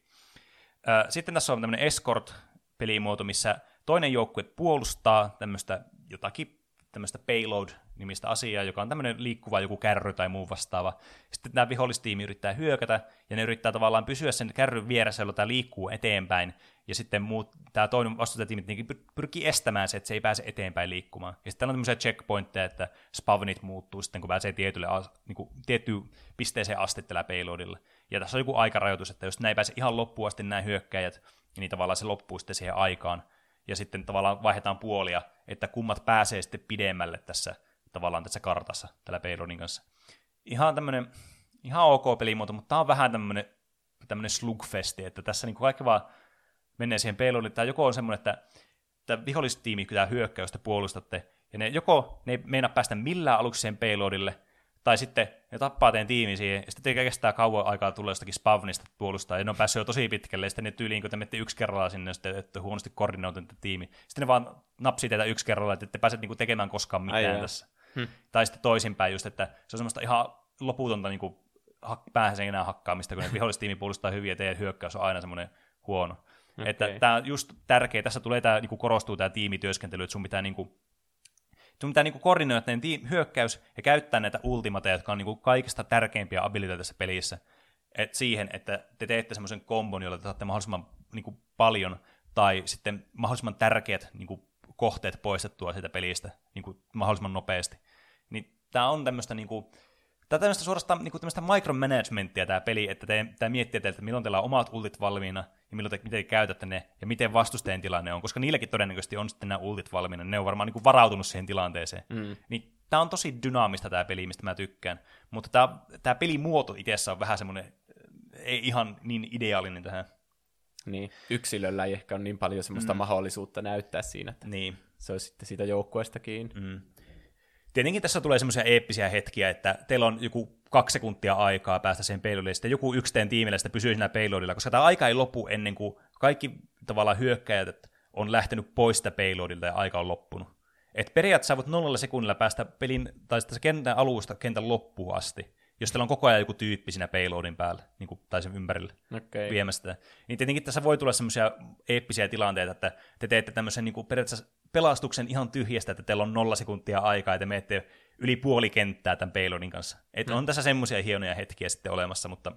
Sitten tässä on tämmöinen escort-pelimuoto, missä toinen joukkue puolustaa tämmöistä jotakin tämmöistä payload-nimistä asiaa, joka on tämmöinen liikkuva joku kärry tai muu vastaava. Sitten tämä vihollistiimi yrittää hyökätä, ja ne yrittää tavallaan pysyä sen kärryn vieressä, jolloin tämä liikkuu eteenpäin, ja sitten muut, tämä toinen vastustajatiimi pyrkii estämään se, että se ei pääse eteenpäin liikkumaan. Ja sitten on tämmöisiä checkpointteja, että spawnit muuttuu sitten, kun pääsee tietylle, niin kuin, tiettyyn pisteeseen asti tällä payloadilla. Ja tässä on joku aikarajoitus, että jos näin pääse ihan loppuun asti nämä hyökkäjät, niin tavallaan se loppuu sitten siihen aikaan. Ja sitten tavallaan vaihdetaan puolia, että kummat pääsee sitten pidemmälle tässä tavallaan tässä kartassa tällä payloadin kanssa. Ihan tämmöinen, ihan ok pelimuoto, mutta tämä on vähän tämmöinen, tämmöinen slugfesti, että tässä niin kaikki vaan menee siihen payloadille. Tai joko on semmoinen, että, että vihollistiimi pitää hyökkää, jos te puolustatte, ja ne joko ne ei meinaa päästä millään aluksi siihen payloadille, tai sitten ne tappaa teidän tiimi siihen, ja sitten kestää kauan aikaa tulla jostakin spawnista puolustaa, ja ne on päässyt jo tosi pitkälle, ja sitten ne tyyliin, kun te menette yksi kerralla sinne, sitten ette huonosti koordinoitunut tiimi. Sitten ne vaan napsii teitä yksi kerralla, että ette pääse niinku tekemään koskaan mitään Ai tässä. Hm. Tai sitten toisinpäin just, että se on semmoista ihan loputonta niinku päähän sen enää hakkaamista, kun ne vihollistiimi puolustaa hyvin, ja teidän hyökkäys on aina semmoinen huono. Okay. Että tämä on just tärkeä, tässä tulee tää, niinku korostuu tämä tiimityöskentely, että sun pitää niinku sun pitää niinku koordinoida teidän tiim- hyökkäys ja käyttää näitä ultimateja, jotka on niinku kaikista tärkeimpiä abiliteja tässä pelissä, et siihen, että te teette semmoisen kombon, jolla te saatte mahdollisimman niinku paljon tai sitten mahdollisimman tärkeät niinku kohteet poistettua siitä pelistä niinku mahdollisimman nopeasti. Niin tämä on tämmöistä niinku Tämä on tämmöistä suorastaan niin tämmöistä micromanagementtia tämä peli, että tämä miettii teiltä, että milloin teillä on omat ultit valmiina, ja milloin te, miten te käytätte ne, ja miten vastustajan tilanne on, koska niilläkin todennäköisesti on sitten nämä ultit valmiina, ne on varmaan niin kuin varautunut siihen tilanteeseen. Mm. Niin tämä on tosi dynaamista tämä peli, mistä mä tykkään, mutta tämä, tämä pelimuoto itsessä on vähän semmoinen, ei ihan niin ideaalinen tähän. Niin, yksilöllä ei ehkä ole niin paljon semmoista mm. mahdollisuutta näyttää siinä, että niin. Se olisi sitten siitä joukkueesta kiinni. Mm. Tietenkin tässä tulee semmoisia eeppisiä hetkiä, että teillä on joku kaksi sekuntia aikaa päästä siihen payloadille, ja sitten joku yksi teidän tiimillä sitten pysyy siinä payloadilla, koska tämä aika ei lopu ennen kuin kaikki tavallaan hyökkäjät on lähtenyt pois sitä payloadilta ja aika on loppunut. Et periaatteessa sä voit nollalla sekunnilla päästä pelin, tai sitten kentän alusta kentän loppuun asti, jos teillä on koko ajan joku tyyppi siinä payloadin päällä, niin kuin, tai sen ympärillä okay. viemässä sitä. Niin tietenkin tässä voi tulla semmoisia eeppisiä tilanteita, että te teette tämmöisen niin kuin periaatteessa pelastuksen ihan tyhjästä, että teillä on nolla sekuntia aikaa, ja te menette yli puoli kenttää tämän payloadin kanssa. Et mm. on tässä semmoisia hienoja hetkiä sitten olemassa, mutta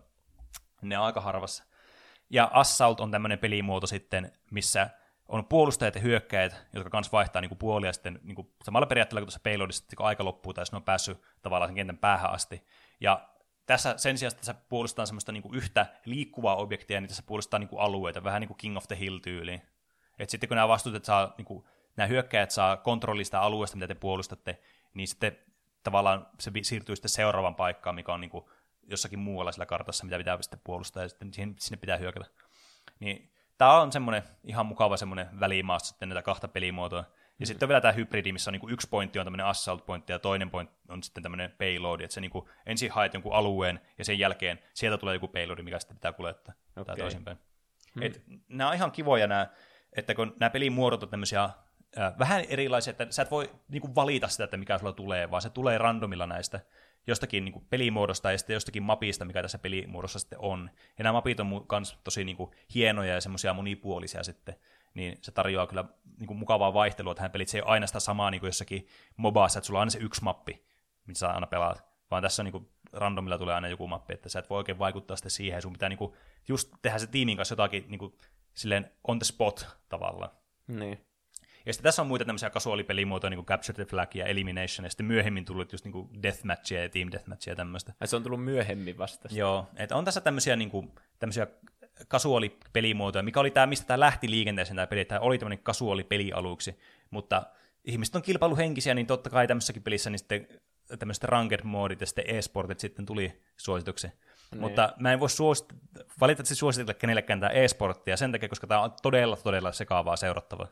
ne on aika harvassa. Ja Assault on tämmöinen pelimuoto sitten, missä on puolustajat ja hyökkäjät, jotka kanssa vaihtaa niinku puolia sitten niinku samalla periaatteella kuin tuossa payloadissa, kun aika loppuu, tai jos ne on päässyt tavallaan sen kentän päähän asti. Ja tässä sen sijaan, että tässä puolustetaan semmoista niinku yhtä liikkuvaa objektia, niin tässä puolustetaan niinku alueita, vähän niin kuin King of the Hill-tyyliin. Et sitten kun nämä vastustajat saa, niinku, nämä hyökkäjät saa kontrollista alueesta, mitä te puolustatte, niin sitten tavallaan se siirtyy sitten seuraavaan paikkaan, mikä on niinku jossakin muualla sillä kartassa, mitä pitää sitten puolustaa, ja sitten siihen, sinne pitää hyökätä. Niin tämä on semmoinen ihan mukava semmoinen välimaasta sitten näitä kahta pelimuotoa. Ja mm-hmm. sitten on vielä tämä hybridi, missä on niinku yksi pointti on tämmöinen assault pointti ja toinen pointti on sitten tämmöinen payload, että se niinku ensin haet jonkun alueen ja sen jälkeen sieltä tulee joku payload, mikä sitten pitää kuljettaa okay. tai toisinpäin. Mm-hmm. Et nämä on ihan kivoja nämä, että kun nämä pelimuodot on tämmöisiä äh, vähän erilaisia, että sä et voi niinku valita sitä, että mikä sulla tulee, vaan se tulee randomilla näistä jostakin niin kuin pelimuodosta ja sitten jostakin mapista, mikä tässä pelimuodossa sitten on. Ja nämä mapit on myös tosi niin kuin hienoja ja semmoisia monipuolisia sitten, niin se tarjoaa kyllä niin kuin mukavaa vaihtelua tähän peliin. Se ei ole aina sitä samaa niin kuin jossakin mobassa, että sulla on aina se yksi mappi, mitä sä aina pelaat, vaan tässä on niin kuin randomilla tulee aina joku mappi, että sä et voi oikein vaikuttaa sitten siihen, sun pitää niin kuin just tehdä se tiimin kanssa jotakin niin kuin silleen on the spot tavallaan. Niin. Ja sitten tässä on muita tämmöisiä kasuaalipelimuotoja, niin kuin Capture the Flag ja Elimination, ja sitten myöhemmin tullut just niin kuin Deathmatchia ja Team Deathmatchia ja tämmöistä. Ja se on tullut myöhemmin vasta. Joo, että on tässä tämmöisiä, niin kuin, tämmöisiä kasuaalipelimuotoja, mikä oli tämä, mistä tämä lähti liikenteeseen tämä peli, tämä oli tämmöinen kasuaalipeli aluksi, mutta ihmiset on kilpailuhenkisiä, niin totta kai tämmöisessäkin pelissä niin sitten tämmöiset ranked-moodit ja sitten e-sportit sitten tuli suosituksi. Niin. Mutta mä en voi suosit- valitettavasti suositella kenellekään tämä e-sporttia sen takia, koska tämä on todella, todella sekaavaa seurattavaa.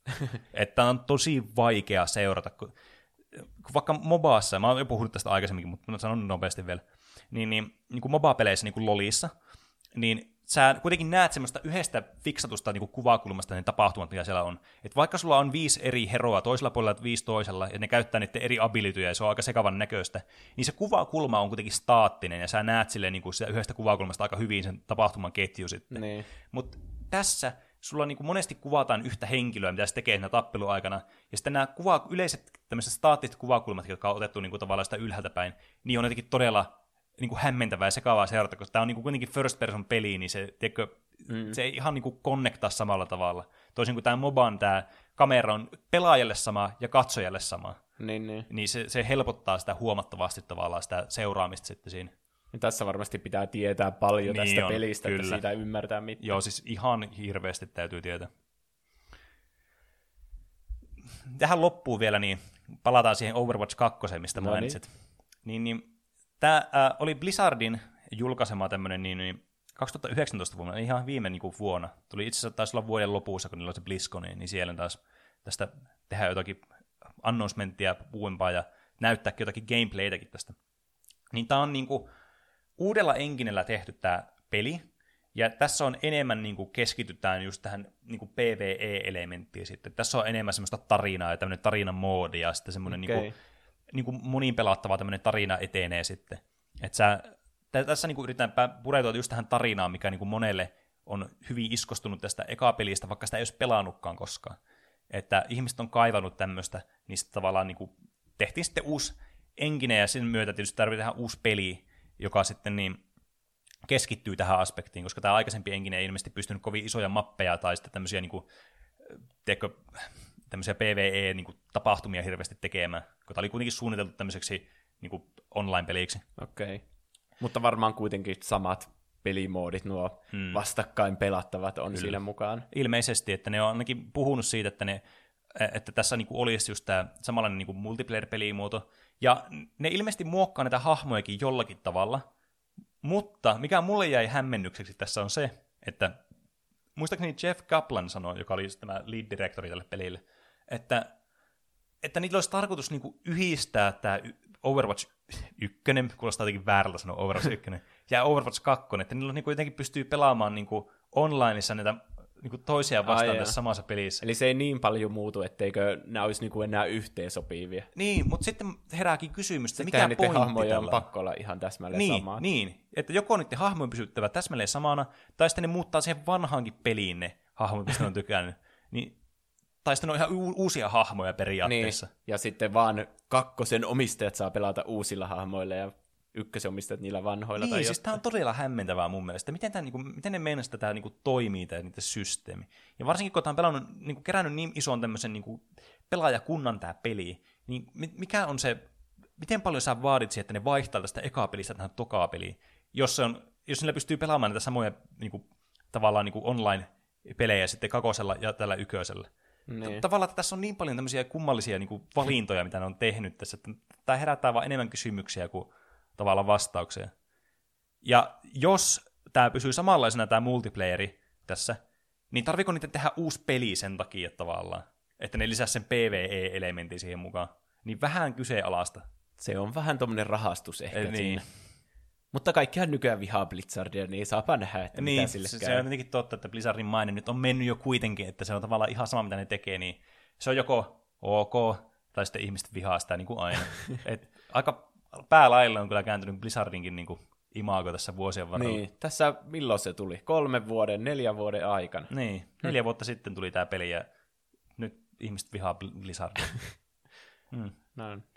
Että on tosi vaikea seurata. Kun vaikka Mobassa, mä oon jo puhunut tästä aikaisemminkin, mutta mä sanon nopeasti vielä, niin, niin, niin kuin Moba-peleissä, niin kuin LoLissa, niin sä kuitenkin näet semmoista yhdestä fiksatusta niin kuin kuvakulmasta ne tapahtumat, mitä siellä on. Et vaikka sulla on viisi eri heroa toisella puolella ja viisi toisella, ja ne käyttää niiden eri abilityjä, ja se on aika sekavan näköistä, niin se kuvakulma on kuitenkin staattinen, ja sä näet silleen niin kuin yhdestä kuvakulmasta aika hyvin sen tapahtuman ketju sitten. Niin. Mutta tässä sulla niin kuin monesti kuvataan yhtä henkilöä, mitä se tekee siinä tappeluaikana, ja sitten nämä kuva, yleiset tämmöiset staattiset kuvakulmat, jotka on otettu niin kuin tavallaan sitä ylhäältä päin, niin on jotenkin todella niin kuin hämmentävää ja sekavaa seurata, koska tämä on niin kuin kuitenkin first person peli, niin se, tiedätkö, mm. se ei ihan niin kuin connectaa samalla tavalla. Toisin kuin tämä Moban, tämä kamera on pelaajalle sama ja katsojalle sama. Niin, niin. Niin se, se helpottaa sitä huomattavasti tavallaan sitä seuraamista sitten siinä. Ja tässä varmasti pitää tietää paljon niin tästä on, pelistä, kyllä. Että siitä ei ymmärtää mitään. Joo, siis ihan hirveästi täytyy tietää. Tähän loppuun vielä, niin palataan siihen Overwatch kaksi, mistä no mainitsit. Niin, niin tämä äh, oli Blizzardin julkaisema tämmöinen niin, niin kaksituhattayhdeksäntoista vuonna, ihan viime niin kuin vuonna. Tuli itse asiassa taisi olla vuoden lopussa, kun niillä oli se BlizzCon, niin, niin siellä taas tästä tehdään jotakin announcementtia puhuempaa ja näyttääkin jotakin gameplaytäkin tästä. Niin tämä on niin kuin uudella enginellä tehty tämä peli, ja tässä on enemmän niin kuin keskitytään just tähän niin kuin PvE-elementtiin sitten. Tässä on enemmän semmoista tarinaa ja tämmöinen tarinamoodi ja sitten semmoinen okay. niin kuin, niin kuin moniin pelattava tämmöinen tarina etenee sitten. Että sä, tässä niin kuin yritetään pureutua just tähän tarinaan, mikä niin kuin monelle on hyvin iskostunut tästä eka-pelistä, vaikka sitä ei olisi pelannutkaan koskaan. Että ihmiset on kaivannut tämmöistä, niin sitten tavallaan niin kuin tehtiin sitten uusi engine, ja sen myötä tietysti tarvitaan uusi peli, joka sitten niin keskittyy tähän aspektiin, koska tämä aikaisempi engine ei ilmeisesti pystynyt kovin isoja mappeja tai sitten tämmöisiä, niin kuin, teekö, tämmöisiä PvE-tapahtumia niin hirveästi tekemään, kun tämä oli kuitenkin suunniteltu tämmöiseksi niin kuin online-peliksi. Okei. Okay. Mutta varmaan kuitenkin samat pelimoodit, nuo hmm. vastakkain pelattavat on Kyllä. siinä mukaan. Ilmeisesti, että ne on ainakin puhunut siitä, että, ne, että tässä niin kuin olisi just tämä samanlainen niin kuin multiplayer-pelimuoto, ja ne ilmeisesti muokkaa näitä hahmojakin jollakin tavalla, mutta mikä mulle jäi hämmennykseksi tässä on se, että muistaakseni Jeff Kaplan sanoi, joka oli tämä lead directori tälle pelille, että, että niillä olisi tarkoitus niin kuin yhdistää tämä Overwatch yksi, kuulostaa jotenkin väärältä sanoa Overwatch yksi, ja Overwatch kaksi, että niillä niin kuin jotenkin pystyy pelaamaan niin kuin onlineissa näitä niin kuin toisiaan vastaan Ai tässä samassa pelissä. Eli se ei niin paljon muutu, etteikö nämä olisi niin kuin enää yhteensopivia. Niin, mutta sitten herääkin kysymys, että mikä pointti tällä hahmoja on pakko olla ihan täsmälleen niin, samaa. Niin, että joko niiden hahmojen pysyttävä täsmälleen samana, tai sitten ne muuttaa siihen vanhaankin peliin ne hahmot, mistä ne on tykännyt. Niin, tai sitten on ihan u- uusia hahmoja periaatteessa. Niin, ja sitten vaan kakkosen omistajat saa pelata uusilla hahmoilla, ja ykkösen omistajat niillä vanhoilla. Niin, tai siis tämä on todella hämmentävää mun mielestä. Miten, tämä, niin kuin, miten ne meinasivat, että tämä niin kuin, toimii, tämä niiden systeemi. Ja varsinkin, kun tämä on pelannut, niin kuin, kerännyt niin ison tämmöisen niin kuin, pelaajakunnan tämä peli, niin mikä on se, miten paljon sä vaadit siihen, että ne vaihtaa tästä ekaa pelistä tähän tokaa peliin, jos, se on, jos niillä pystyy pelaamaan näitä samoja niin kuin, tavallaan niin kuin online-pelejä sitten kakosella ja tällä yköisellä. Niin. Tavallaan, että tässä on niin paljon tämmöisiä kummallisia niin kuin, valintoja, mitä ne on tehnyt tässä, että tämä herättää vaan enemmän kysymyksiä kuin tavallaan vastauksia. Ja jos tämä pysyy samanlaisena tämä multiplayeri tässä, niin tarviiko niitä tehdä uusi peli sen takia tavallaan, että ne lisää sen PvE-elementin siihen mukaan? Niin vähän kyseenalaista. Se on vähän tommoinen rahastus ehkä niin. siinä. Mutta kaikkihan nykyään vihaa Blizzardia, niin saapa nähdä, että niin, mitä sille se, käy. Se on jotenkin totta, että Blizzardin maine nyt on mennyt jo kuitenkin, että se on tavallaan ihan sama, mitä ne tekee, niin se on joko ok, tai sitten ihmiset vihaa sitä niin kuin aina. Et aika päälailla on kyllä kääntynyt Blizzardinkin niin kuin imago tässä vuosien varrella. Niin, tässä milloin se tuli? Kolmen vuoden, neljän vuoden aikana. Niin, neljä hmm. vuotta sitten tuli tämä peli, ja nyt ihmiset vihaa Blizzardia. hmm. No niin.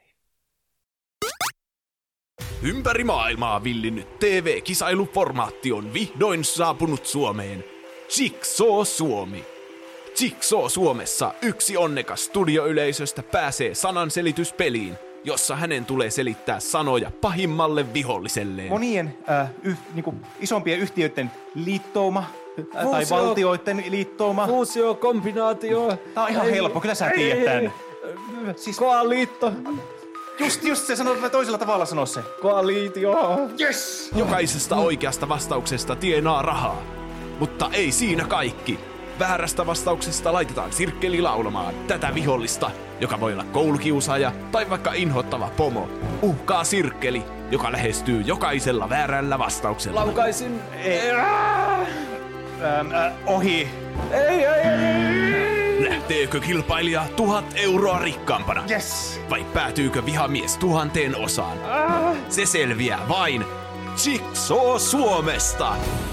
Ympäri maailmaa villinnyt T V-kisailuformaatti on vihdoin saapunut Suomeen. Jigsaw Suomi. Jigsaw Suomessa yksi onnekas studioyleisöstä pääsee sananselityspeliin, jossa hänen tulee selittää sanoja pahimmalle viholliselleen. Monien äh, yh, niinku, isompien yhtiöiden liittouma, äh, tai valtioiden liittouma. Fuusiokombinaatio. Tää on ihan ei, helppo, kyllä sä tiedät tän. Siis koaliitto. Just, just se sanoo toisella tavalla sanoa se. Koaliitio. Yes! Jokaisesta oikeasta vastauksesta tienaa rahaa. Mutta ei siinä kaikki. Väärästä vastauksesta laitetaan sirkkeli laulamaan. Tätä vihollista, joka voi olla koulukiusaaja tai vaikka inhottava pomo, uhkaa sirkkeli, joka lähestyy jokaisella väärällä vastauksella. Laukaisin... Ei. Ähm, äh, ohi. Ei, ei, ei. Lähteekö kilpailija tuhat euroa rikkaampana? Yes. Vai päätyykö vihamies tuhanteen osaan? Ah. Se selviää vain Jigsaw Suomesta!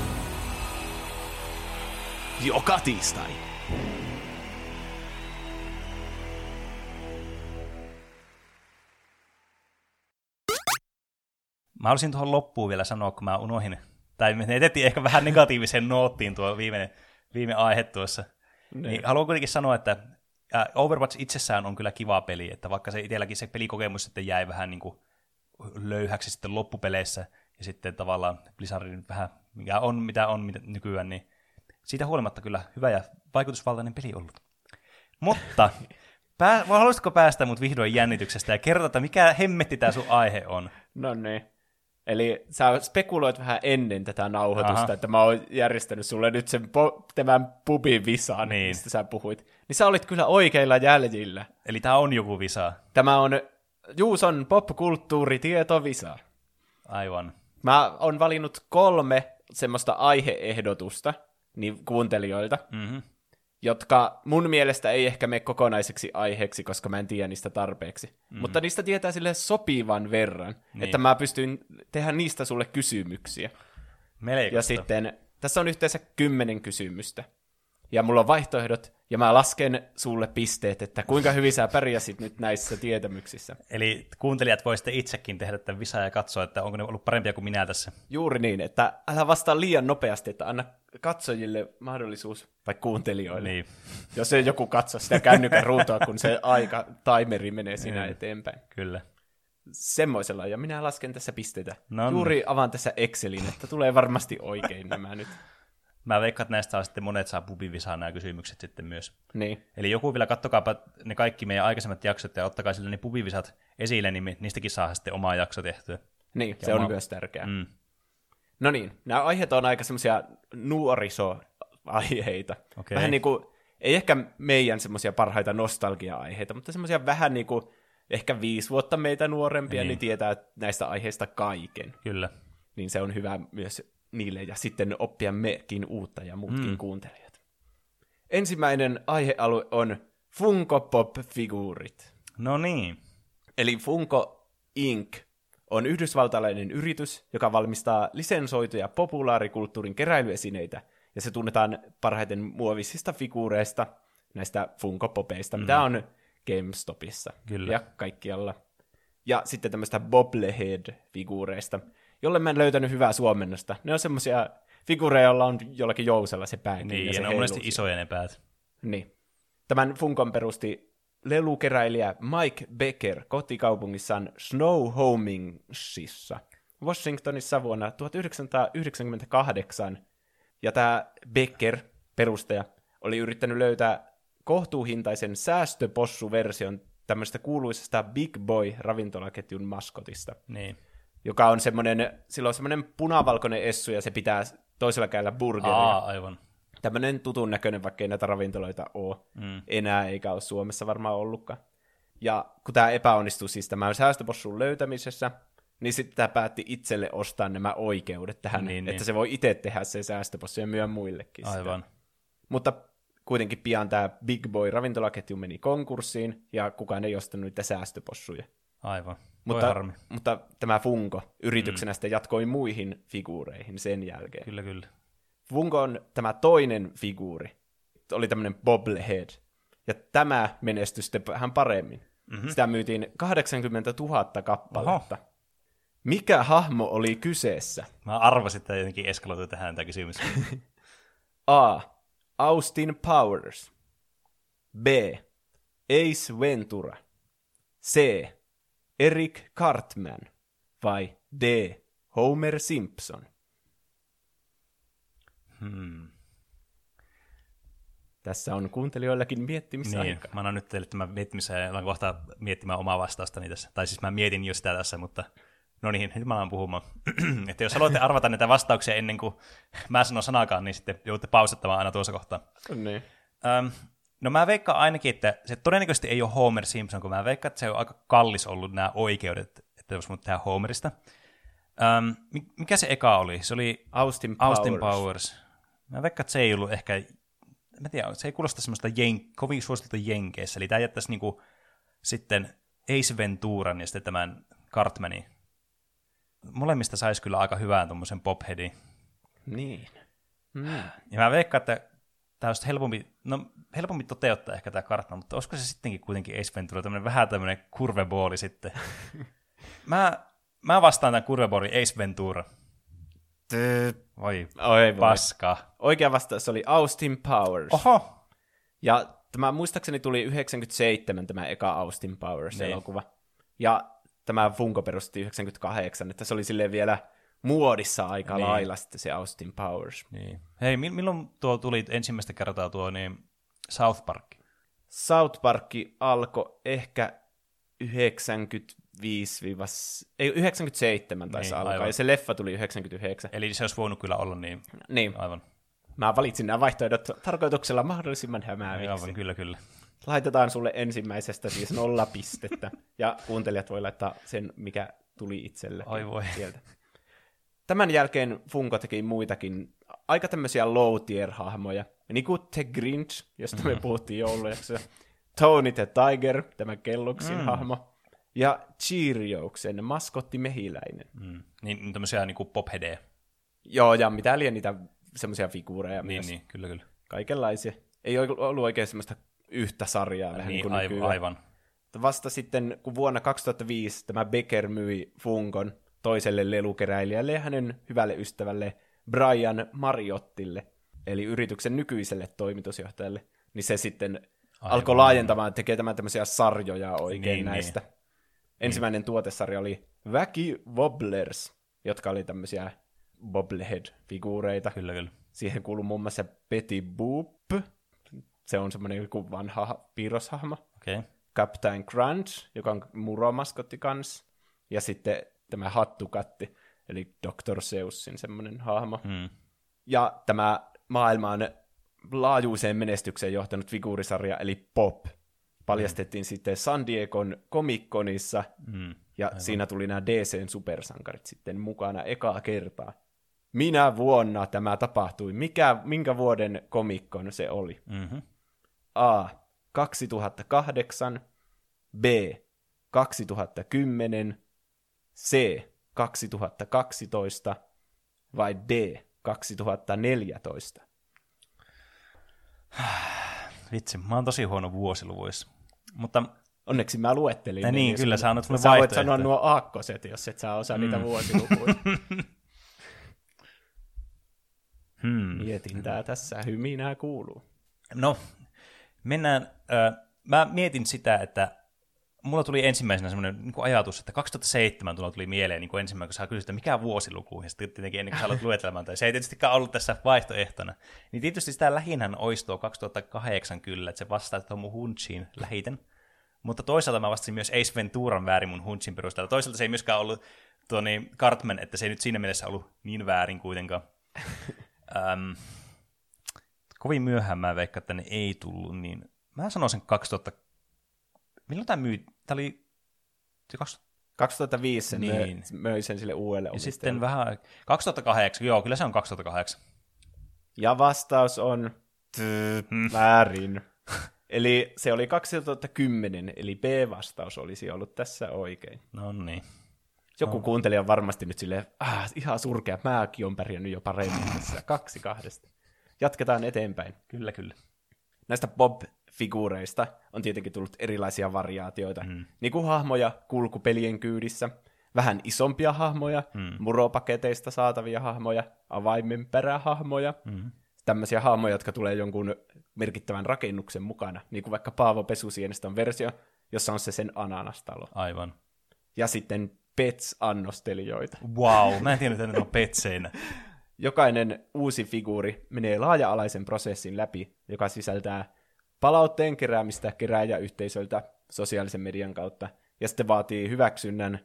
Joka tiistai. Mä haluaisin tuohon loppuun vielä sanoa, kun mä unohin, tai me etettiin ehkä vähän negatiiviseen noottiin tuo viime, viime aihe tuossa. Ne. Niin haluan kuitenkin sanoa, että Overwatch itsessään on kyllä kiva peli, että vaikka se itselläkin se pelikokemus sitten jäi vähän niin kuin löyhäksi sitten loppupeleissä, ja sitten tavallaan Blizzardin vähän, mikä on, mitä on mitä nykyään, niin siitä huolimatta kyllä hyvä ja vaikutusvaltainen peli ollut. Mutta pää, haluaisitko päästä mut vihdoin jännityksestä ja kertoa, että mikä hemmetti tämä sun aihe on? No niin. Eli sä spekuloit vähän ennen tätä nauhoitusta, Aha. että mä oon järjestänyt sulle nyt sen po- tämän pubin visan, niin. mistä sä puhuit. Niin sä olit kyllä oikeilla jäljillä. Eli tää on joku visa. Tämä on Juuson popkulttuuritietovisa. Aivan. Mä oon valinnut kolme semmoista aiheehdotusta niin kuuntelijoilta, Mm-hmm. jotka mun mielestä ei ehkä mene kokonaiseksi aiheeksi, koska mä en tiedä niistä tarpeeksi. Mm-hmm. Mutta niistä tietää sille sopivan verran, niin. että mä pystyn tehdä niistä sulle kysymyksiä. Melkoista. Ja sitten tässä on yhteensä kymmenen kysymystä. Ja mulla on vaihtoehdot, ja mä lasken sulle pisteet, että kuinka hyvin sä pärjäsit nyt näissä tietämyksissä. Eli kuuntelijat voi sitten itsekin tehdä tämän visaa ja katsoa, että onko ne ollut parempia kuin minä tässä. Juuri niin, että älä vastaa liian nopeasti, että anna katsojille mahdollisuus, tai kuuntelijoille. Niin. Jos ei joku katso sitä kännykän ruutua, kun se aika, timeri menee siinä Mm. eteenpäin. Kyllä. Semmoisella, ja minä lasken tässä pisteitä. No, Juuri avaan tässä Excelin, että tulee varmasti oikein nämä nyt. Mä veikkaan, että näistä on sitten monet saa pubivisaan nämä kysymykset sitten myös. Niin. Eli joku vielä kattokaapa ne kaikki meidän aikaisemmat jaksot ja ottakaa sille ne pubivisat esille, niin me, niistäkin saa sitten omaa jakso tehtyä. Niin, Ja se on oma- myös tärkeää. Mm. No niin, nämä aiheet on aika semmoisia nuorisoaiheita. Okei. Vähän niin kuin, ei ehkä meidän semmoisia parhaita nostalgia-aiheita, mutta semmoisia vähän niin kuin ehkä viisi vuotta meitä nuorempia, niin, Niin. niin tietää näistä aiheista kaiken. Kyllä. Niin se on hyvä myös niille ja sitten oppia mekin uutta ja muutkin Mm. kuuntelijat. Ensimmäinen aihealue on Funko Pop-figuurit. No niin. Eli Funko incorporated on yhdysvaltalainen yritys, joka valmistaa lisensoituja populaarikulttuurin keräilyesineitä, ja se tunnetaan parhaiten muovisista figuureista, näistä Funko Popeista, mm. mitä on GameStopissa Kyllä. ja kaikkialla. Ja sitten tämmöistä Bobblehead-figuureista, jolle mä en löytänyt hyvää suomennosta. Ne on semmoisia figuureja, joilla on jollakin jousella se pääkin. Niin, ja, se ne on monesti heiluu isoja ne päät. niin. Tämän Funkon perusti lelukeräilijä Mike Becker kotikaupungissaan Snohomingsissa, Washingtonissa vuonna tuhatyhdeksänsataayhdeksänkymmentäkahdeksan. Ja tämä Becker, perustaja, oli yrittänyt löytää kohtuuhintaisen säästöpossuversion tämmöisestä kuuluisesta Big Boy-ravintolaketjun maskotista, Niin. joka on semmoinen, sillä on semmoinen punavalkoinen essu ja se pitää toisella kädellä burgeria. Aa, aivan. Tämmöinen tutun näköinen, vaikka ei näitä ravintoloita ole Mm. enää, eikä ole Suomessa varmaan ollutkaan. Ja kun tämä epäonnistui siis tämän säästöpossun löytämisessä, niin sitten tämä päätti itselle ostaa nämä oikeudet tähän, Niin, niin, että niin. se voi itse tehdä se säästöpossu ja myydä muillekin Aivan. sitä. Mutta kuitenkin pian tämä Big Boy ravintolaketju meni konkurssiin, ja kukaan ei ostanut niitä säästöpossuja. Aivan. Voi Mutta, harmi. mutta tämä Funko yrityksenä mm. sitten jatkoi muihin figuureihin sen jälkeen. Kyllä, kyllä. Funkon tämä toinen figuuri oli tämmöinen Bobblehead, ja tämä menestyi sitten vähän paremmin. Mm-hmm. Sitä myytiin kahdeksankymmentätuhatta kappaletta. Oho. Mikä hahmo oli kyseessä? Mä arvasin, että jotenkin eskaloitui tähän tämä kysymys. A. Austin Powers. B. Ace Ventura. C. Eric Cartman. Vai D. Homer Simpson? Hmm. Tässä on kuuntelijoillakin miettimistä Niin, aikaa. mä annan nyt teille tämän miettimisen ja alan kohta miettimään omaa vastaustani tässä. Tai siis mä mietin just sitä tässä, mutta No niin, nyt mä alan puhumaan. Että jos haluatte arvata näitä vastauksia ennen kuin mä sanon sanakaan, niin sitten joudutte pausettamaan aina tuossa kohtaa. Niin. Um, no mä veikkaan ainakin, että se todennäköisesti ei ole Homer Simpson, kun mä veikkaan, että se on aika kallis ollut nämä oikeudet, että jos mun tehdään Homerista. Um, mikä se eka oli? Se oli Austin Powers. Austin Powers. Mä veikkaan, että se ei ollut ehkä, mä tiedän, se ei kuulosta semmoista jen, kovin suositulta Jenkeissä, eli tää jättäisi niinku sitten Ace Venturan ja sitten tämän Cartmanin. Molemmista saisi kyllä aika hyvän tommosen popheadin. Niin. Mm. Ja mä veikkaan, että tämä olisi helpompi, no helpompi toteuttaa ehkä tämä Cartman, mutta olisiko se sittenkin kuitenkin Ace Ventura, tämmöinen vähän tämmöinen kurvebooli sitten. mä, mä vastaan tämän kurveboolin Ace Ventura. Voi Oi, paska. Oikea vastaus oli Austin Powers. Oho! Ja tämä muistaakseni tuli yhdeksänkymmentäseitsemän tämä eka Austin Powers-elokuva. Niin. Ja tämä Funko perusti yhdeksänkymmentäkahdeksan, että se oli silleen vielä muodissa aika niin. lailla sitten se Austin Powers. Niin. Hei, milloin tuo tuli ensimmäistä kertaa tuo niin South Park? South Park alkoi ehkä yhdeksänkymmentäviisi, ei yhdeksänkymmentäseitsemän taisi niin, alkaa, aivan. Ja se leffa tuli yhdeksänkymmentäyhdeksän. Eli se olisi voinut kyllä olla niin. Niin. Aivan. Mä valitsin nämä vaihtoehdot tarkoituksella mahdollisimman hämääviksi. Aivan, kyllä, kyllä. Laitetaan sulle ensimmäisestä siis nolla pistettä, ja kuuntelijat voi laittaa sen, mikä tuli itselle. Ai voi. Sieltä. Tämän jälkeen Funko teki muitakin aika tämmöisiä low-tier-hahmoja, niin kuin The Grinch, josta me puhuttiin joulujaksossa, Tony the Tiger, tämä Kellogsin mm. hahmo, ja Cheerioksen maskotti mehiläinen. Mm. Niin tämmöisiä niin kuin pop-headejä. Joo, ja mitä liian niitä semmoisia figuureja niin, myös. Niin, kyllä, kyllä. Kaikenlaisia. Ei ollut oikein semmoista yhtä sarjaa. Niin, niin kuin aivan, aivan. Vasta sitten, kun vuonna kaksituhattaviisi tämä Becker myi Funkon toiselle lelukeräilijälle ja hänen hyvälle ystävälle Brian Mariottille, eli yrityksen nykyiselle toimitusjohtajalle, niin se sitten aivan. alkoi laajentamaan, tekee tämän tämmöisiä sarjoja oikein niin, näistä. Niin. Ensimmäinen niin. tuotesarja oli Wacky Wobblers, jotka oli tämmöisiä bobblehead-figuureita. Kyllä, kyllä. Siihen kuuluu muun muassa Betty Boop. Se on semmoinen joku vanha piirroshahmo. Okay. Captain Crunch, joka on Muro-maskotti kanssa. Ja sitten tämä Hattukatti, eli doktor Seusin semmoinen hahmo. Hmm. Ja tämä maailman laajuiseen menestykseen johtanut figuurisarja, eli Pop, paljastettiin hmm. sitten San Diegon Comic-Conissa. Hmm. Ja Aivan. siinä tuli nämä D C:n supersankarit sitten mukana ekaa kertaa. Minä vuonna tämä tapahtui? Mikä, minkä vuoden Comic-Con se oli? Mm-hmm. A. kaksituhattakahdeksan, B. kaksituhattakymmenen, C. kaksituhattakaksitoista vai D. kaksituhattaneljätoista? Vitsi, mä oon tosi huono vuosiluvuissa. Mutta onneksi mä luettelin. Ja niin, kyllä sä annat mulle sä voit sanoa nuo aakkoset, jos et saa osaa mm. niitä vuosilukuja. hmm. Mietin tää tässä, hyminää kuuluu. No, mennään. Äh, mä mietin sitä, että mulla tuli ensimmäisenä semmoinen niin ajatus, että kaksituhattaseitsemän tulla tuli mieleen niin ensimmäinen, kun sä kysyt, että mikä vuosiluku, ja sitten tietenkin ennen kuin sä aloit luettelemaan, tai se ei tietystikään ollut tässä vaihtoehtona. Niin tietysti sitä lähinnä olisi tuo kaksituhattakahdeksan kyllä, että se vastaa tuohon mun hunchiin lähiten. Mutta toisaalta mä vastasin myös Ace Venturan väärin mun hunchin perusteella. Toisaalta se ei myöskään ollut tuo niin Cartman, että se ei nyt siinä mielessä ollut niin väärin kuitenkaan. ähm, kovin myöhään mä veikkaan, että ne ei tullut, niin mä sanon sen kaksituhatta. Milloin tämä myi? Tämä oli kaksituhattaviisi sen niin. möi sen sille uudelle omistajalle. Ja sitten vähän kaksituhattakahdeksan, joo, kyllä se on kaksituhattakahdeksan. Ja vastaus on hmm. väärin. Eli se oli kaksituhattakymmenen, eli B-vastaus olisi ollut tässä oikein. No niin. Joku no. kuuntelija on varmasti nyt silleen, ah, ihan surkea, mäkin on pärjännyt jo paremmin tässä, kaksi kahdesta. Jatketaan eteenpäin. Kyllä, kyllä. Näistä Bob-figuureista on tietenkin tullut erilaisia variaatioita, mm. niin kuin hahmoja kulkupelien kyydissä, vähän isompia hahmoja, mm. muropaketeista saatavia hahmoja, avaimenperähahmoja, mm. tämmöisiä hahmoja, jotka tulee jonkun merkittävän rakennuksen mukana, niin kuin vaikka Paavo Pesusienestä on versio, jossa on se sen ananastalo. Aivan. Ja sitten Pets-annostelijoita. Wow, mä en tiedä, että ne on petseinä. Jokainen uusi figuuri menee laaja-alaisen prosessin läpi, joka sisältää palautteen keräämistä kerääjäyhteisöltä sosiaalisen median kautta, ja sitten vaatii hyväksynnän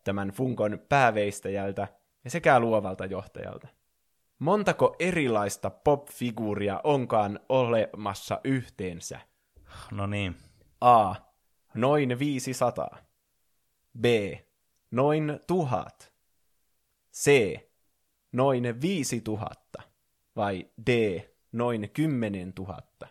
tämän Funkon pääveistäjältä ja sekä luovalta johtajalta. Montako erilaista pop-figuuria onkaan olemassa yhteensä? No niin. A. Noin viisisataa. B. Noin tuhat. C. Noin viisituhatta. Vai D. Noin kymmenen tuhatta.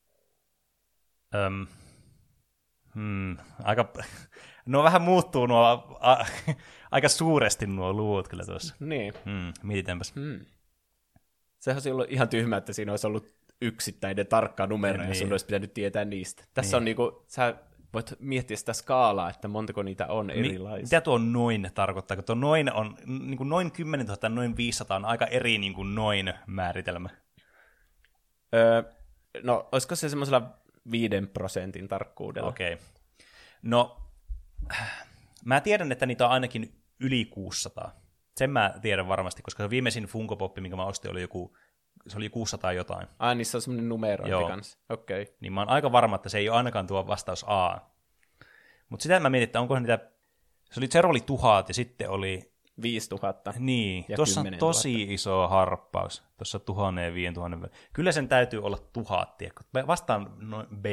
Öm. Hmm. Aika... No vähän muuttuu nuo... A, aika suuresti nuo luvut kyllä tuossa. Niin. Hmm. Mietitäänpäs. Hmm. Sehän olisi ollut ihan tyhmä, että siinä olisi ollut yksittäinen tarkka numero, ja, ja sun niin. olisi pitänyt tietää niistä. Tässä niin. on niinku, sä voit miettiä sitä skaalaa, että montako niitä on erilaisia. Mitä tuo noin tarkoittaa? Kun tuo noin on, niin kuin noin kymmenen tuhatta ja noin viisisataa on aika eri niin kuin noin määritelmä. Öö, no, olisiko se semmoisella viiden prosentin tarkkuudella? Okei. Okay. No, mä tiedän, että niitä on ainakin yli kuusisataa. Sen mä tiedän varmasti, koska viimeisin Funko Pop, minkä mä ostin, oli joku, se oli kuusisataa jotain. Ai, niissä on semmoinen numerointi kanssa. Okei. Okay. Niin mä oon aika varma, että se ei ole ainakaan tuo vastaus A. Mutta sitä mä mietin, että onko niitä, se oli, Zero oli tuhat ja sitten oli... Viisituhatta. Niin, tuossa on tosi iso harppaus. Tuossa tuhannen ja viiden tuhannen. Kyllä sen täytyy olla tuhat, tiedätkö? Vastaan noin B.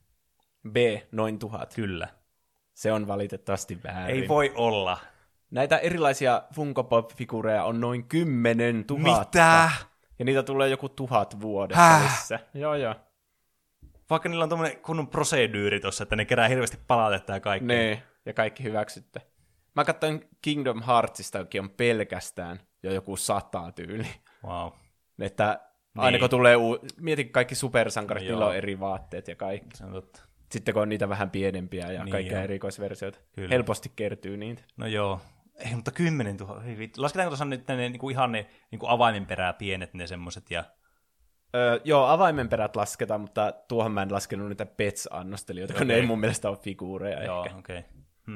B, noin tuhat. Kyllä. Se on valitettavasti väärin. Ei voi olla. Näitä erilaisia Funko Pop-figuureja on noin kymmenen tuhatta. Mitä? Ja niitä tulee joku tuhat vuodessa missä. Joo, joo. Vaikka niillä on tommonen kunnon prosedyyri tossa, että ne kerää hirveästi palautetta ja kaikkea. Nee, ja kaikki hyväksytte. Mä katsoin Kingdom Heartsistakin on pelkästään jo joku sata tyyli. Wow. Että niin. aina kun tulee uu... Mietin kaikki supersankarit, no niillä on eri vaatteet ja kaikki. Se on totta. Sitten kun on niitä vähän pienempiä ja niin kaikkia joo. erikoisversioita. Kyllä. Helposti kertyy niitä. No joo. Ei, mutta kymmenen tuhatta. Lasketaanko tuossa nyt ne, niinku ihan ne niinku avaimenperää pienet ne semmoset ja... Öö, joo, avaimenperät lasketaan, mutta tuohon mä en laskenut niitä Pets-annostelijoita, okay. kun ne ei mun mielestä ole figuureja joo, ehkä. okei. Okay. Hm.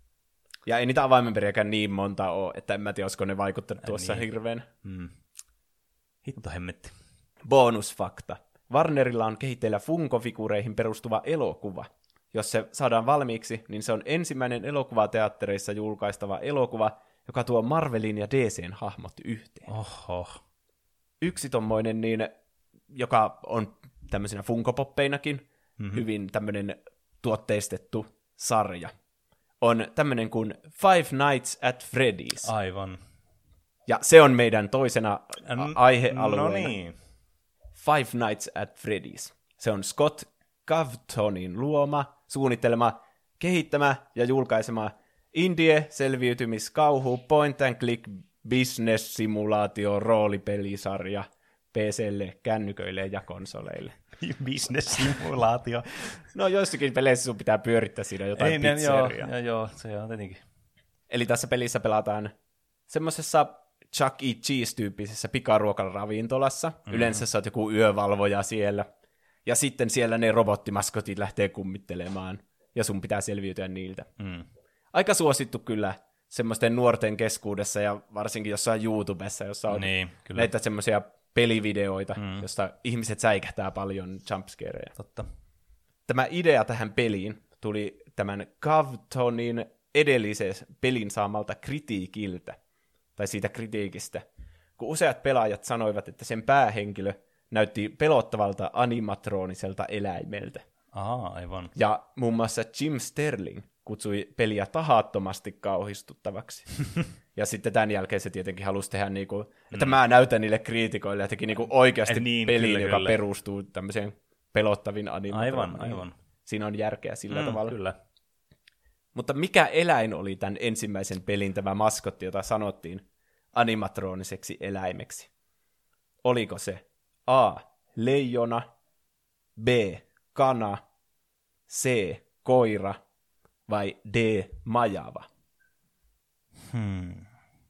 Ja ei niitä avaimenperiäkään niin monta ole, että en mä tiedä, olisiko ne vaikuttanut tuossa niin. hirveän. Hmm. Hitto hemmetti. Bonusfakta. Warnerilla on kehitteillä Funko-figureihin perustuva elokuva. Jos se saadaan valmiiksi, niin se on ensimmäinen elokuvateattereissa julkaistava elokuva, joka tuo Marvelin ja D C:n hahmot yhteen. Oho. Yksi tommoinen, niin, joka on tämmöisenä Funko-poppeinakin, mm-hmm. hyvin tämmöinen tuotteistettu sarja, on tämmöinen kuin Five Nights at Freddy's. Aivan. Ja se on meidän toisena a- N- aihealueena. No niin. Five Nights at Freddy's. Se on Scott Cawthonin luoma, suunnittelema, kehittämä ja julkaisema indie-selviytymiskauhu point and click business-simulaatio roolipelisarja P C:lle, kännyköille ja konsoleille. Business-simulaatio. No joissakin peleissä sun pitää pyörittää siinä jotain Ei, pizzeriaa. Joo, joo, joo, se on tietenkin. Eli tässä pelissä pelataan semmoisessa Chuck E. Cheese-tyyppisessä pikaruokaravintolassa. Mm-hmm. Yleensä sä oot joku yövalvoja siellä. Ja sitten siellä ne robottimaskotit lähtee kummittelemaan. Ja sun pitää selviytyä niiltä. Mm. Aika suosittu kyllä semmoisten nuorten keskuudessa ja varsinkin jossain YouTubessa, jossa on niin, näitä semmoisia pelivideoita, mm. jossa ihmiset säikähtää paljon jumpscareja. Totta. Tämä idea tähän peliin tuli tämän Cawthonin edellisen pelin saamalta kritiikiltä, tai siitä kritiikistä, kun useat pelaajat sanoivat, että sen päähenkilö näytti pelottavalta animatrooniselta eläimeltä. Aha, aivan. Ja muun muassa Jim Sterling kutsui peliä tahattomasti kauhistuttavaksi. Ja sitten tämän jälkeen se tietenkin halusi tehdä, niinku, että mm. mä näytän niille kriitikoille ja teki niinku oikeasti niin, pelin, kyllä, joka kyllä. perustuu tämmöiseen pelottavin animatroniin. Aivan, aivan. Siinä on järkeä sillä mm, tavalla. Kyllä. Mutta mikä eläin oli tämän ensimmäisen pelin tämä maskotti, jota sanottiin animatroniseksi eläimeksi? Oliko se A. Leijona, B. Kana, C. Koira vai D. Majava? Hmm.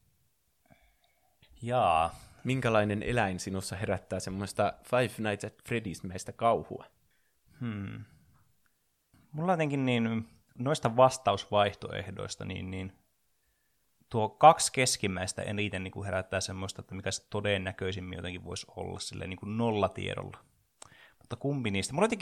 Jaa. Minkälainen eläin sinussa herättää semmoista Five Nights at Freddy's-mäistä kauhua? Hmm. Mulla jotenkin niin, noista vastausvaihtoehdoista, niin, niin tuo kaksi keskimmäistä eniten niin kuin herättää semmoista, että mikä se todennäköisimmin jotenkin voisi olla silleen niin kuin nollatiedolla. Mutta kumpi niistä? Mulla jotenkin,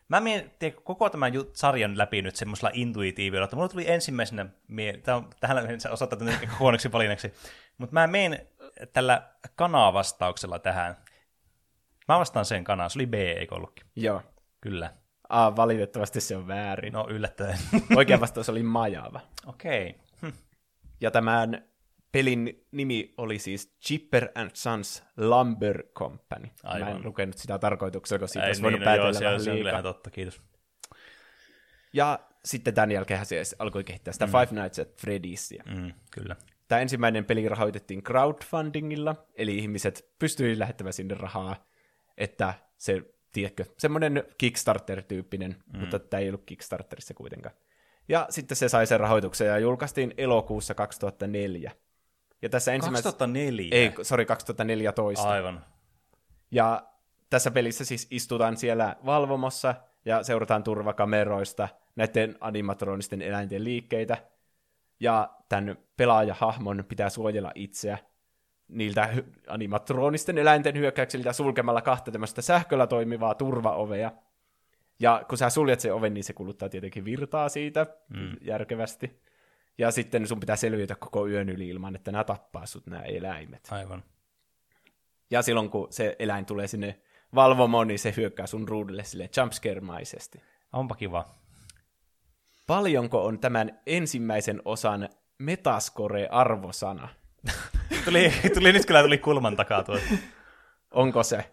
Mä mietin koko tämän jut- sarjan läpi nyt semmoisella intuitiivilla, että mulla tuli ensimmäisenä, mie- tämä on tähän osoittautunut huonoksi valinnaksi, mutta mä menen tällä kanavastauksella tähän. Mä vastaan sen kanaan, se oli B, eikö ollutkin? Joo. Kyllä. Ah, valitettavasti se on väärin. No yllättäen. Oikea vastaus oli Majava. Okei. Okay. Hm. Ja tämän pelin nimi oli siis Chipper and Sons Lumber Company. Aivan. Mä en lukenut sitä tarkoituksella, kun siitä olisi voinut niin, päätellä no, vähän se on liikaa. totta, kiitos. Ja sitten tämän jälkeen se alkoi kehittää sitä mm. Five Nights at Freddy'sia. Mm, kyllä. Tämä ensimmäinen peli rahoitettiin crowdfundingilla, eli ihmiset pystyivät lähettämään sinne rahaa, että se, tiedätkö, semmoinen Kickstarter-tyyppinen, mm. mutta tämä ei ollut Kickstarterissa kuitenkaan. Ja sitten se sai sen rahoituksen ja julkaistiin elokuussa kaksituhattaneljä. Ja tässä ensimmäisessä... kaksituhattaneljä? Ei, sori, kaksituhattaneljätoista. Aivan. Ja tässä pelissä siis istutaan siellä valvomossa ja seurataan turvakameroista näiden animatronisten eläinten liikkeitä. Ja tämän pelaajahahmon pitää suojella itseä niiltä animatronisten eläinten hyökkäyksiltä sulkemalla kahta tämmöistä sähköllä toimivaa turvaovea. Ja kun sä suljet sen oven, niin se kuluttaa tietenkin virtaa siitä mm. järkevästi. Ja sitten sun pitää selviytyä koko yön yli ilman, että nämä tappaa sut nämä eläimet. Aivan. Ja silloin, kun se eläin tulee sinne valvomoon, niin se hyökkää sun ruudulle silleen jumpscare-maisesti. Onpa kiva. Paljonko on tämän ensimmäisen osan Metascore-arvosana? tuli, tuli, nyt kyllä tuli kulman takaa tuo. Onko se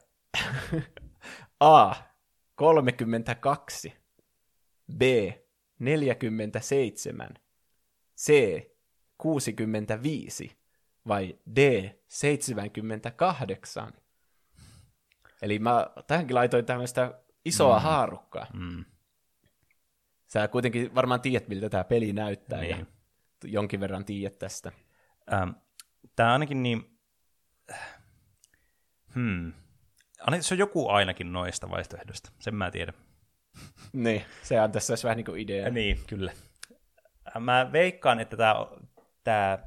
A, kolmekymmentäkaksi, B, neljäkymmentäseitsemän, C, kuusikymmentäviisi vai D, seitsemänkymmentäkahdeksan? Eli mä tähänkin laitoin tämmöistä isoa mm. haarukkaa. Mm. Sä kuitenkin varmaan tiedät, miltä tämä peli näyttää, niin. Ja jonkin verran tiedät tästä. Ähm, tämä ainakin niin... Hmm. Se on joku ainakin noista vaihtoehdosta, sen mä tiedän. Niin, se on tässä vähän niin kuin idea. Niin, kyllä. Mä veikkaan, että tämä... Tää...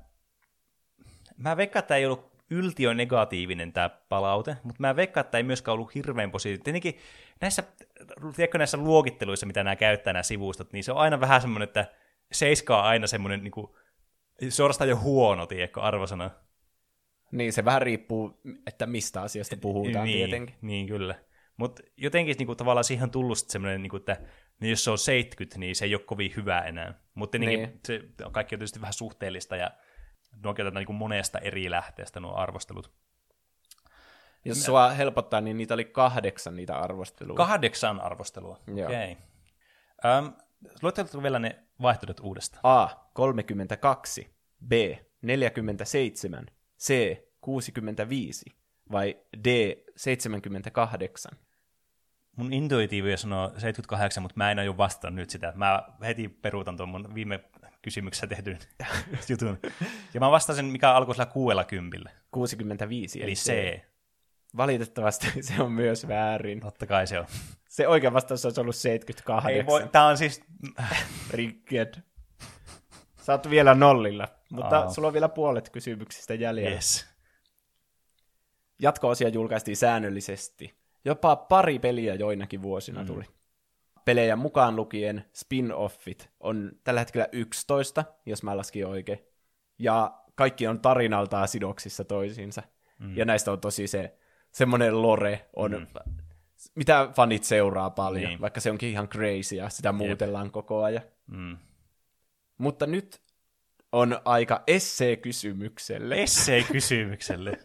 Mä veikkaan, että tämä ei ollut yltiönegatiivinen tämä palaute, mutta mä veikkaan, että tämä ei myöskään ollut hirveän positiivinen. Tietenkin näissä, tiedätkö, näissä luokitteluissa, mitä nämä käyttää, nämä sivustot, niin se on aina vähän semmoinen, että seiska on aina semmoinen niin kuin, suorastaan jo huono, tiedätkö, arvosana. Niin, se vähän riippuu, että mistä asiasta puhutaan niin, tietenkin. Niin, kyllä. Mutta jotenkin niin kuin, tavallaan siihen on tullut semmoinen, niin kuin, että niin jos se on seitsemänkymmentä, niin se ei ole kovin hyvä enää. Mutta niin. Se kaikki on tietysti vähän suhteellista, ja ne on niin kuin monesta eri lähteestä nuo arvostelut. Jos sua helpottaa, niin niitä oli kahdeksan niitä arvostelua. Kahdeksan arvostelua, okei. Okay. Um, luetteletko vielä ne vaihtoehdot uudestaan? A, kolmekymmentäkaksi, B, neljäkymmentäseitsemän, C, kuusikymmentäviisi vai D, seitsemänkymmentäkahdeksan? Mun intuitiivio sanoo seitsemänkymmentäkahdeksan, mutta mä en aio vastata nyt sitä. Mä heti peruutan tuon mun viime kysymyksessä tehdyn jutun. Ja mä vastasin, mikä alkoi sillä kuudella kympillä. kuusikymmentäviisi. Eli C. Valitettavasti se on myös väärin. Totta kai se on. Se oikea vastaus olisi ollut seitsemänkymmentäkahdeksan. Ei voi, tää on siis... Ricked. Sä oot vielä nollilla, mutta oh. sulla on vielä puolet kysymyksistä jäljellä. Yes. Jatko-osia julkaistiin säännöllisesti. Jopa pari peliä joinakin vuosina mm. tuli. Pelejä mukaan lukien spin-offit on tällä hetkellä yksitoista, jos mä laskin oikein. Ja kaikki on tarinaltaan sidoksissa toisiinsa. Mm. Ja näistä on tosi se semmoinen lore, on, mm. mitä fanit seuraa paljon, niin. Vaikka se onkin ihan crazy ja sitä muutellaan Jep. koko ajan. Mm. Mutta nyt on aika essee-kysymykselle. Essee-kysymykselle?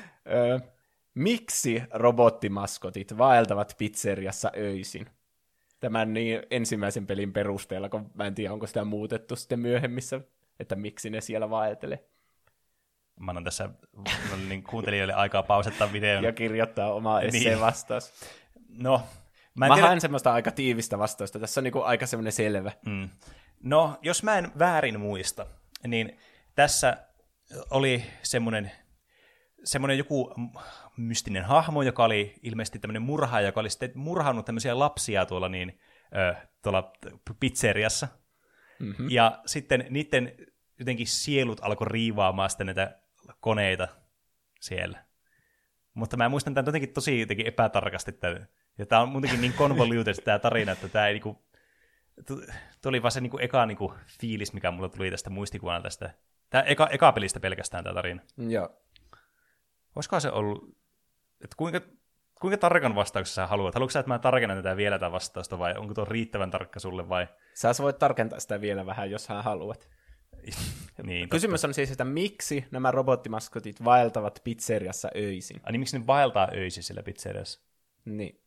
Miksi robottimaskotit vaeltavat pizzeriassa öisin? Tämän niin ensimmäisen pelin perusteella, kun mä en tiedä, onko sitä muutettu sitten myöhemmissä, että miksi ne siellä vaeltelee. Mä annan tässä niin kuuntelijoille aikaa pausettaa videon. Ja kirjoittaa omaa esseen vastaus. No, mä, mä tiedä... haen semmoista aika tiivistä vastausta. Tässä on niin kuin aika semmoinen selvä. Mm. No, jos mä en väärin muista, niin tässä oli semmoinen, semmoinen joku mystinen hahmo, joka oli ilmeisesti tämmöinen murhaaja, joka oli sitten murhannut tämmöisiä lapsia tuolla, niin, äh, tuolla pizzeriassa. Mm-hmm. Ja sitten niiden jotenkin sielut alkoi riivaamaan sitten näitä koneita siellä. Mutta mä muistan tämän jotenkin tosi jotenkin epätarkasti tämän. Ja tämä on muutenkin niin convoluted tämä tarina, että tämä ei niinku, tuli vaan se niinku eka niinku fiilis, mikä mulla tuli tästä muistikuvana tästä. Tämä eka, eka pelistä pelkästään tämä tarina. Joo. Olisikohan se ollut, että kuinka, kuinka tarkan vastauksen sä haluat? Haluatko sä, että mä tarkennan tätä vielä tätä vastausta, vai onko tuo riittävän tarkka sulle, vai? Sä voit tarkentaa sitä vielä vähän, jos hän haluat. Niin, kysymys on siis, että miksi nämä robottimaskotit vaeltavat pizzeriassa öisin? Ai niin, miksi ne vaeltaa öisin sillä pizzeriassa? Niin.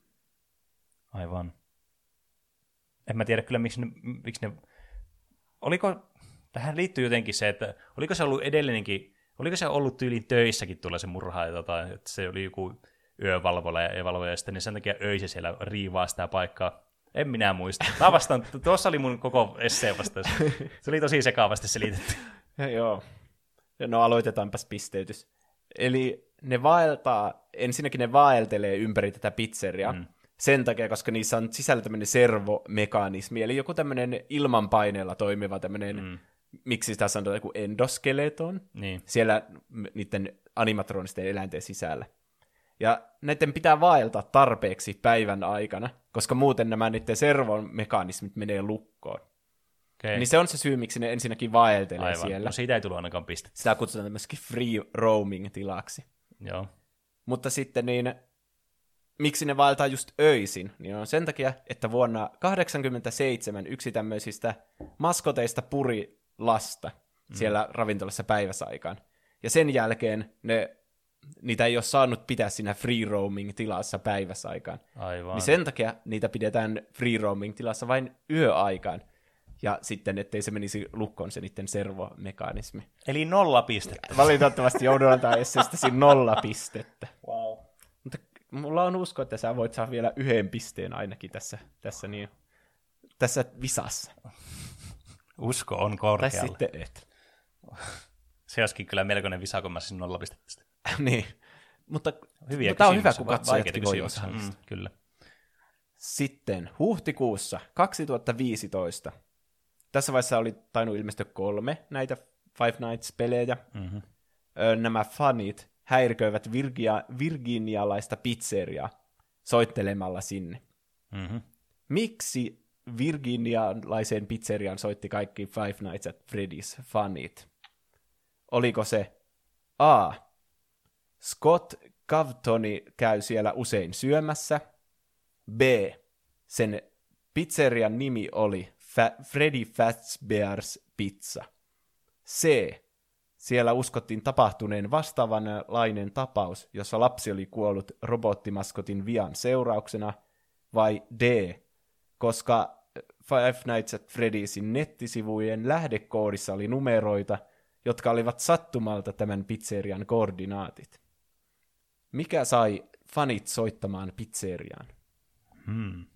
Aivan. En mä tiedä kyllä, miksi ne, miksi ne... Oliko... Tähän liittyy jotenkin se, että oliko se ollut edellinenkin... Oliko se ollut tyyliin töissäkin tuolla se murha, tai että se oli joku yövalvoja ja valvoja, ja sitten ne sen takia öisin siellä riivaa sitä paikkaa. En minä muista. Mä vastaan, tuossa oli mun koko esseen vastaus. Se oli tosi sekaavasti selitetty. Joo. No aloitetaanpas pisteytys. Eli ne vaeltaa, ensinnäkin ne vaeltelee ympäri tätä pizzeriaa. Mm. Sen takia, koska niissä on sisällä tämmöinen servomekanismi, eli joku tämmöinen ilmanpaineella toimiva tämmöinen, mm. miksi sitä sanotaan, joku endoskeleton, niin. siellä niiden animatronisten eläinten sisällä. Ja näiden pitää vaeltaa tarpeeksi päivän aikana, koska muuten nämä niiden servomekanismit menee lukkoon. Okay. Niin se on se syy, miksi ne ensinnäkin vaeltelee Aivan. siellä. No siitä ei tullut ainakaan pistettä. Sitä kutsutaan tämmöisikin free roaming-tilaksi. Joo. Mutta sitten niin, miksi ne vaeltaa just öisin, niin on sen takia, että vuonna kahdeksankymmentäseitsemän yksi tämmöisistä maskoteista puri lasta mm. siellä ravintolassa päiväsaikaan. Ja sen jälkeen ne, niitä ei ole saanut pitää siinä free roaming-tilassa päiväsaikaan. Aivan. Niin sen takia niitä pidetään free roaming-tilassa vain yöaikaan. Ja sitten, ettei se menisi lukkoon se niiden servomekanismi. Eli nolla pistettä. Valitettavasti joudun antaa esseestäsi nolla pistettä. Wow. Mutta mulla on usko, että sä voit saada vielä yhden pisteen ainakin tässä, tässä, niin, tässä visassa. Usko on korkealla. Tai sitten et. Se olisikin kyllä melkoinen visa, kun mä siis nolla pistettä. Niin. Mutta hyviä tämä on hyvä, kun katsojatkin voi mm, kyllä. Sitten huhtikuussa kaksituhattaviisitoista. Tässä vaiheessa oli tainnut ilmestyä kolme näitä Five Nights-pelejä. Mm-hmm. Nämä fanit häiriköivät Virgia, virginialaista pizzeriaa soittelemalla sinne. Mm-hmm. Miksi virginialaiseen pizzeriaan soitti kaikki Five Nights at Freddy's fanit? Oliko se A. Scott Cavtoni käy siellä usein syömässä. B. Sen pizzerian nimi oli Fa- Freddy Fazbear's Pizza. C. Siellä uskottiin tapahtuneen vastaavanlainen tapaus, jossa lapsi oli kuollut robottimaskotin vian seurauksena. Vai D. Koska Five Nights at Freddy'sin nettisivujen lähdekoodissa oli numeroita, jotka olivat sattumalta tämän pizzerian koordinaatit. Mikä sai fanit soittamaan pizzeriaan? Hmm.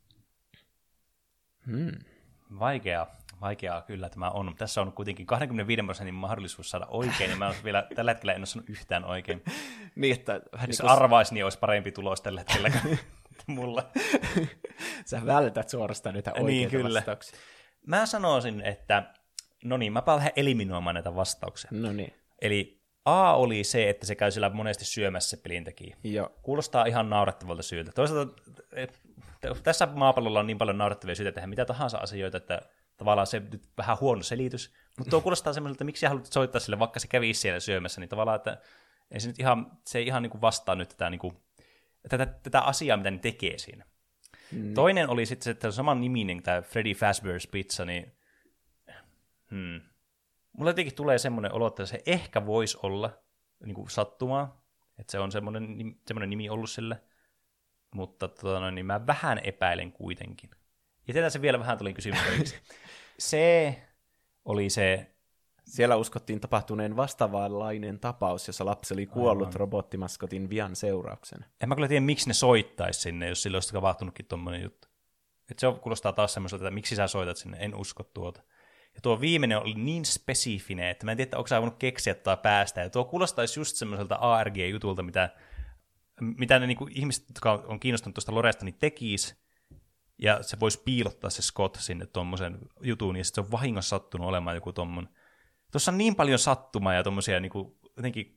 Hmm. Vaikea, vaikeaa kyllä tämä on. Tässä on kuitenkin kaksikymmentäviisi prosentin mahdollisuus saada oikein, ja mä vielä tällä hetkellä en ole sanonut yhtään oikein. Niin, että, jos niin arvaisi, niin olisi parempi tulos tällä hetkellä kuin mulla. Sä vältät suorastaan näitä oikeita niin, kyllä. vastauksia. Mä sanoisin, että no niin, mä vähän eliminoimaan näitä vastauksia. No niin. Eli A oli se, että se käy siellä monesti syömässä pelintekijä. Joo. Kuulostaa ihan naurettavalta syyltä. Toisaalta tässä maapallolla on niin paljon naurettavia syitä tehdä mitä tahansa asioita, että tavallaan se nyt vähän huono selitys. Mutta tuo kuulostaa semmoiselta, että miksi haluat soittaa sille, vaikka se kävisi siellä syömässä, niin tavallaan, että ei se nyt ihan, se ei ihan niin kuin vastaa nyt tätä, niin kuin, tätä, tätä asiaa, mitä ne tekee siinä. Mm. Toinen oli sitten se, että saman niminen, tämä Freddy Fazbear's Pizza, niin hmm. mulla jotenkin tulee semmoinen olo, että se ehkä voisi olla niin kuin sattumaa, että se on semmoinen, semmoinen nimi ollut sille, mutta tota, niin mä vähän epäilen kuitenkin. Ja tätä se vielä vähän tuli kysymys. Se oli se... Siellä uskottiin tapahtuneen vastaavanlainen tapaus, jossa lapsi oli kuollut Aivan. robottimaskotin vian seurauksena. En mä kyllä tiedä, miksi ne soittaisi sinne, jos sillä olisi tapahtunutkin tommoinen juttu. Et se kuulostaa taas semmoiselta, että miksi sä soitat sinne, en usko tuota. Ja tuo viimeinen oli niin spesifinen, että mä en tiedä, onko sä voinut keksiä tai päästä. Ja tuo kuulostaisi just semmoiselta A R G-jutulta, mitä, mitä ne niinku ihmiset, jotka on kiinnostunut tuosta Loresta, niin tekisi. Ja se voisi piilottaa se Scott sinne tuommoisen jutun, ja sitten se on vahingossa sattunut olemaan joku tuommoinen. Tuossa on niin paljon sattumaa ja tuommoisia niinku, jotenkin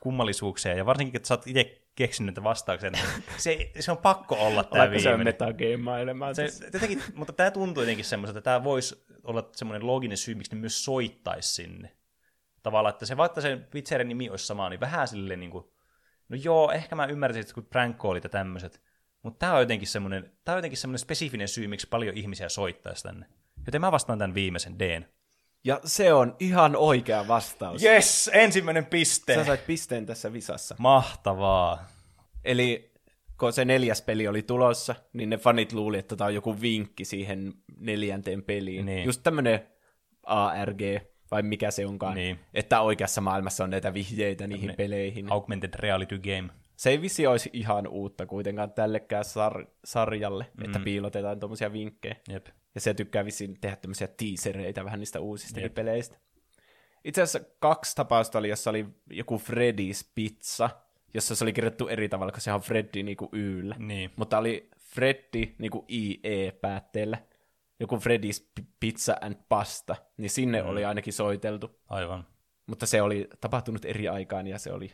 kummallisuuksia, ja varsinkin, että sä oot itse keksinyt näitä vastauksia, niin se, se on pakko olla tämä Vaikka se on viimeinen. metagamailemaan. Se, jotenkin, mutta tämä tuntuu jotenkin semmoiselta, että tämä voisi olla semmoinen looginen syy, miksi ne myös soittaisi sinne. Tavallaan, että se vaikka se Witcherin nimi olisi sama, niin vähän silleen niin kuin, no joo, ehkä mä ymmärsin, että kun prank callit ja tämmöiset, mutta tämä on jotenkin semmoinen, tämä on jotenkin semmoinen spesifinen syy, miksi paljon ihmisiä soittaisi tänne. Joten mä vastaan tämän viimeisen D:n. Ja se on ihan oikea vastaus. Yes, ensimmäinen piste. Sä sait pisteen tässä visassa. Mahtavaa. Eli kun se neljäs peli oli tulossa, niin ne fanit luuli, että tämä on joku vinkki siihen neljänteen peliin. Niin. Just tämmöinen A R G, vai mikä se onkaan, Niin. että oikeassa maailmassa on näitä vihjeitä niihin Ne, peleihin. Augmented reality game. Se ei vissi olisi ihan uutta kuitenkaan tällekään sar- sarjalle, mm. että piilotetaan tuommoisia vinkkejä. Jep. Ja se tykkää vissiin tehdä tämmöisiä teasereitä vähän niistä uusistakin Jep. peleistä. Itse asiassa kaksi tapausta oli, jossa oli joku Freddy's Pizza, jossa se oli kirjoittu eri tavalla, kun se on Freddy niinku Yllä. Niin. Mutta oli Freddy niinku I E-päätteellä. Joku Freddy's Pizza and Pasta, niin sinne mm. oli ainakin soiteltu. Aivan. Mutta se oli tapahtunut eri aikaan ja se oli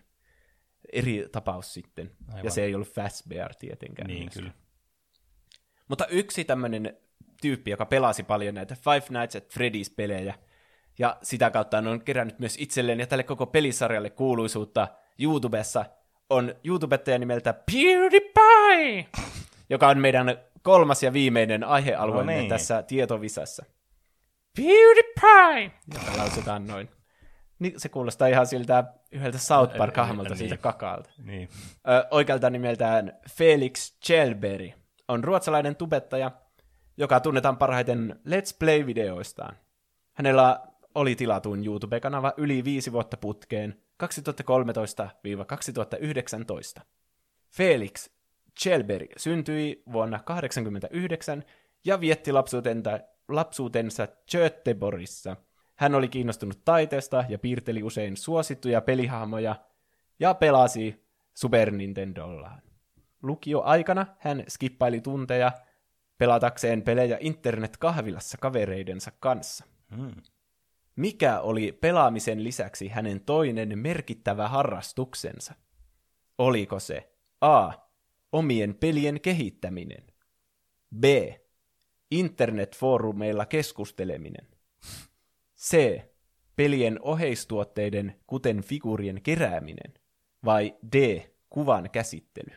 eri tapaus sitten. Aivan. Ja se ei ollut Fazbear tietenkään. Niin, myöskään. kyllä. Mutta yksi tämmöinen tyyppi, joka pelasi paljon näitä Five Nights at Freddy's pelejä, ja sitä kautta on kerännyt myös itselleen ja tälle koko pelisarjalle kuuluisuutta YouTubessa, on YouTubettaja nimeltä PewDiePie, joka on meidän kolmas ja viimeinen aihealueemme no niin. tässä tietovisassa. PewDiePie! Joka lausutaan noin. Niin se kuulostaa ihan siltä yhdeltä South Park-hahmolta, niin. siltä kakaalta. Niin. Ö, oikealta nimeltään Felix Kjellberg on ruotsalainen tubettaja, joka tunnetaan parhaiten Let's Play-videoistaan. Hänellä oli tilatuin YouTube-kanava yli viisi vuotta putkeen kaksituhattakolmetoista kaksituhattayhdeksäntoista. Felix Kjellberg syntyi vuonna tuhatyhdeksänsataakahdeksankymmentäyhdeksän ja vietti lapsuutensa, lapsuutensa Göteborgissa. Hän oli kiinnostunut taiteesta ja piirteli usein suosittuja pelihahmoja ja pelasi Super Nintendollaan. Lukioaikana hän skippaili tunteja pelatakseen pelejä internet-kahvilassa kavereidensa kanssa. Hmm. Mikä oli pelaamisen lisäksi hänen toinen merkittävä harrastuksensa? Oliko se A. Omien pelien kehittäminen, B. Internetfoorumeilla keskusteleminen, C. Pelien oheistuotteiden, kuten figuurien kerääminen, vai D. Kuvan käsittely?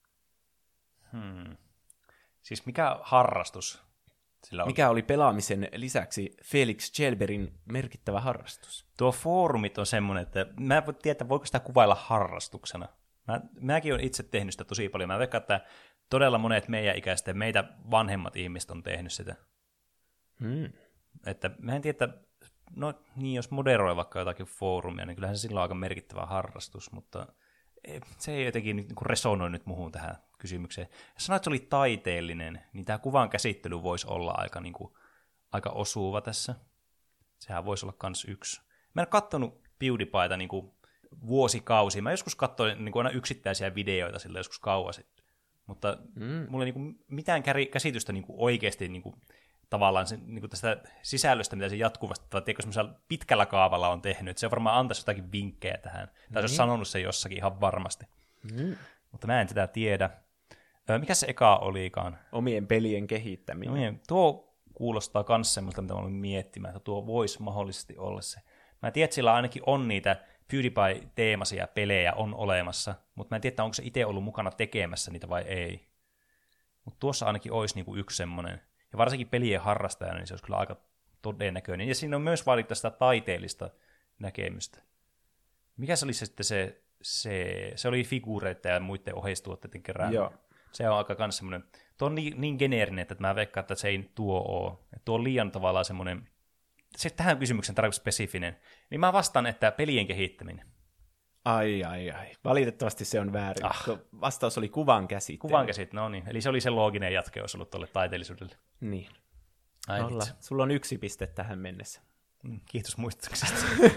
Hmm. Siis mikä harrastus sillä on? Mikä oli pelaamisen lisäksi Felix Kjellbergin merkittävä harrastus? Tuo foorumit on semmoinen, että mä en voi tietää, voiko sitä kuvailla harrastuksena. Mä, mäkin olen itse tehnyt sitä tosi paljon. Mä veikkaan, että todella monet meidän ikäiset ja meitä vanhemmat ihmiset on tehnyt sitä. Hmm. Että mä en tiedä, no niin, jos moderoi vaikka jotakin foorumia, niin kyllähän se sillä on aika merkittävä harrastus, mutta se ei jotenkin niin kuin resonoi nyt muhun tähän kysymykseen. Jos sanoit, että se oli taiteellinen, niin tämä kuvan käsittely voisi olla aika, niin kuin, aika osuva tässä. Sehän voisi olla kans yksi. Mä en katsonut PewDiePieta niin kuin vuosikausia. Mä joskus katsoin niin kuin aina yksittäisiä videoita sillä joskus kauan sitten. Mutta mm. mulla ei niin kuin mitään käsitystä niin kuin oikeasti niin kuin, tavallaan se, niin kuin tästä sisällöstä, mitä se jatkuvasti, tai tiedätkö, semmoisella pitkällä kaavalla on tehnyt. Että se varmaan antaisi jotakin vinkkejä tähän. Tai mm. se olisi sanonut sen jossakin ihan varmasti. Mm. Mutta mä en tätä tiedä. Mikä se eka olikaan? Omien pelien kehittäminen. Omien, tuo kuulostaa myös semmoista, mitä mä olin miettimään, että tuo voisi mahdollisesti olla se. Mä tiedän, että sillä ainakin on niitä PewDiePie-teemaisia pelejä on olemassa, mutta mä en tiedä, onko se itse ollut mukana tekemässä niitä vai ei. Mutta tuossa ainakin olisi niinku yksi semmoinen. Ja varsinkin pelien harrastajana, niin se olisi kyllä aika todennäköinen. Ja siinä on myös valittu sitä taiteellista näkemystä. Mikä se oli se sitten se, se, se oli figuureita ja muiden oheistuotteiden kerran. Joo. Se on aika kans semmoinen, tuo on niin, niin geneerinen, että mä veikkaan, että se ei tuo ole. Tuo on liian tavallaan semmoinen, se tähän kysymykseen tarkoittaa spesifinen. Niin mä vastaan, että pelien kehittäminen. Ai, ai, ai. Valitettavasti se on väärin. Ah. Vastaus oli kuvan käsittely. Kuvan käsittely, no niin. Eli se oli se looginen jatke, olisi ollut tuolle taiteellisuudelle. Niin. Ai Olla. Sulla on yksi piste tähän mennessä. Kiitos muistutuksesta.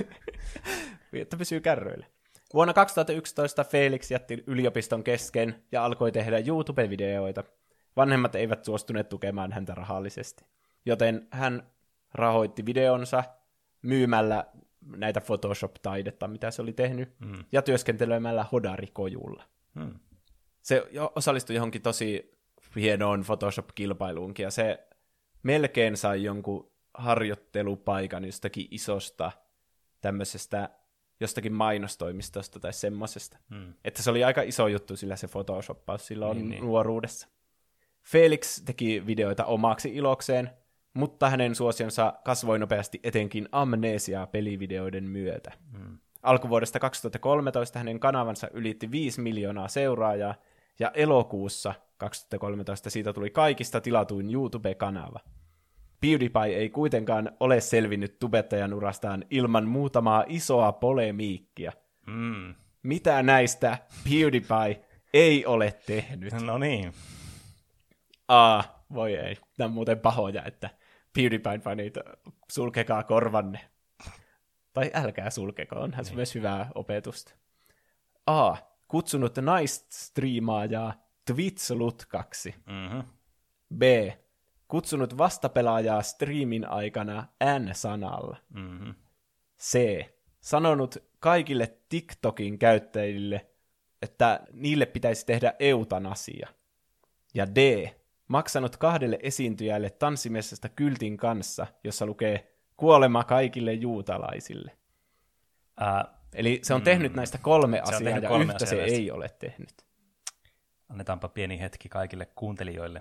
Että pysyy kärryillä. Vuonna kaksituhattayksitoista Felix jätti yliopiston kesken ja alkoi tehdä YouTube-videoita. Vanhemmat eivät suostuneet tukemaan häntä rahallisesti, joten hän rahoitti videonsa myymällä näitä Photoshop-taidetta, mitä se oli tehnyt, Mm. ja työskentelemällä Hodari-kojulla. Mm. Se jo- osallistui johonkin tosi hienoon Photoshop-kilpailuunkin, ja se melkein sai jonkun harjoittelupaikan jostakin isosta tämmöisestä jostakin mainostoimistosta tai semmosesta. Mm. Että se oli aika iso juttu sillä se Photoshoppaus silloin Niin, niin. nuoruudessa. Felix teki videoita omaksi ilokseen, mutta hänen suosionsa kasvoi nopeasti etenkin amnesia-pelivideoiden myötä. Mm. Alkuvuodesta kaksituhattakolmetoista hänen kanavansa ylitti viisi miljoonaa seuraajaa, ja elokuussa kaksituhattakolmetoista siitä tuli kaikista tilatuin YouTube-kanava. PewDiePie ei kuitenkaan ole selvinnyt tubettajan urastaan ilman muutamaa isoa polemiikkia. Mm. Mitä näistä PewDiePie ei ole tehnyt? No niin. Aa, voi ei. Nämä on muuten pahoja, että PewDiePie-fanit, sulkekaa korvanne. Tai älkää sulkeko, onhan se myös hyvää opetusta. A. Kutsunut naisstriimaajaa Twitch-lutkaksi. Mm-hmm. B. Kutsunut vastapelaajaa striimin aikana N-sanalla. Mm-hmm. C. Sanonut kaikille TikTokin käyttäjille, että niille pitäisi tehdä eutanasia. Ja D. Maksanut kahdelle esiintyjälle tanssimessasta kyltin kanssa, jossa lukee kuolema kaikille juutalaisille. Uh, Eli se on tehnyt mm, näistä kolme se on asiaa, tehnyt ja kolme yhtä asiaa se näistä. ei ole tehnyt. Annetaanpa pieni hetki kaikille kuuntelijoille.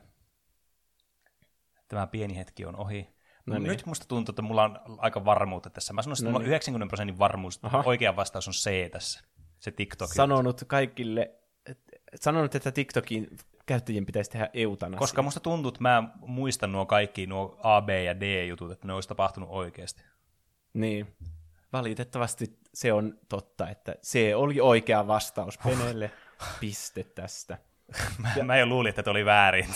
Tämä pieni hetki on ohi. No No niin. nyt musta tuntuu, että mulla on aika varmuutta tässä. Mä sanoisin, että No mulla on niin. yhdeksänkymmentä prosentin varmuus, että Aha. oikea vastaus on C tässä. Se TikTok. Sanonut kaikille, et- sanonut, että TikTokin käyttäjien pitäisi tehdä eutanasia. Koska musta tuntuu, että mä muistan nuo kaikki, nuo A, B ja D-jutut, että ne olisi tapahtunut oikeasti. Niin. Valitettavasti se on totta, että se oli oikea vastaus Penelle. Piste tästä. Mä, mä jo luulin, että tämä oli väärin.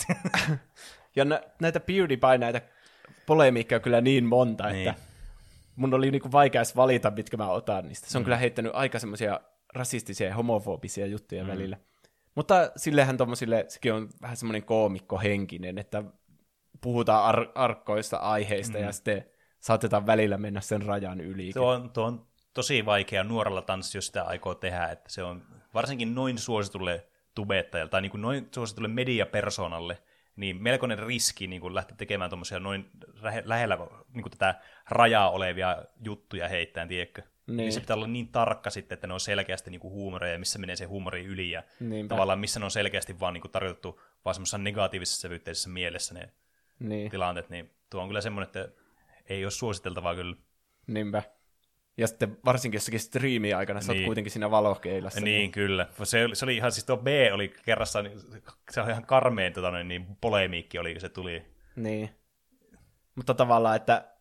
Ja nä- näitä PewDiePie, näitä polemiikkaa on kyllä niin monta, Niin. että mun oli niinku vaikea edes valita, mitkä mä otan niistä. Se on mm. kyllä heittänyt aika semmoisia rasistisia ja homofobisia juttuja mm. välillä. Mutta sillehän tommosille, sekin on vähän semmoinen koomikkohenkinen, että puhutaan ar- arkkoista aiheista mm. ja sitten saatetaan välillä mennä sen rajan yli. Tuo on, tuo on tosi vaikea nuorella tanssi, jos sitä aikoo tehdä. Että se on varsinkin noin suositulle tubettajalle tai niin kuin noin suositulle mediapersoonalle, niin melkoinen riski niin kuin lähteä tekemään tuommoisia noin lähe- lähellä niin kuin tätä rajaa olevia juttuja heittäen, tiedätkö? Niin. Niin se pitää olla niin tarkka sitten, että ne on selkeästi niin kuin huumoreja, missä menee se huumori yli, ja Niinpä. tavallaan missä ne on selkeästi vaan niin kuin tarkoitettu vaan semmoisessa negatiivisessa sävytteisessä mielessä ne Niin, tilanteet, niin tuo on kyllä semmoinen, että ei ole suositeltavaa kyllä. niinpä. Ja sitten varsinkin jossakin striimiä aikana, sä oot Niin. kuitenkin siinä valokeilassa. Niin, kyllä. Se oli, se oli ihan, siis tuo B oli kerrassaan, se oli ihan karmeen tota, noin, niin polemiikki oli, kun se tuli. Niin. Mutta tavallaan, että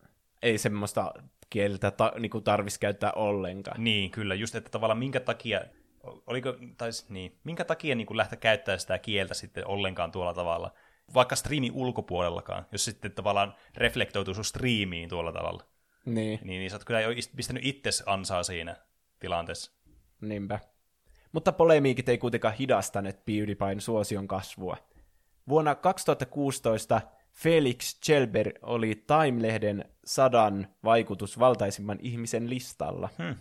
ei semmoista kieltä ta, niinku tarvitsisi käyttää ollenkaan. Niin, kyllä. Just, että tavallaan minkä takia, oliko, tai niin, minkä takia niin lähteä käyttämään sitä kieltä sitten ollenkaan tuolla tavalla, vaikka striimin ulkopuolellakaan, jos sitten tavallaan reflektoituu sun striimiin tuolla tavalla. Niin, Niin, niin sä oot kyllä jo ist- pistänyt itses ansaa siinä tilanteessa. niinpä. Mutta polemiikit ei kuitenkaan hidastaneet PewDiePien suosion kasvua. Vuonna kaksituhattakuusitoista Felix Chelber oli Time-lehden sadan vaikutusvaltaisimman ihmisen listalla. Hmm.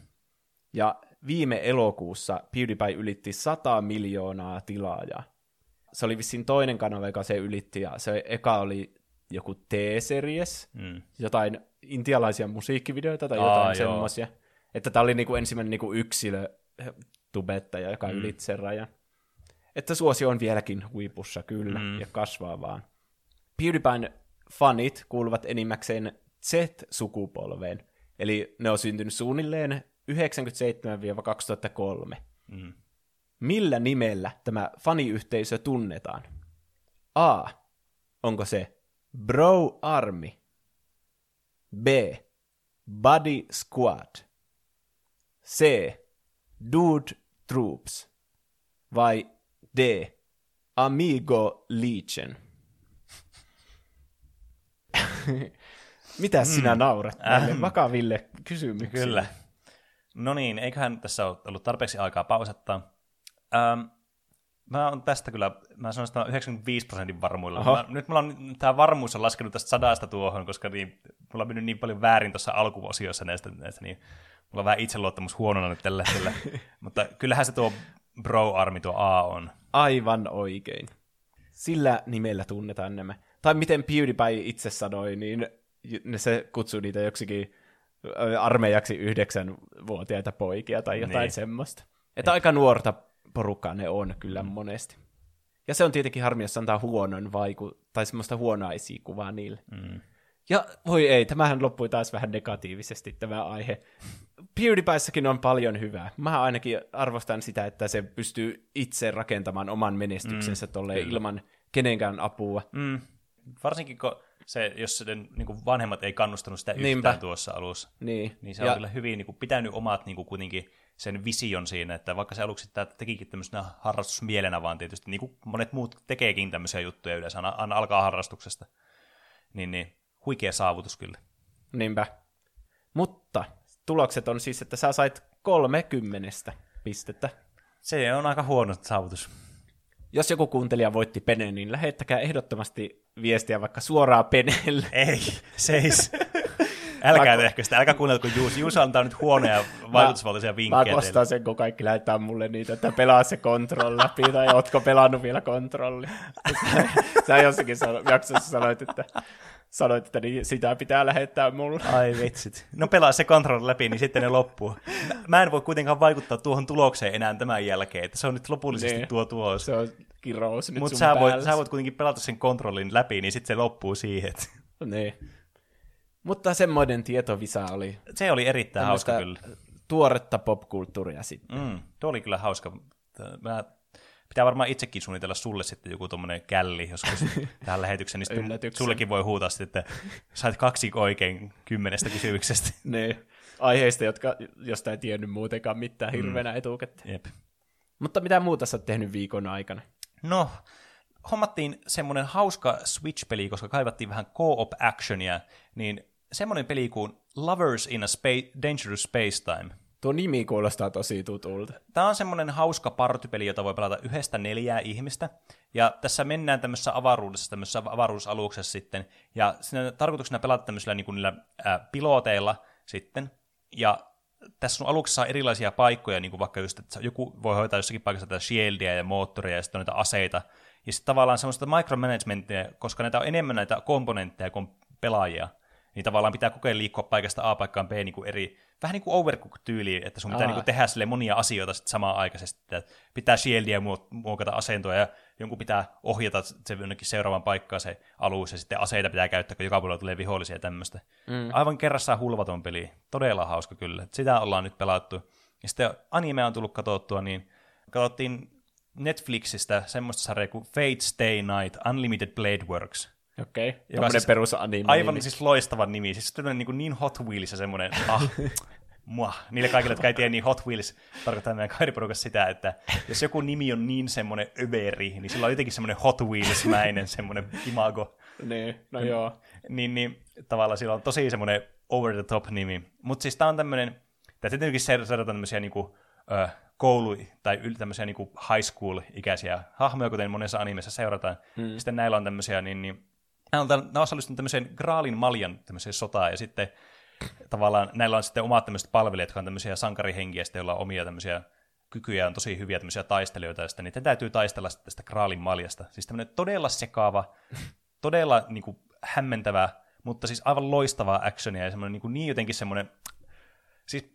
Ja viime elokuussa PewDiePie ylitti sata miljoonaa tilaajaa. Se oli vissiin toinen kanava, joka se ylitti, ja se eka oli joku T-series, Hmm. jotain intialaisia musiikkivideoita tai Aa, jotain joo. semmoisia. Että tämä oli niinku ensimmäinen niinku yksilö tubettaja, joka mm. ylitti sen rajan. Että suosio on vieläkin huipussa kyllä, mm. ja kasvaa vaan. PewDiePien fanit kuuluvat enimmäkseen Z-sukupolveen, eli ne on syntynyt suunnilleen yhdeksänkymmentäseitsemän kaksituhattakolme. Hmm. Millä nimellä tämä faniyhteisö tunnetaan? A. Onko se Bro Army? B. Buddy Squad? C. Dude Troops? Vai D. Amigo Legion? Mitä sinä naurat näille vakaville kysymyksille? Kyllä. No niin, eiköhän tässä ole ollut tarpeeksi aikaa pausattaa. Ähm, Mä oon tästä kyllä, mä sanon sitä yhdeksänkymmentäviisi prosentin varmuilla. Mä, nyt mulla on, tää varmuus on laskenut tästä sadasta tuohon, koska niin, mulla on mennyt niin paljon väärin tuossa alkuosiossa näistä, näistä niin mulla on vähän itseluottamus huonona nyt tällä hetkellä. Mutta kyllähän se tuo Bro-armi, tuo A on. Aivan oikein. Sillä nimellä tunnetaan nämä. Tai miten PewDiePie itse sanoi, niin se kutsui niitä joksikin armeijaksi yhdeksänvuotiaita poikia tai jotain niin. semmoista. Että Et. aika nuorta porukkaa ne on kyllä mm. monesti. Ja se on tietenkin harmi, jos antaa huonon vaiku- tai semmoista huonoa esikuvaa niille. Mm. Ja voi ei, tämähän loppui taas vähän negatiivisesti tämä aihe. PewDiePiessakin on paljon hyvää. Mä ainakin arvostan sitä, että se pystyy itse rakentamaan oman menestyksensä mm, tolleen ilman kenenkään apua. Mm. Varsinkin kun se, jos se, niin kuin vanhemmat ei kannustanut sitä yhtään Niinpä. tuossa alussa, niin, niin se on ja... kyllä hyvin niin kuin, pitänyt omat niin kuin, kuitenkin sen vision siinä, että vaikka se aluksi tämä tekikin tämmöisenä harrastusmielenä vaan tietysti, niin kuin monet muut tekeekin tämmöisiä juttuja yleensä, aina alkaa harrastuksesta, niin, niin huikea saavutus kyllä. Niinpä. Mutta tulokset on siis, että sä sait kolmekymmentä pistettä. Se on aika huono saavutus. Jos joku kuuntelija voitti Peneen, niin lähettäkää ehdottomasti viestiä vaikka suoraan Peneelle. Ei, seis. Älkää tehkö sitä, älkää kuunnelko Juus. Juus antaa nyt huonoja vaikutusvaltaisia vinkkejä. Mä kostan sen, kun kaikki lähettää mulle niitä, että pelaa se Control läpi, tai ootko pelannut vielä Controlli. Sä jossakin jaksossa sanoit, että, sanoit, että niin sitä pitää lähettää mulle. Ai vitsit. No pelaa se Control läpi, niin sitten ne loppuu. Mä en voi kuitenkaan vaikuttaa tuohon tulokseen enää tämän jälkeen, että se on nyt lopullisesti niin. tuo tulos. Se on kirous nyt Mut sun sä päällä. Voit, sä voit kuitenkin pelata sen Controlin läpi, niin sitten se loppuu siihen. Niin. Mutta semmoinen tietovisa oli. Se oli erittäin hauska kyllä. Tuoretta popkulttuuria sitten. Mm, tuo oli kyllä hauska. Mä pitää varmaan itsekin suunnitella sulle sitten joku tommonen källi joskus tähän lähetykseen, niin sullekin voi huutaa sitten, että sait kaksi oikein kymmenestä kysymyksestä. Niin, aiheista, jotka, josta ei tiennyt muutenkaan mitään hirveänä mm. etukäteen. Jep. Mutta mitä muuta sä oot tehnyt viikon aikana? No, hommattiin semmoinen hauska Switch-peli, koska kaivattiin vähän co-op actionia, niin semmoinen peli kuin Lovers in a Spa- Dangerous Spacetime. Tuo nimi kuulostaa tosi tutulta. Tämä on semmoinen hauska partypeli, jota voi pelata yhdestä neljää ihmistä. Ja tässä mennään tämmöisessä avaruudessa, tämmöisessä avaruusaluksessa sitten. Ja siinä tarkoituksena pelata tämmöisillä niin kuin niillä ää, piloteilla sitten. Ja tässä sun aluksessa on erilaisia paikkoja, niin kuin vaikka just, että joku voi hoitaa jossakin paikassa tätä shieldia ja moottoria ja sitten on näitä aseita. Ja sitten tavallaan semmoista micromanagementia, koska näitä on enemmän näitä komponentteja kuin pelaajia. Niin tavallaan pitää kokea liikkua paikasta A paikkaan B niin kuin eri, vähän niin kuin Overcooked-tyyliin, että sun pitää niin kuin tehdä sille monia asioita sitten samaan aikaisesti. Että pitää shieldia muokata asentoa ja jonkun pitää ohjata se jonnekin seuraavaan paikkaan se alus ja sitten aseita pitää käyttää, kun joka puolella tulee vihollisia ja tämmöistä. Mm. Aivan kerrassaan hulvaton peli. Todella hauska kyllä. Sitä ollaan nyt pelattu. Ja sitten anime on tullut katsottua, niin katsottiin Netflixistä semmoista sarjaa kuin Fate Stay Night Unlimited Blade Works. Okei, okay. Tämmöinen siis perusanime. Aivan siis loistava nimi. Siis se on niin, niin Hot Wheels ja semmoinen, ah, mua. Niille kaikille, jotka ei tiedä, niin Hot Wheels tarkoittaa meidän kaveriporukassa sitä, että jos joku nimi on niin semmoinen överi, niin sillä on jotenkin semmoinen Hot Wheels-mäinen semmoinen imago. Niin, no joo. Niin, niin tavallaan sillä on tosi semmoinen over the top nimi. Mutta siis tää on tämmöinen, tää tietenkin seurataan tämmöisiä niinku, ö, koulu- tai tämmöisiä niinku high school-ikäisiä hahmoja, kuten monessa animessa seurataan. Mm. Sitten näillä on tämmöisiä, niin, niin nämä on osallistunut tämmöiseen Graalin Maljan tämmöiseen sotaan, ja sitten tavallaan näillä on sitten omat tämmöiset palvelijat, jotka on tämmöisiä sankarihenkiä, joilla on omia tämmöisiä kykyjä, on tosi hyviä tämmöisiä taistelijoita, ja sitten niitä täytyy taistella sitten tästä Graalin Maljasta. Siis tämmöinen todella sekaava, todella niin kuin, hämmentävä, mutta siis aivan loistavaa actionia, ja semmoinen niin, kuin, niin jotenkin semmoinen, siis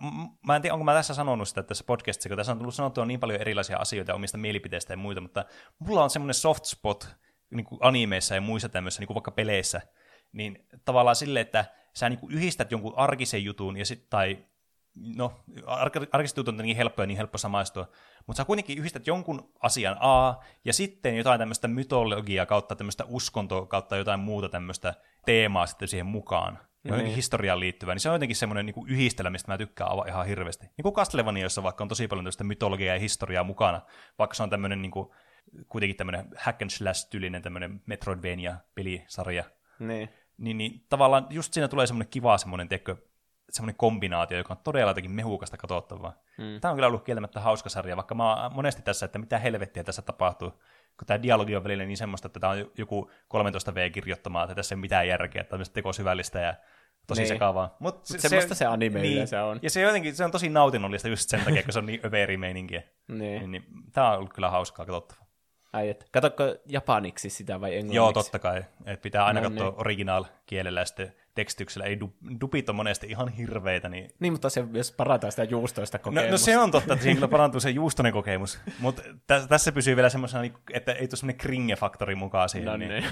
mä en tiedä, onko mä tässä sanonut sitä tässä podcastissa, kun tässä on tullut sanottua niin paljon erilaisia asioita omista mielipiteistä ja muita, mutta mulla on semmoinen soft spot, niin kuin animeissa ja muissa tämmöisissä, niin kuin vaikka peleissä, niin tavallaan silleen, että sä niin kuin yhdistät jonkun arkisen jutun, ja sit, tai no, ar- arkiset jutut on niin helppoja, niin helppo samaistua, mutta sä kuitenkin yhdistät jonkun asian A, ja sitten jotain tämmöistä mytologiaa kautta tämmöistä uskontoa kautta jotain muuta tämmöistä teemaa sitten siihen mukaan, johonkin mm-hmm. historiaan liittyvää, niin se on jotenkin semmoinen niin kuin yhdistelmä, mistä mä tykkään aivan ihan hirveästi. Niin kuin Castlevania, jossa vaikka on tosi paljon tämmöistä mytologiaa ja historiaa mukana, vaikka se on tämmöinen niin kuin kuitenkin tämmöinen hack and slash-tyylinen tämmöinen Metroidvania-pelisarja. Niin. Niin, niin tavallaan just siinä tulee semmoinen kiva semmoinen, tekkö, semmoinen kombinaatio, joka on todella jotenkin mehukasta katsottavaa. Mm. Tämä on kyllä ollut kieltämättä hauska sarja, vaikka mä oon monesti tässä, että mitä helvettiä tässä tapahtuu, kun tämä dialogi on välillä niin semmoista, että tämä on joku kolmetoista vuotta kirjoittamaa, että tässä ei ole mitään järkeä, että on tekosyvällistä ja tosi niin. sekavaa. Mut se, semmoista se anime niin, se on. Ja se, jotenkin, se on tosi nautinnollista just sen takia, kun se on niin överi meininkiä. niin. Niin, niin, tämä on ollut kyllä hauskaa katsottavaa. Ai et, katsotko japaniksi sitä vai englanniksi? Joo, totta kai. Et pitää aina no, katsoa niin. original-kielellä ja sitten tekstityksellä. Ei du- dupit on monesti ihan hirveitä. Niin, niin mutta se myös parantaa sitä juustoista kokemusta. No, no se on totta, että siinä kyllä parantuu se juustoinen kokemus. Mutta tä- tässä pysyy vielä semmoisena, että ei tule semmoinen kringe-faktori mukaan siihen. No niin. niin.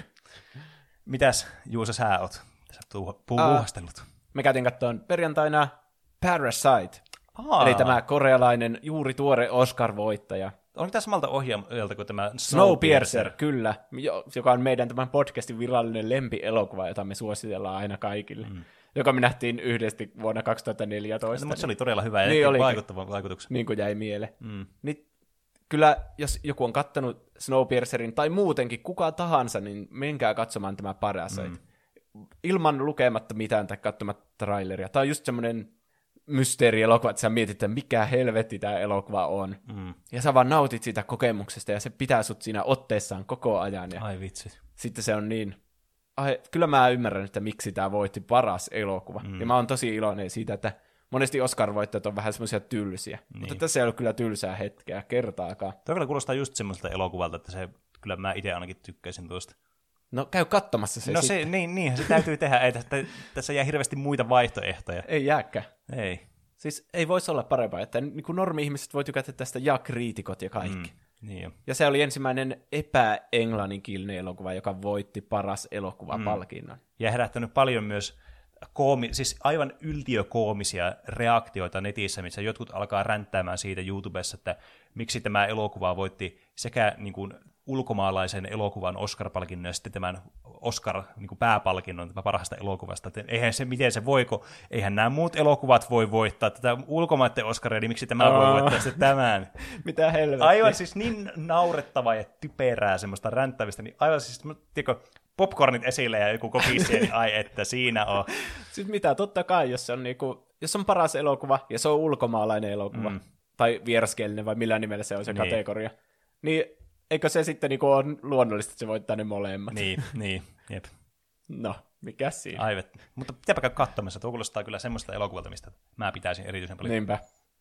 Mitäs, Juuso, sä oot tässä puuh- puuhastellut? Uh, me käytiin katsomaan perjantaina Parasite. Aa. Eli tämä korealainen juuri tuore Oscar-voittaja. Onko tämä samalta ohjaajalta kuin tämä Snowpiercer? Snowpiercer, kyllä, joka on meidän tämän podcastin virallinen lempielokuva, jota me suositellaan aina kaikille. Mm. Joka me nähtiin yhdessä vuonna kaksituhattaneljätoista. No, mutta se oli todella hyvä ja niin vaikuttava vaikutuksen. Niin kuin jäi mieleen. Mm. Niin, kyllä, jos joku on kattonut Snowpiercerin tai muutenkin kuka tahansa, niin menkää katsomaan tämä Parasite. Mm. Ilman lukematta mitään tai katsomatta traileria. Tämä on just semmoinen mysteerielokuva, että sä mietit, että mikä helvetti tämä elokuva on. Mm. Ja sä vaan nautit siitä kokemuksesta, ja se pitää sut siinä otteessaan koko ajan. Ja ai vitsi. sitten se on niin... Ai, kyllä mä ymmärrän, että miksi tämä voitti paras elokuva. Mm. Ja mä oon tosi iloinen siitä, että monesti Oscar-voittajat on vähän semmoisia tylsiä. Niin. Mutta tässä ei ollut kyllä tylsää hetkeä kertaakaan. Tuo kyllä kuulostaa just semmoiselta elokuvalta, että se, kyllä mä itse ainakin tykkäisin tuosta. No käy katsomassa se No sitten. se, niin, niin, se täytyy tehdä. Ei, tästä, tässä jää hirveästi muita vaihtoehtoja. Ei jääkään. Ei. Siis ei voisi olla parempaa, että niin kuin normi-ihmiset voi tykätä tästä ja kriitikot ja kaikki. Mm, niin jo. Ja se oli ensimmäinen epä-englanninkielinen elokuva, joka voitti paras elokuvapalkinnon. Mm. Ja herättänyt paljon myös koomi, siis aivan yltiökoomisia reaktioita netissä, missä jotkut alkaa ränttäämään siitä YouTubessa, että miksi tämä elokuva voitti sekä niin kuin ulkomaalaisen elokuvan Oscar-palkinnon ja sitten tämän Oscar-pääpalkinnon niin parhaasta elokuvasta. Että eihän se, miten se voiko, eihän nämä muut elokuvat voi voittaa tätä ulkomaiden Oscaria, niin miksi tämä oh. voi voittaa sitten tämän? Mitä helvettiä. Aivan siis niin naurettavaa ja typerää semmoista ränttävistä, niin aivan siis, tiedätkö, popcornit esille ja joku kokisi, niin ai että siinä on. Siis mitä, totta kai, jos on, niinku, jos on paras elokuva ja se on ulkomaalainen elokuva, mm. tai vieraskielinen vai millä nimellä se on se niin. kategoria, niin eikö se sitten niinku ole luonnollista, että se voittaa ne molemmat? Niin, niin, jep. No, mikä siinä? Aivan. Mutta pitääpä käydä katsomassa, tuo kuulostaa kyllä semmoista elokuvalta, mistä mä pitäisin erityisen paljon. Niinpä.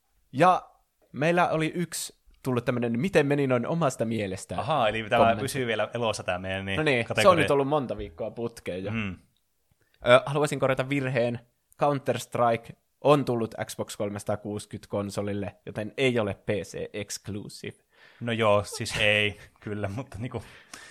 Ja meillä oli yksi tullut tämmöinen, miten meni noin omasta mielestään. Ahaa, eli tämä pysyy vielä elossa tämä meidän niin, no niin, kategoria. Se on nyt ollut monta viikkoa putkeen jo. Mm. Ö, haluaisin korjata virheen. Counter-Strike on tullut Xbox kolmesataakuusikymmentä-konsolille, joten ei ole P C-exclusive. No joo, siis ei, kyllä, mutta niinku...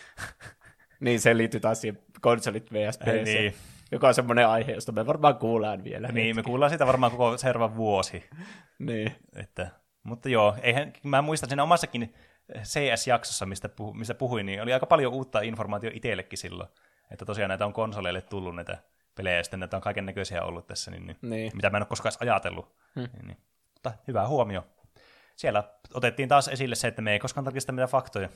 niin, se liittyy taas siihen konsolit versus P C, niin. joka on semmoinen aihe, josta me varmaan kuullaan vielä. Niin, hetki. Me kuullaan sitä varmaan koko seuraava vuosi. niin. Että, mutta joo, eihän, mä muistan siinä omassakin C S-jaksossa, mistä, puhu, mistä puhuin, niin oli aika paljon uutta informaatiota itsellekin silloin. Että tosiaan näitä on konsoleille tullut näitä pelejä, ja sitten näitä on kaiken näköisiä ollut tässä, niin, niin. mitä mä en ole koskaan ajatellut. Hmm. Niin, niin. Mutta hyvä huomio. Siellä otettiin taas esille se, että me ei koskaan tarkista mitään faktoja.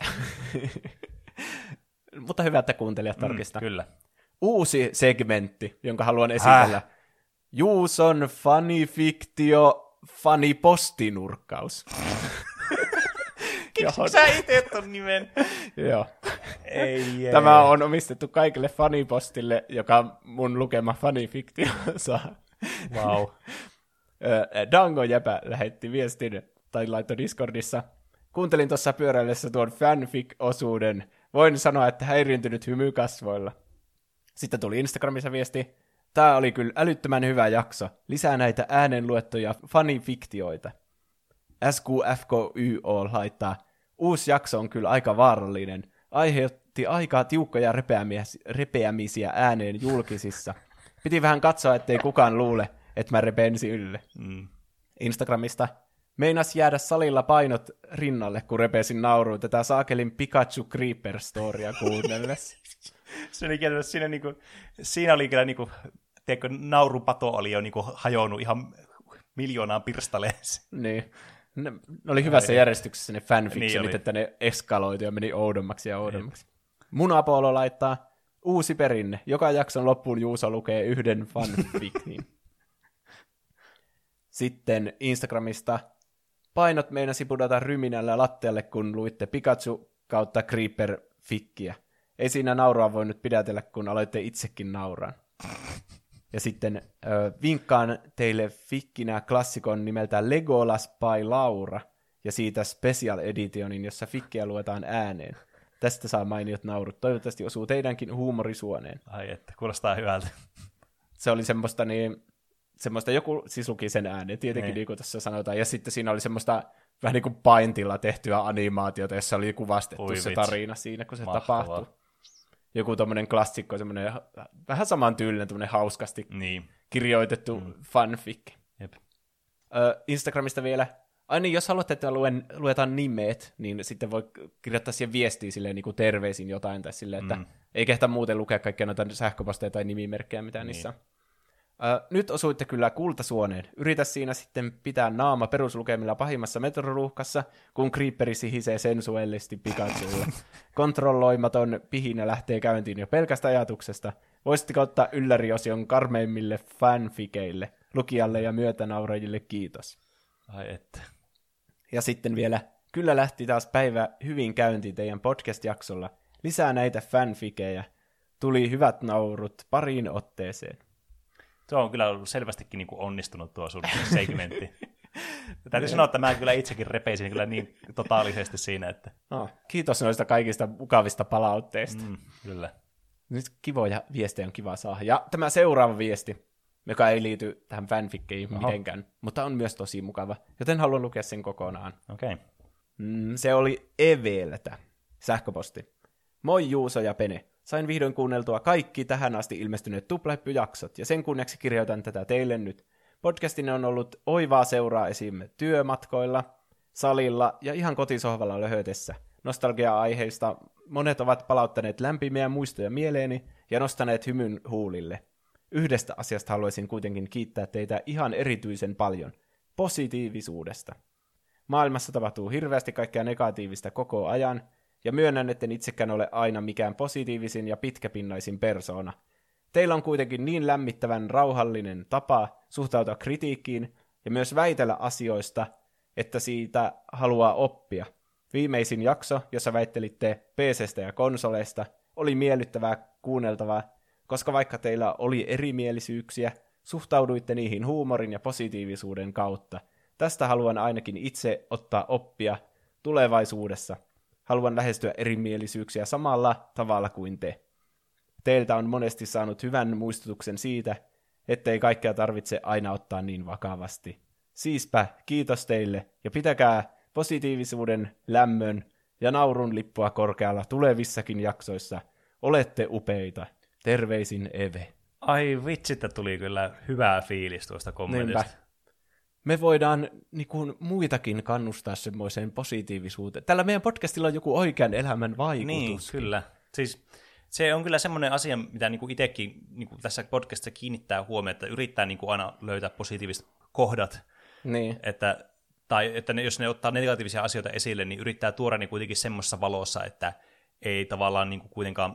Mutta hyvä, että kuuntelijat tarkistaa. Mm, kyllä. Uusi segmentti, jonka haluan esitellä. Häh? Juuson funny fiktio, funny postinurkkaus. Johon... Sä itse ton nimen. Joo. Ei, ei. Tämä on omistettu kaikille fanipostille, joka mun lukema fanifiktio saa. Wow. Dango Jäpä lähetti viestin, tai laittoi Discordissa. Kuuntelin tuossa pyöräillessä tuon fanfic-osuuden. Voin sanoa, että häiriintynyt hymy kasvoilla. Sitten tuli Instagramissa viesti. Tää oli kyllä älyttömän hyvä jakso. Lisää näitä äänenluettuja fanifiktioita. S Q F K Y O laittaa. Uusi jakso on kyllä aika vaarallinen. Aiheutti aika tiukkoja repeämisiä ääneen julkisissa. Piti vähän katsoa, ettei kukaan luule, että mä repensi ylle. Mm. Instagramista. Meinas jäädä salilla painot rinnalle, kun repesin nauruun tätä saakelin Pikachu Creeper-storia kuunnellessa. Se oli kyllä, siinä, niinku, siinä oli kyllä, niinku, tiedätkö, naurupato oli jo niinku, hajonnut ihan miljoonaan pirstaleeseen. Niin. Ne, ne oli hyvässä Ai, järjestyksessä ne fanfictionit, niin että ne eskaloitu ja meni oudommaksi ja oudommaksi. Munapolo laittaa uusi perinne. Joka jakson loppuun Juuso lukee yhden fanficin. Sitten Instagramista painot meinasi pudota ryminällä lattialle, kun luitte Pikachu kautta Creeper-fikkiä. Ei siinä nauraa voinut pidätellä, kun aloitte itsekin nauraa. Ja sitten äh, vinkkaan teille fikkinä klassikon nimeltä Legolas by Laura, ja siitä Special Editionin, jossa fikkiä luetaan ääneen. Tästä saa mainiot naurut. Toivottavasti osuu teidänkin huumorisuoneen. Ai että, kuulostaa hyvältä. Se oli semmoista niin... Semmoista joku siis luki sen äänen, tietenkin niin. niin kuin tässä sanotaan. Ja sitten siinä oli semmoista vähän niin kuin Paintilla tehtyä animaatiota, jossa oli kuvastettu Ui, se vitsi. tarina siinä, kun se Mahtavaa. tapahtui. Joku tommonen klassikko, semmoinen vähän samantyylinen, tommonen hauskasti niin. kirjoitettu mm. fanfic. Jep. Ö, Instagramista vielä. Ai niin, jos haluatte, että luen, luetaan nimet, niin sitten voi kirjoittaa siihen viestiä silleen niin kuin terveisin jotain, tai silleen, että mm. ei kehtaa muuten lukea kaikkia noita sähköposteja tai nimimerkkejä, mitä niin. niissä on. Uh, nyt osuitte kyllä kultasuoneen. Yritä siinä sitten pitää naama peruslukemilla pahimmassa metroruuhkassa, kun Creeperi sihisee sensuellisesti Pikachulla. Kontrolloimaton pihinä lähtee käyntiin jo pelkästä ajatuksesta. Voisitteko ottaa ylläriosion karmeimmille fanfikeille, lukijalle ja myötänaurajille kiitos. Ai että. Ja sitten vielä, kyllä lähti taas päivä hyvin käyntiin teidän podcast-jaksolla. Lisää näitä fanfikejä. Tuli hyvät naurut pariin otteeseen. Tuo on kyllä ollut selvästikin niin kuin onnistunut tuo sun segmentti. Täytyy sanoa, että mä kyllä itsekin repeisin kyllä niin totaalisesti siinä, että... No, kiitos noista kaikista mukavista palautteista. Mm, kyllä. Nyt kivoja viestejä on kiva saada. Ja tämä seuraava viesti, joka ei liity tähän fanfikkeihin Oho. mitenkään, mutta on myös tosi mukava, joten haluan lukea sen kokonaan. Okei. Okay. Mm, se oli Eveltä. Sähköposti. Moi Juuso ja Pene. Sain vihdoin kuunneltua kaikki tähän asti ilmestyneet Tuplahyppy-jaksot, ja sen kunniaksi kirjoitan tätä teille nyt. Podcastinne on ollut oivaa seuraa esim. Työmatkoilla, salilla ja ihan kotisohvalla löhötessä. Nostalgia-aiheista monet ovat palauttaneet lämpimiä muistoja mieleeni ja nostaneet hymyn huulille. Yhdestä asiasta haluaisin kuitenkin kiittää teitä ihan erityisen paljon. Positiivisuudesta. Maailmassa tapahtuu hirveästi kaikkea negatiivista koko ajan, ja myönnän, etten itsekään ole aina mikään positiivisin ja pitkäpinnaisin persoona. Teillä on kuitenkin niin lämmittävän rauhallinen tapa suhtautua kritiikkiin ja myös väitellä asioista, että siitä haluaa oppia. Viimeisin jakso, jossa väittelitte P C:stä ja konsoleista, oli miellyttävää kuunneltavaa, koska vaikka teillä oli erimielisyyksiä, suhtauduitte niihin huumorin ja positiivisuuden kautta. Tästä haluan ainakin itse ottaa oppia tulevaisuudessa. Haluan lähestyä erimielisyyksiä samalla tavalla kuin te. Teiltä on monesti saanut hyvän muistutuksen siitä, ettei kaikkea tarvitse aina ottaa niin vakavasti. Siispä kiitos teille ja pitäkää positiivisuuden, lämmön ja naurun lippua korkealla tulevissakin jaksoissa. Olette upeita. Terveisin Eve. Ai vitsi, että tuli kyllä hyvää fiilis tuosta kommentista. Niinpä. Me voidaan niin kuin, muitakin kannustaa semmoiseen positiivisuuteen. Tällä meidän podcastilla on joku oikean elämän vaikutus. Niin, kyllä. Siis se on kyllä semmoinen asia, mitä niin kuin itsekin niin kuin tässä podcastissa kiinnittää huomioon, että yrittää niin kuin aina löytää positiiviset kohdat. Niin. Että, tai että ne, jos ne ottaa negatiivisia asioita esille, niin yrittää tuoda ne kuitenkin semmoisessa valossa, että ei tavallaan niin kuin kuitenkaan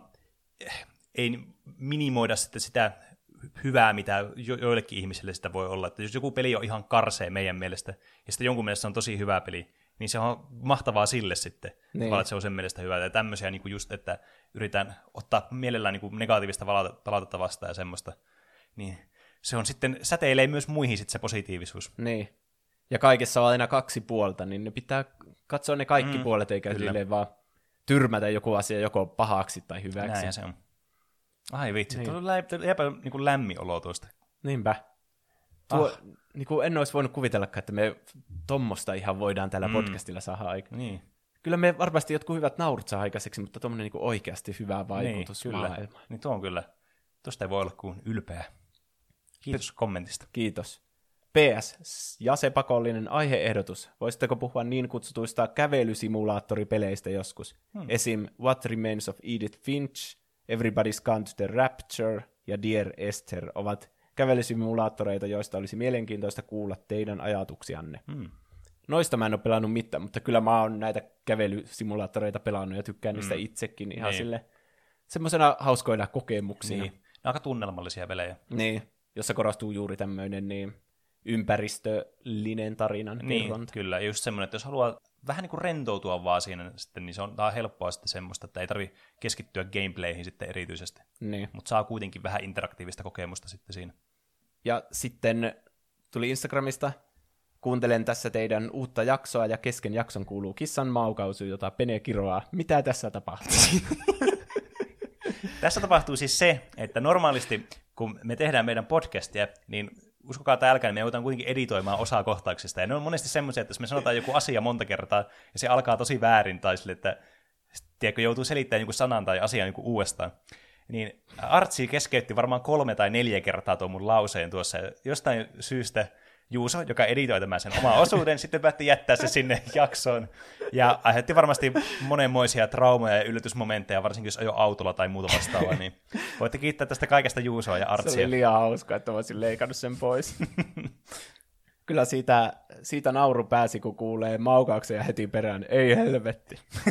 ei minimoida sitten sitä hyvää, mitä jo, joillekin ihmisille sitä voi olla. Että jos joku peli on ihan karsee meidän mielestä, ja sitten jonkun mielestä on tosi hyvä peli, niin se on mahtavaa sille sitten, niin. Että se on sen mielestä hyvä. Ja tämmöisiä niin kuin just, että yritän ottaa mielellään niin kuin negatiivista palautetta vastaan ja semmoista, niin se on sitten, säteilee myös muihin sitten se positiivisuus. Niin. Ja kaikessa on aina kaksi puolta, niin ne pitää katsoa ne kaikki mm, puolet, eikä silleen vaan tyrmätä joku asia joko pahaksi tai hyväksi. Näin se on. Ai vitsi, niin. Tuo jääpä niin lämmin olo tuosta. Niinpä. Tuo, ah. niin kuin en olisi voinut kuvitellakaan, että me tommosta ihan voidaan tällä mm. podcastilla saada aikaan. Niin. Kyllä me varmasti jotkut hyvät naurut saa aikaiseksi, mutta tuommoinen niin oikeasti hyvä vaikutus niin, maailmaan. Niin tuo on kyllä. Tuosta ei voi olla kuin ylpeä. Kiitos P- kommentista. Kiitos. P S. Jase pakollinen aiheehdotus. Voisitteko puhua niin kutsutuista kävelysimulaattoripeleistä joskus? Hmm. Esim. What Remains of Edith Finch, Everybody's Gone to the Rapture ja Dear Esther ovat kävelysimulaattoreita, joista olisi mielenkiintoista kuulla teidän ajatuksianne. Hmm. Noista mä en ole pelannut mitään, mutta kyllä mä oon näitä kävelysimulaattoreita pelannut ja tykkään hmm. niistä itsekin ihan niin. Sille semmoisena hauskoina kokemuksina. Niin. Ne on aika tunnelmallisia pelejä. Niin, jossa korostuu juuri tämmöinen niin ympäristöllinen tarinan Niin, kerronta. kyllä. Just semmoinen, että jos haluaa vähän niin kuin rentoutua vaan siinä, sitten, niin se on tää on helppoa sitten semmoista, että ei tarvitse keskittyä gameplayhin sitten erityisesti. Niin. Mutta saa kuitenkin vähän interaktiivista kokemusta sitten siinä. Ja sitten tuli Instagramista, kuuntelen tässä teidän uutta jaksoa, ja kesken jakson kuuluu kissan maukausu, jota Pene kiroaa. Mitä tässä tapahtuu? Tässä tapahtuu siis se, että normaalisti, kun me tehdään meidän podcastia, niin uskokaa tai älkää, niin me joudutaan kuitenkin editoimaan osaa kohtauksista. Ja ne on monesti semmoisia, että jos me sanotaan joku asia monta kertaa, ja se alkaa tosi väärin, tai sille, että tiedätkö, joutuu selittämään joku sanan tai asian joku uudestaan, niin Artsi keskeytti varmaan kolme tai neljä kertaa tuon mun lauseen tuossa. Ja jostain syystä Juuso, joka editoi tämän sen oman osuuden, sitten päätti jättää se sinne jaksoon. Ja aiheutti varmasti monenmoisia traumoja ja yllätysmomentteja, varsinkin jos ajoi autolla tai muuta vastaavaa. Niin voitte kiittää tästä kaikesta Juusoa ja Artsia. Se oli liian hauska, että olisin leikannut sen pois. Kyllä siitä, siitä nauru pääsi, kun kuulee maukauksen ja heti perään. Ei helvetti.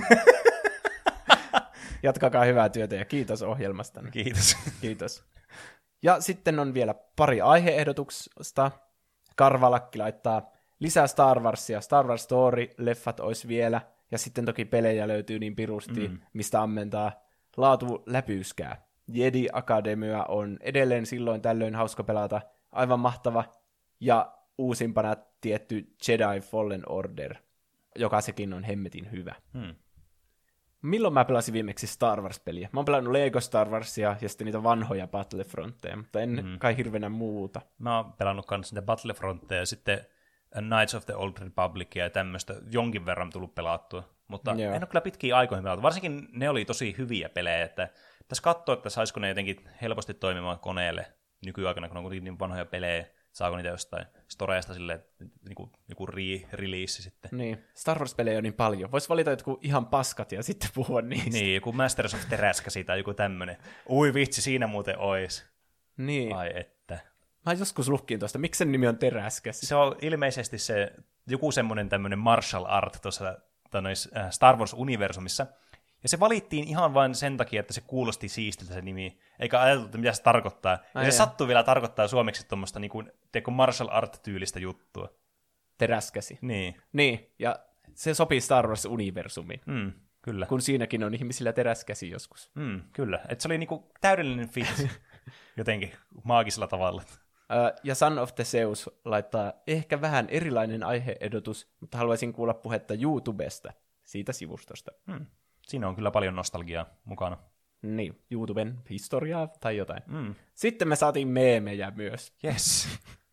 Jatkakaa hyvää työtä ja kiitos ohjelmastanne. Kiitos. Kiitos. Ja sitten on vielä pari aiheehdotuksesta. Karvalakki laittaa lisää Star Warsia. Star Wars Story-leffat olisi vielä. Ja sitten toki pelejä löytyy niin pirusti, mm. mistä ammentaa. Laatu läpyyskää. Jedi Academia on edelleen silloin tällöin hauska pelata. Aivan mahtava. Ja uusimpana tietty Jedi Fallen Order, joka sekin on hemmetin hyvä. Mm. Milloin mä pelasin viimeksi Star Wars-peliä? Mä oon pelannut Lego Star Warsia ja sitten niitä vanhoja Battlefrontteja, mutta en mm. kai hirveänä muuta. Mä oon pelannut myös niitä Battlefrontteja ja sitten Knights of the Old Republicia ja tämmöistä jonkin verran tullut pelattua. Mutta Joo. en ole kyllä pitkiä aikoihin pelattu. Varsinkin ne oli tosi hyviä pelejä, että tässä katsoo, että saisiko ne jotenkin helposti toimimaan koneelle nykyaikana, kun on kuitenkin niin vanhoja pelejä. Saako niitä jostain storeista silleen, niinku, joku re-release sitten. Niin, Star Wars-pelejä on niin paljon. Voisi valita jotkut ihan paskat ja sitten puhua niistä. Niin, joku Masters of Teräskäsi tai joku tämmönen. Ui vitsi, siinä muuten ois. Niin. Ai että. Mä joskus luhkiin tuosta, miksi sen nimi on Teräskäsi? Se on ilmeisesti se, joku semmoinen tämmöinen martial art tuossa Star Wars-universumissa. Ja se valittiin ihan vain sen takia, että se kuulosti siistiltä se nimi, eikä ajateltu, että mitä se tarkoittaa. Ai ja se jaa. sattuu vielä tarkoittaa suomeksi tuommoista niin kuin, teekö martial art-tyylistä juttua. Teräskäsi. Niin. Niin, ja se sopii Star Wars-universumiin. Mm, kyllä. Kun siinäkin on ihmisillä teräskäsi joskus. Mm, kyllä, että se oli niin kuin täydellinen fit jotenkin maagisella tavalla. Uh, ja Son of the Zeus laittaa ehkä vähän erilainen aihe-ehdotus, mutta haluaisin kuulla puhetta YouTubesta, siitä sivustosta. Mm. Siinä on kyllä paljon nostalgiaa mukana. Niin, YouTuben historiaa tai jotain. Mm. Sitten me saatiin meemejä myös. Yes.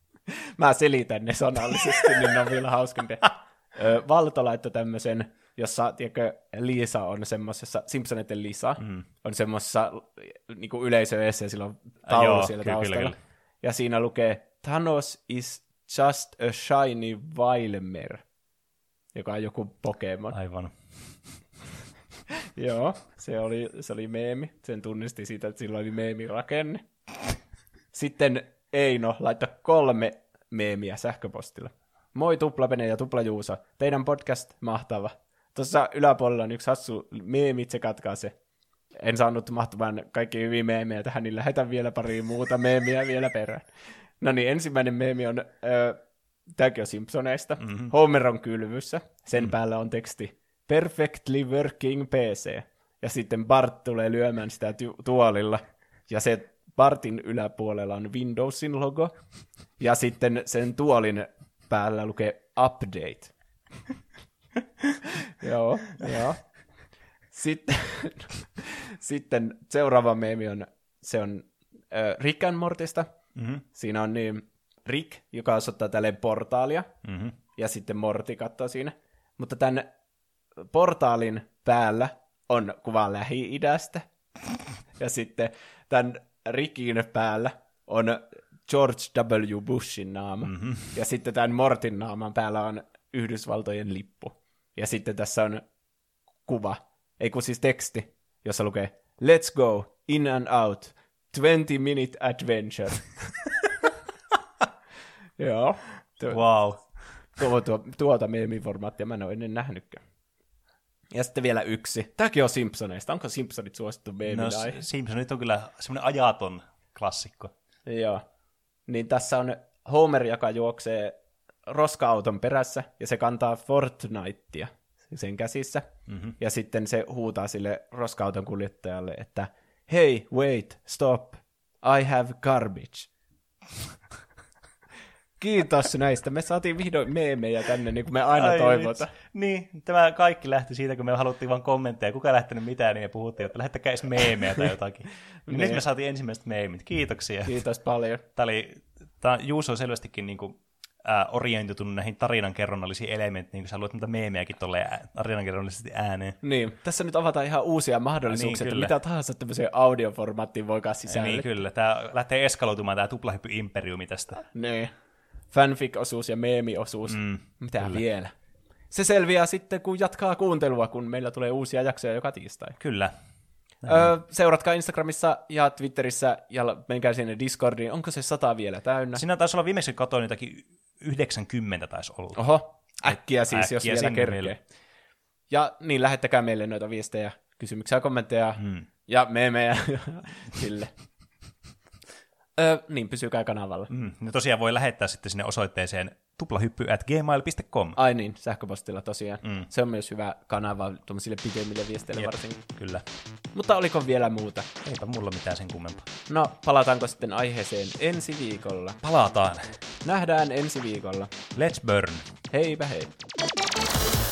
Mä selitän ne sanallisesti, niin ne on vielä hauskempia. Valto laittoi tämmöisen, jossa, tiedätkö, Lisa on semmoisessa, Simpsoneiden Lisa, mm. on semmoisessa niin yleisöessä ja sillä on taulu Joo, siellä kyllä, taustalla. Kyllä, kyllä. Ja siinä lukee, Thanos is just a shiny Wilmer, joka on joku Pokemon. Aivan. Joo, se oli, se oli meemi. Sen tunnisti siitä, että sillä oli meemirakenne. Sitten Eino laittoi kolme meemiä sähköpostilla. Moi Tuplapene ja Tuplajuusa. Teidän podcast mahtava. Tuossa yläpuolella on yksi hassu meemi, tsekatkaa se. En saanut mahtumaan kaikki hyviä meemejä tähän, niin lähetän vielä pari muuta meemiä vielä perään. No niin, ensimmäinen meemi on, äh, tämäkin on Simpsoneista. Mm-hmm. Homer on kylvyssä. Sen mm-hmm. päällä on teksti. Perfectly working P C. Ja sitten Bart tulee lyömään sitä tu- tuolilla. Ja se Bartin yläpuolella on Windowsin logo. Ja sitten sen tuolin päällä lukee Update. Joo, joo. Sitten, sitten seuraava meemi on, se on äh, Rick and Mortista. Mm-hmm. Siinä on niin Rick, joka osoittaa tälleen portaalia. Mm-hmm. Ja sitten Morty katsoo siinä. Mutta tämän portaalin päällä on kuva Lähi-idästä. Ja sitten tämän Rickin päällä on George W. Bushin naama. Mm-hmm. Ja sitten tämän Mortin naaman päällä on Yhdysvaltojen lippu. Ja sitten tässä on kuva, ei kun siis teksti, jossa lukee Let's go, in and out, twenty minute adventure. Joo. Tuo, wow. Tuo, tuo, tuota meemiformaattia mä en ole ennen nähnytkään. Ja sitten vielä yksi. Tämäkin on Simpsoneista. Onko Simpsonit suosittu meemin aihe? No, Simpsonit on kyllä semmoinen ajaton klassikko. Joo. Niin tässä on Homer, joka juoksee roska-auton perässä, ja se kantaa Fortnitea sen käsissä. Mm-hmm. Ja sitten se huutaa sille roska-auton kuljettajalle, että hei, wait, stop, I have garbage. Kiitos näistä. Me saatiin vihdoin meemejä tänne, niin kuin me aina Ai toivotaan. Vitsi. Niin, tämä kaikki lähti siitä, kun me haluttiin vain kommentteja. Kuka ei lähtenyt mitään, niin me puhuttiin, että lähettäkää edes meemejä tai jotakin. Niin nyt me saatiin ensimmäiset meemit. Kiitoksia. Kiitos paljon. Tämä oli, tämä Juuso on selvästikin niin kuin, äh, orientoitunut näihin tarinankerronnallisiin elementteihin, niin kuin sä luet näitä meemejäkin tolleen tarinankerronnallisesti ääneen. Niin, tässä nyt avataan ihan uusia mahdollisuuksia, niin, että mitä tahansa tämmöiseen audioformaattiin voikaan sisälle. Niin, kyllä. Tämä lähtee eskaloitumaan, tämä tuplahyppy-imperiumi tästä. Niin. Fanfic-osuus ja meemi-osuus. Mm, Mitä kyllä. vielä? Se selviää sitten, kun jatkaa kuuntelua, kun meillä tulee uusia jaksoja joka tiistai. Kyllä. Öö, seuratkaa Instagramissa ja Twitterissä ja menkää sinne Discordiin. Onko se sata vielä täynnä? Siinä taisi olla viimeksi katoin jotakin yhdeksänkymmentä taisi olla. Oho, äkkiä siis, äkkiä jos vielä kerkee. Ja niin, lähettäkää meille noita viestejä, kysymyksiä, kommentteja hmm. ja meemejä sille. Öö, niin, pysykää kanavalla. Mm, ja tosiaan voi lähettää sitten sinne osoitteeseen tuplahyppy at gmail dot com. Ai niin, sähköpostilla tosiaan. Mm. Se on myös hyvä kanava tuollaisille pidemmille viesteille Jep, varsinkin. Kyllä. Mutta oliko vielä muuta? Eipä mulla mitään sen kummempaa. No, palataanko sitten aiheeseen ensi viikolla? Palataan. Nähdään ensi viikolla. Let's burn. Heipä hei.